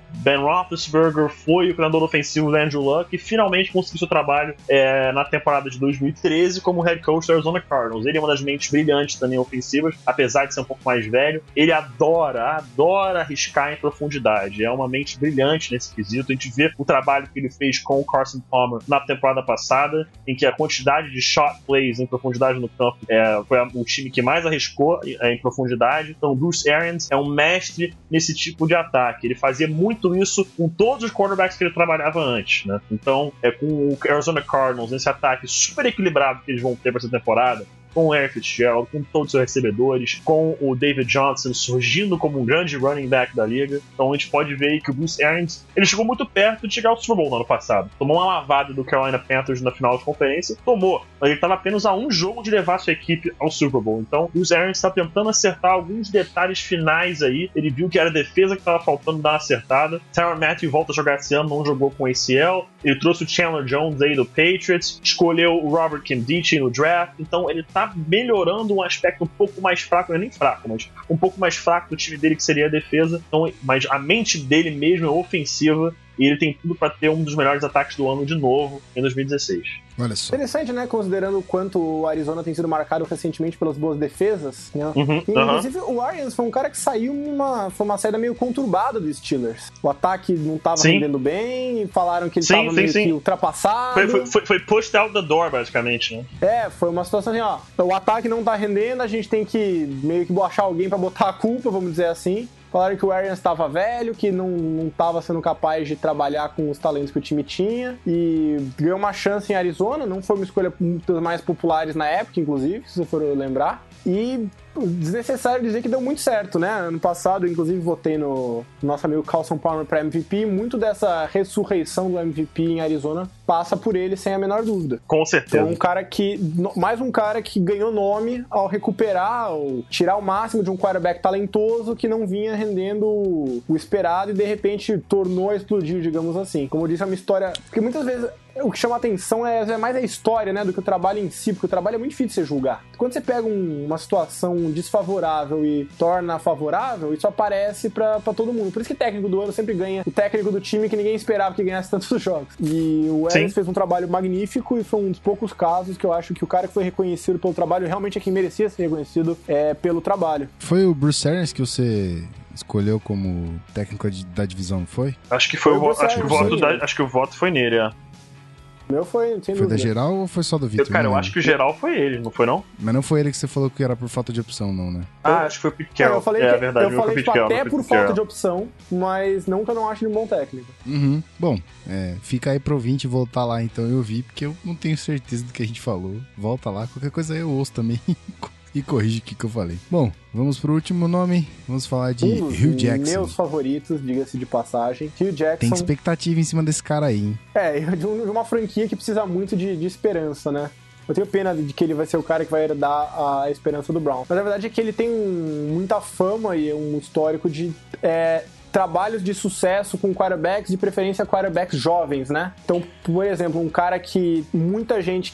Ben Roethlisberger foi o coordenador ofensivo do Andrew Luck e finalmente conseguiu seu trabalho na temporada de 2013 como head coach do Arizona Cardinals. Ele é uma das mentes brilhantes também ofensivas, apesar de ser um pouco mais velho. Ele adora arriscar em profundidade. É uma mente brilhante nesse quesito. A gente vê o trabalho que ele fez com o Carson Palmer na temporada passada, em que a quantidade de shot plays em profundidade no campo foi o time que mais arriscou em profundidade. Então, Bruce Arians é um mestre nesse tipo de ataque. Ele fazia muito isso com todos os quarterbacks que ele trabalhava antes, né? Então, com o Arizona Cardinals, nesse ataque super equilibrado que eles vão ter para essa temporada, com o Eric Fitzgerald, com todos os seus recebedores, com o David Johnson surgindo como um grande running back da liga. Então a gente pode ver que o Bruce Arians, ele chegou muito perto de chegar ao Super Bowl no ano passado. Tomou uma lavada do Carolina Panthers na final de conferência, mas ele estava apenas a um jogo de levar sua equipe ao Super Bowl. Então o Bruce Arians está tentando acertar alguns detalhes finais aí. Ele viu que era a defesa que estava faltando dar uma acertada. Tyrann Mathieu volta a jogar esse ano, não jogou com ACL. Ele trouxe o Chandler Jones aí do Patriots, escolheu o Robert Nkemdiche no draft. Então ele tá melhorando um aspecto um pouco mais fraco, não é nem fraco, mas um pouco mais fraco do time dele, que seria a defesa. Então, mas a mente dele mesmo é ofensiva e ele tem tudo para ter um dos melhores ataques do ano de novo em 2016. Olha só. Interessante, né? Considerando o quanto o Arizona tem sido marcado recentemente pelas boas defesas, né? Inclusive, o Arians foi um cara que saiu foi uma saída meio conturbada dos Steelers. O ataque não tava rendendo bem, falaram que ele tava meio que ultrapassado. Foi pushed out the door, basicamente, né? Foi uma situação assim, o ataque não tá rendendo, a gente tem que meio que achar alguém pra botar a culpa, vamos dizer assim. Falaram que o Arians estava velho, que não estava sendo capaz de trabalhar com os talentos que o time tinha, e ganhou uma chance em Arizona. Não foi uma escolha das mais populares na época, inclusive, se você for lembrar. E desnecessário dizer que deu muito certo, né? Ano passado, inclusive, votei no nosso amigo Carson Palmer para MVP. Muito dessa ressurreição do MVP em Arizona passa por ele, sem a menor dúvida. Com certeza. Então, mais um cara que ganhou nome ao recuperar, ou tirar o máximo de um quarterback talentoso que não vinha rendendo o esperado e, de repente, tornou a explodir, digamos assim. Como eu disse, é uma história... Porque muitas vezes... O que chama atenção é mais a história, né, do que o trabalho em si, porque o trabalho é muito difícil de você julgar. Quando você pega uma situação desfavorável e torna favorável, isso aparece pra todo mundo. Por isso que o técnico do ano sempre ganha o técnico do time que ninguém esperava que ganhasse tantos jogos. E o Arians fez um trabalho magnífico e foi um dos poucos casos que eu acho que o cara que foi reconhecido pelo trabalho realmente é quem merecia ser reconhecido pelo trabalho. Foi o Bruce Arians que você escolheu como técnico da divisão, não foi? Acho que o voto foi nele, O meu foi, sem dúvida. Foi da geral ou foi só do Vitor? Cara, eu acho que o geral foi ele, não foi não? Mas não foi ele que você falou que era por falta de opção, não, né? Acho que foi o Pete Carroll. Eu falei até por falta de opção, mas não que eu não acho ele um bom técnico. Bom, fica aí pro ouvinte voltar lá então e ouvir, porque eu não tenho certeza do que a gente falou. Volta lá, qualquer coisa aí eu ouço também e corrige o que eu falei. Bom, vamos pro último nome. Vamos falar de Hugh Jackson. Meus favoritos, diga-se de passagem. Hugh Jackson. Tem expectativa em cima desse cara aí, hein? De uma franquia que precisa muito de esperança, né? Eu tenho pena de que ele vai ser o cara que vai herdar a esperança do Brown. Mas a verdade é que ele tem muita fama e um histórico de... trabalhos de sucesso com quarterbacks, de preferência quarterbacks jovens, né? Então, por exemplo, um cara que muita gente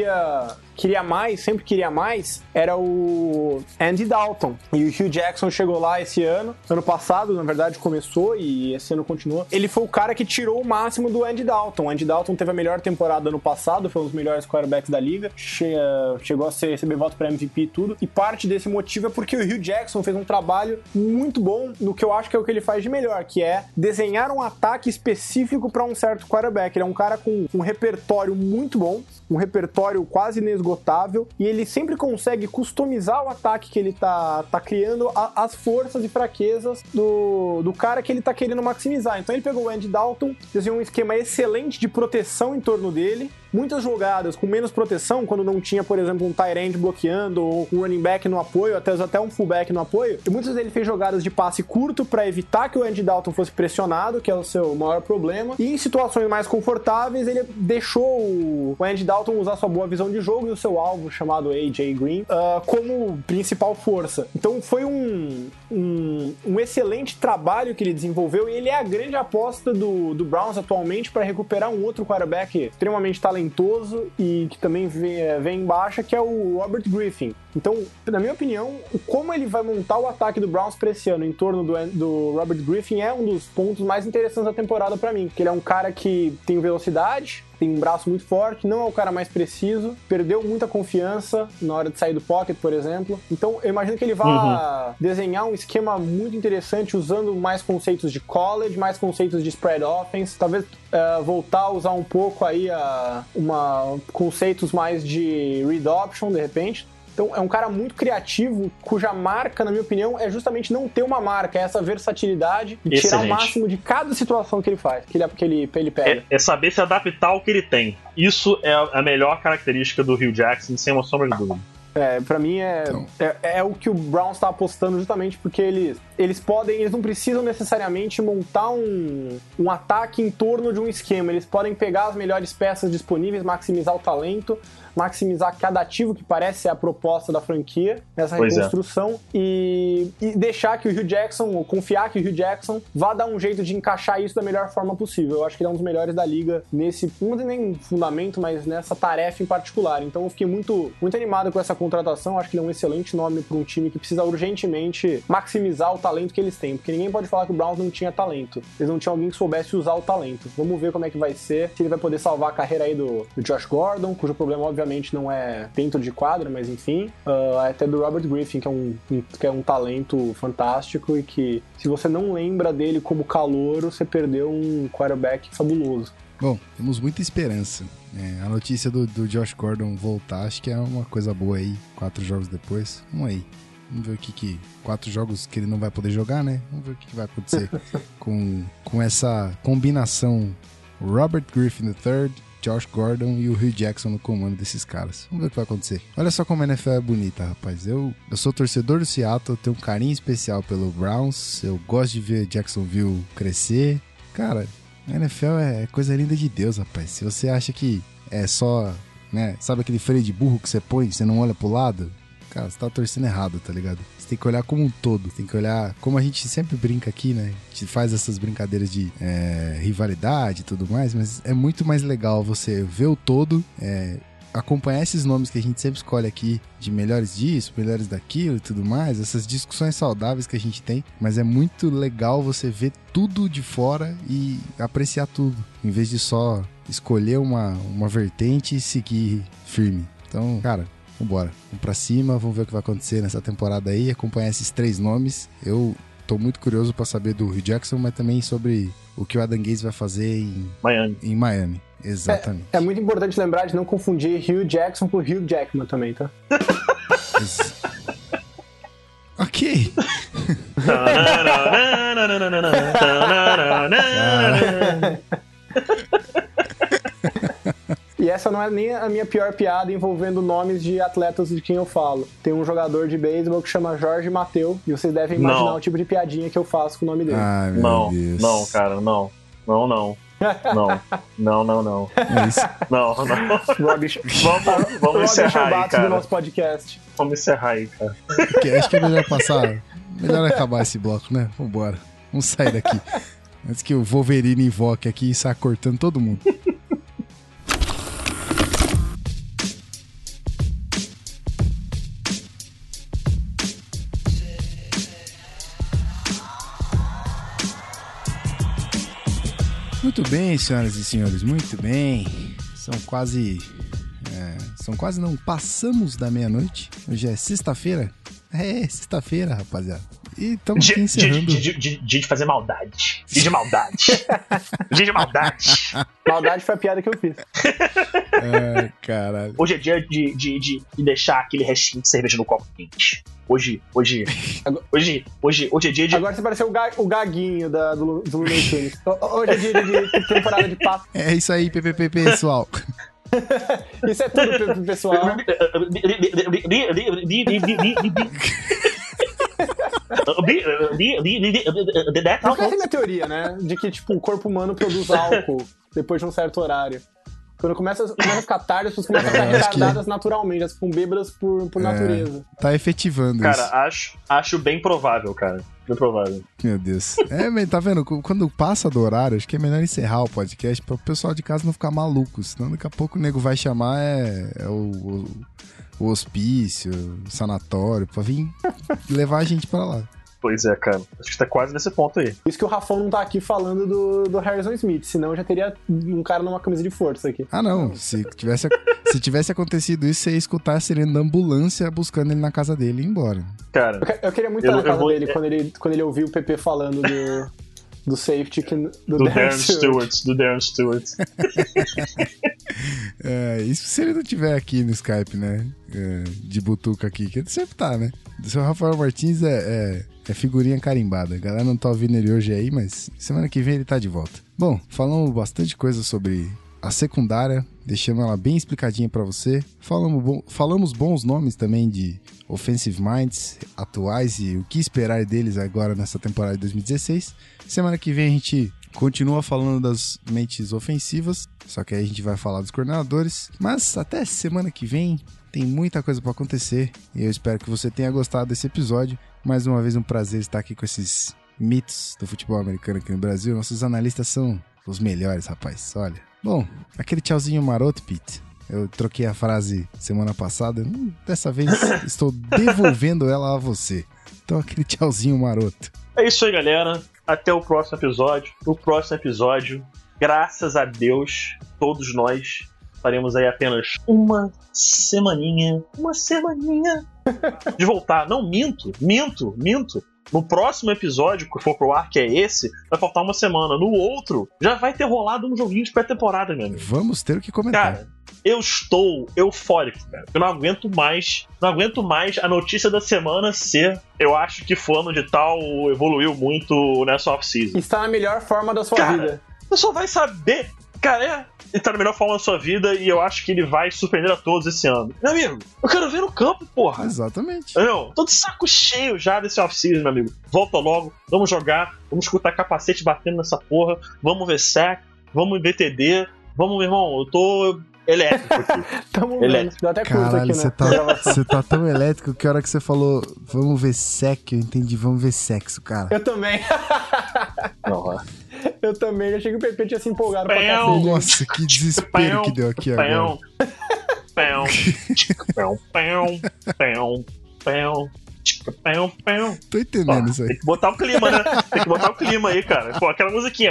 sempre queria mais, era o Andy Dalton. E o Hugh Jackson chegou lá ano passado, na verdade, começou e esse ano continuou. Ele foi o cara que tirou o máximo do Andy Dalton. O Andy Dalton teve a melhor temporada ano passado, foi um dos melhores quarterbacks da liga, chegou a receber voto para MVP e tudo. E parte desse motivo é porque o Hugh Jackson fez um trabalho muito bom no que eu acho que é o que ele faz de melhor, que é desenhar um ataque específico para um certo quarterback. Ele é um cara com um repertório muito bom, um repertório quase inesgotável, e ele sempre consegue customizar o ataque que ele tá criando, as forças e fraquezas do cara que ele tá querendo maximizar. Então ele pegou o Andy Dalton, desenhou um esquema excelente de proteção em torno dele, muitas jogadas com menos proteção, quando não tinha, por exemplo, um tight end bloqueando, ou um running back no apoio, até um fullback no apoio, e muitas vezes ele fez jogadas de passe curto para evitar que o Andy Dalton fosse pressionado, que é o seu maior problema, e em situações mais confortáveis ele deixou o Andy Dalton usar sua boa visão de jogo e o seu alvo, chamado AJ Green, como principal força. Então foi um excelente trabalho que ele desenvolveu, e ele é a grande aposta do Browns atualmente para recuperar um outro quarterback extremamente talentoso talentoso e que também vem em baixa, que é o Robert Griffin. Então, na minha opinião, como ele vai montar o ataque do Browns pra esse ano em torno do Robert Griffin é um dos pontos mais interessantes da temporada pra mim, porque ele é um cara que tem velocidade, tem um braço muito forte, não é o cara mais preciso, perdeu muita confiança na hora de sair do pocket, por exemplo. Então, eu imagino que ele vá desenhar um esquema muito interessante usando mais conceitos de college, mais conceitos de spread offense, talvez voltar a usar um pouco aí conceitos mais de read option, de repente. Então, é um cara muito criativo, cuja marca, na minha opinião, é justamente não ter uma marca, é essa versatilidade e tirar o máximo de cada situação que ele faz, que ele pega. É saber se adaptar ao que ele tem. Isso é a melhor característica do Hugh Jackson, sem uma sombra de dúvida. Pra mim é o que o Browns está apostando, justamente porque eles não precisam necessariamente montar um ataque em torno de um esquema, eles podem pegar as melhores peças disponíveis, maximizar o talento, maximizar cada ativo que parece ser a proposta da franquia nessa reconstrução e deixar que o Hugh Jackson, ou confiar que o Hugh Jackson vá dar um jeito de encaixar isso da melhor forma possível. Eu acho que ele é um dos melhores da liga nesse, não tem nem fundamento, mas nessa tarefa em particular. Então eu fiquei muito, muito animado com essa contratação. Acho que ele é um excelente nome para um time que precisa urgentemente maximizar o talento que eles têm, porque ninguém pode falar que o Browns não tinha talento. Eles não tinham alguém que soubesse usar o talento. Vamos ver como é que vai ser, se ele vai poder salvar a carreira aí do Josh Gordon, cujo problema obviamente não é dentro de quadra, mas enfim, até do Robert Griffin, que é um talento fantástico e que, se você não lembra dele como calouro, você perdeu um quarterback fabuloso. Bom, temos muita esperança. A notícia do Josh Gordon voltar, acho que é uma coisa boa aí, 4 jogos depois. Vamos aí. Vamos ver o que 4 jogos que ele não vai poder jogar, né? Vamos ver o que vai acontecer com essa combinação Robert Griffin III, Josh Gordon e o Hugh Jackson no comando desses caras. Vamos ver o que vai acontecer. Olha só como a NFL é bonita, rapaz. Eu sou torcedor do Seattle, tenho um carinho especial pelo Browns, eu gosto de ver Jacksonville crescer. Cara, a NFL é coisa linda de Deus, rapaz. Se você acha que é só, né, sabe aquele freio de burro que você põe, você não olha pro lado? Cara, você tá torcendo errado, tá ligado? Você tem que olhar como um todo, tem que olhar como a gente sempre brinca aqui, né? A gente faz essas brincadeiras de rivalidade e tudo mais, mas é muito mais legal você ver o todo, acompanhar esses nomes que a gente sempre escolhe aqui, de melhores disso, melhores daquilo e tudo mais, essas discussões saudáveis que a gente tem, mas é muito legal você ver tudo de fora e apreciar tudo, em vez de só escolher uma vertente e seguir firme. Então, cara, vambora, vamos pra cima, vamos ver o que vai acontecer nessa temporada aí, acompanhar esses 3 nomes. Eu tô muito curioso pra saber do Hugh Jackson, mas também sobre o que o Adam Gase vai fazer em Miami. Exatamente. É muito importante lembrar de não confundir Hugh Jackson com Hugh Jackman também, tá? Ok. E essa não é nem a minha pior piada envolvendo nomes de atletas de quem eu falo. Tem um jogador de beisebol que chama Jorge Mateu, e vocês devem imaginar o tipo de piadinha que eu faço com o nome dele. Ai, meu Deus. Não, cara, não. Não. É isso. Não. Vamos encerrar aí, cara. Do nosso podcast. Vamos encerrar aí, cara. Acho que é melhor acabar esse bloco, né? Vambora. Vamos sair daqui. Antes que o Wolverine invoque aqui e saia cortando todo mundo. Muito bem, senhoras e senhores, muito bem. São quase não, passamos da meia-noite. Hoje é sexta-feira. Sexta-feira, rapaziada. E estamos aqui encerrando. Dia de fazer maldade. Dia de maldade. Dia de maldade. Maldade foi a piada que eu fiz. Ai, caralho. Hoje é dia de deixar aquele restinho de cerveja no copo quente. Hoje é dia de... Agora você pareceu o gaguinho do Looney Tunes. Hoje é dia de temporada de papo. É isso aí, PPP, pessoal. Isso é tudo, pessoal. Não é minha teoria, né? De que, tipo, o corpo humano produz álcool depois de um certo horário. Quando começa a ficar tarde, as pessoas começam a ficar retardadas naturalmente, elas ficam bêbadas por natureza. Tá efetivando cara, isso. Cara, acho bem provável, cara. Bem provável. Meu Deus. Mas tá vendo? Quando passa do horário, acho que é melhor encerrar o podcast pra o pessoal de casa não ficar maluco. Senão daqui a pouco o nego vai chamar o hospício, o sanatório, pra vir levar a gente pra lá. Pois é, cara. Acho que tá quase nesse ponto aí. Isso que o Rafão não tá aqui falando do Harrison Smith, senão já teria um cara numa camisa de força aqui. Ah, não. Se tivesse acontecido isso, você ia escutar a sirene da ambulância buscando ele na casa dele e ir embora. Cara, eu queria muito estar na casa dele quando ele ouviu o PP falando do safety do Darren Stewart. Do Darren Stewart. Isso se ele não tiver aqui no Skype, né? De butuca aqui, que ele sempre tá, né? O seu Rafael Martins é figurinha carimbada. A galera não tá ouvindo ele hoje aí, mas semana que vem ele tá de volta. Bom, falamos bastante coisa sobre a secundária, deixando ela bem explicadinha pra você. Falamos bons nomes também de offensive minds atuais e o que esperar deles agora nessa temporada de 2016. Semana que vem a gente continua falando das mentes ofensivas, só que aí a gente vai falar dos coordenadores. Mas até semana que vem tem muita coisa pra acontecer e eu espero que você tenha gostado desse episódio. Mais uma vez um prazer estar aqui com esses mitos do futebol americano aqui no Brasil. Nossos analistas são os melhores, rapaz, olha. Bom, aquele tchauzinho maroto, Pete. Eu troquei a frase semana passada. Dessa vez estou devolvendo ela a você. Então aquele tchauzinho maroto. É isso aí, galera. Até o próximo episódio. No próximo episódio, graças a Deus, todos nós faremos aí apenas uma semaninha de voltar. Não, minto. No próximo episódio, que for pro ar, que é esse, vai faltar uma semana. No outro, já vai ter rolado um joguinho de pré-temporada, meu amigo. Vamos ter o que comentar. Cara, eu estou eufórico, cara. Eu não aguento mais a notícia da semana ser: eu acho que fulano de tal evoluiu muito nessa off-season. Está na melhor forma da sua vida. Você só vai saber. Cara, ele tá na melhor forma da sua vida e eu acho que ele vai surpreender a todos esse ano. Meu amigo, eu quero ver no campo, porra. Exatamente. Eu tô de saco cheio já desse off-season, meu amigo. Volta logo, vamos jogar, vamos escutar capacete batendo nessa porra, vamos ver sack, vamos ver TD, vamos, meu irmão, eu tô elétrico aqui. Tamo vendo, deu até curto Caralho, aqui, né? Você tá tão elétrico que a hora que você falou vamos ver sexo, eu entendi, vamos ver sexo, cara. Eu também. Eu também, eu achei que o PP tinha se empolgado pra cacete. Nossa, que desespero que deu aqui agora. Tô entendendo isso aí. Tem que botar o clima, né? Tem que botar o clima aí, cara. Pô, aquela musiquinha.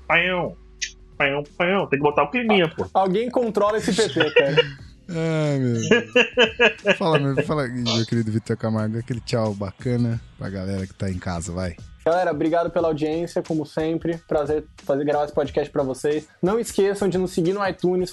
Tem que botar o climinha, pô. Alguém controla esse PP, cara. Ai, meu. Fala, meu querido Vitor Camargo, aquele tchau bacana pra galera que tá em casa, vai. Galera, obrigado pela audiência, como sempre. Prazer gravar esse podcast pra vocês. Não esqueçam de nos seguir no iTunes,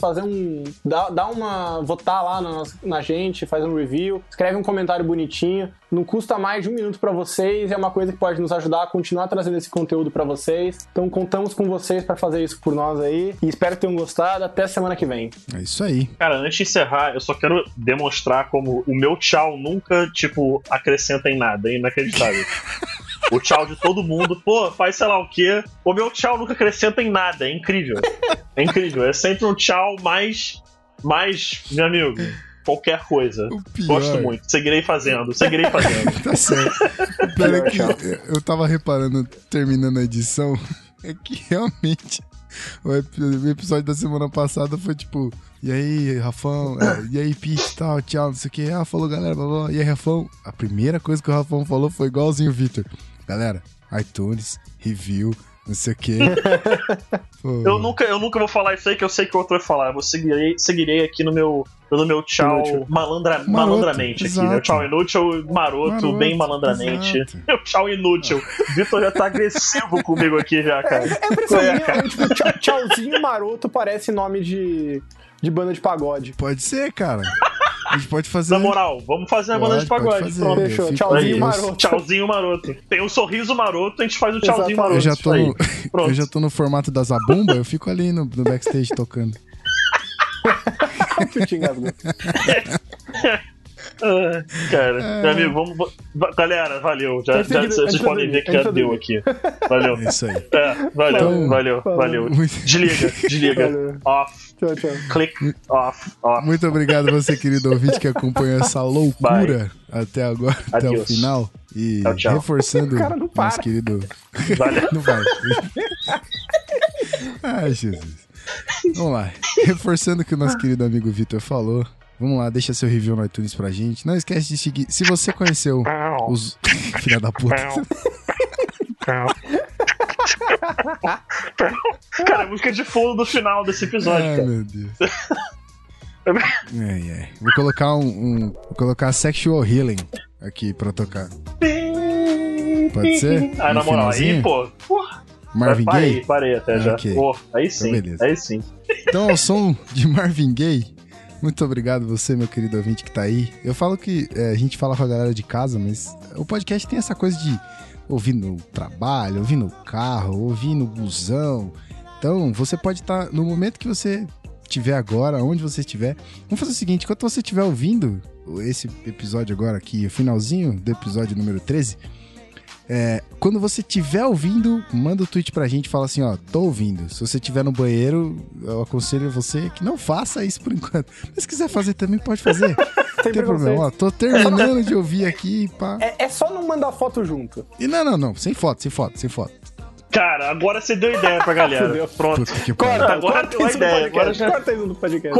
votar lá na gente, fazer um review, escreve um comentário bonitinho. Não custa mais de 1 minuto pra vocês, é uma coisa que pode nos ajudar a continuar trazendo esse conteúdo pra vocês. Então contamos com vocês pra fazer isso por nós aí. E espero que tenham gostado. Até semana que vem. É isso aí. Cara, antes de encerrar, eu só quero demonstrar como o meu tchau nunca, acrescenta em nada. É inacreditável. O tchau de todo mundo, pô, faz sei lá o quê. O meu tchau nunca acrescenta em nada, é incrível. É incrível, é sempre um tchau mais, meu amigo, qualquer coisa. Gosto muito, seguirei fazendo. Tá certo. Pera que eu tava reparando, terminando a edição, é que realmente o episódio da semana passada foi tipo... E aí, Rafão, e aí, Pete, tal, tchau, não sei o que. Ah, falou, galera, blá, blá. E aí, Rafão, a primeira coisa que o Rafão falou foi igualzinho o Vitor. Galera, iTunes, review, não sei o que. Eu nunca vou falar isso aí, que eu sei que o outro vai falar. Eu seguirei aqui no meu tchau malandramente aqui. Meu tchau inútil, maroto bem malandramente. Exato. Meu tchau inútil. Vitor já tá agressivo comigo aqui já, cara. É impressionante, tchauzinho maroto parece nome de banda de pagode. Pode ser, cara. A gente pode fazer... Na moral, vamos fazer a banda de pagode. Pronto. Fechou, tchauzinho maroto. Tchauzinho maroto. Tem um sorriso maroto, a gente faz o tchauzinho maroto. Eu já tô no formato da Zabumba, eu fico ali no backstage tocando. Cara, meu amigo, vamos. Galera, valeu. Já vocês podem ver que já deu aqui. Valeu. É isso aí. Valeu. Desliga. Valeu. Off. Tchau. Click. Off. Muito obrigado você, querido ouvinte, que acompanhou essa loucura até agora, até o final. E tchau. Reforçando O cara não para. nosso querido... Valeu. Não vai. Ai, Jesus. Vamos lá. Reforçando o que o nosso querido amigo Vitor falou. Vamos lá, deixa seu review no iTunes pra gente. Não esquece de seguir. Se você conheceu os... Filha da puta. Cara, a música de fundo do final desse episódio. Ai, cara. meu Deus. Vou colocar Vou colocar Sexual Healing aqui pra tocar. Pode ser? Ah, na No moral, finalzinho? aí, pô. Marvin Gaye? Parei até já. Ok. Pô, aí sim. Então, beleza. Aí sim. Então, ao som de Marvin Gaye, muito obrigado você, meu querido ouvinte que tá aí. Eu falo que a gente fala com a galera de casa, mas o podcast tem essa coisa de ouvir no trabalho, ouvir no carro, ouvir no busão. Então, você pode estar no momento que você estiver agora, onde você estiver. Vamos fazer o seguinte, enquanto você estiver ouvindo esse episódio agora aqui, o finalzinho do episódio número 13... quando você estiver ouvindo, manda o tweet pra gente e fala assim, ó, tô ouvindo. Se você estiver no banheiro, eu aconselho você que não faça isso por enquanto. Mas se quiser fazer também, pode fazer. Não tem problema, ó, tô terminando de ouvir aqui, pá. É só não mandar foto junto. E não, sem foto. Cara, agora você deu ideia pra galera. Fudeu. Pronto. Puta que pariu. Agora deu a ideia. Agora já... Corta isso no podcast.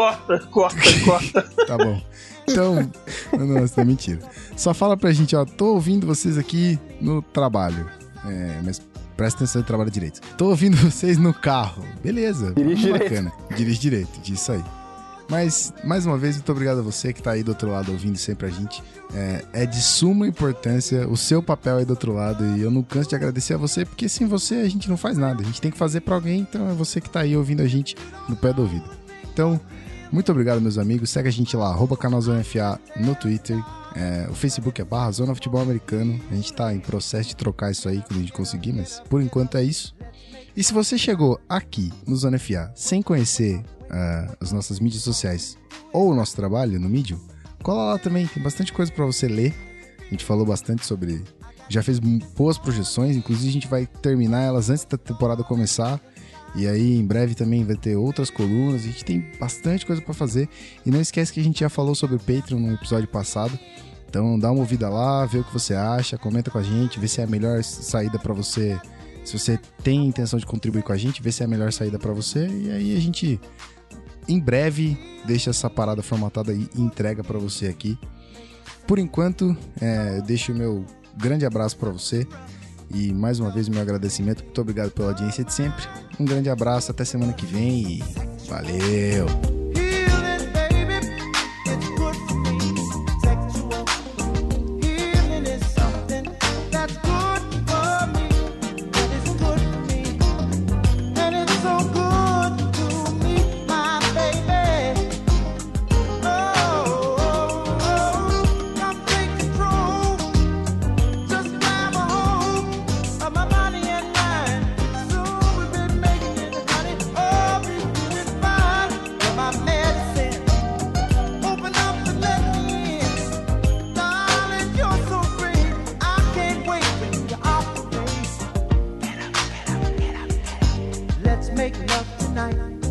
Corta. Tá bom. Então, não, isso é mentira. Só fala pra gente, ó, tô ouvindo vocês aqui no trabalho. Mas presta atenção e trabalha direito. Tô ouvindo vocês no carro. Beleza. Dirige direito. Bacana. Dirige direito, disso aí. Mas, mais uma vez, muito obrigado a você que tá aí do outro lado ouvindo sempre a gente. É de suma importância o seu papel aí do outro lado. E eu não canso de agradecer a você, porque sem você a gente não faz nada. A gente tem que fazer pra alguém, então é você que tá aí ouvindo a gente no pé do ouvido. Então, muito obrigado, meus amigos. Segue a gente lá, @canalZonaFA no Twitter. O Facebook é /Zona Futebol Americano. A gente tá em processo de trocar isso aí quando a gente conseguir, mas por enquanto é isso. E se você chegou aqui no Zona FA sem conhecer as nossas mídias sociais ou o nosso trabalho no Medium, cola lá também, tem bastante coisa pra você ler. A gente falou bastante sobre... Já fez boas projeções, inclusive a gente vai terminar elas antes da temporada começar. E aí, em breve também vai ter outras colunas. A gente tem bastante coisa pra fazer. E não esquece que a gente já falou sobre o Patreon no episódio passado. Então, dá uma ouvida lá, vê o que você acha, comenta com a gente, vê se é a melhor saída pra você. Se você tem intenção de contribuir com a gente, vê se é a melhor saída pra você. E aí a gente, em breve, deixa essa parada formatada e entrega pra você aqui. Por enquanto, eu deixo o meu grande abraço pra você. E mais uma vez o meu agradecimento. Muito obrigado pela audiência de sempre. Um grande abraço, até semana que vem e valeu! Make love tonight.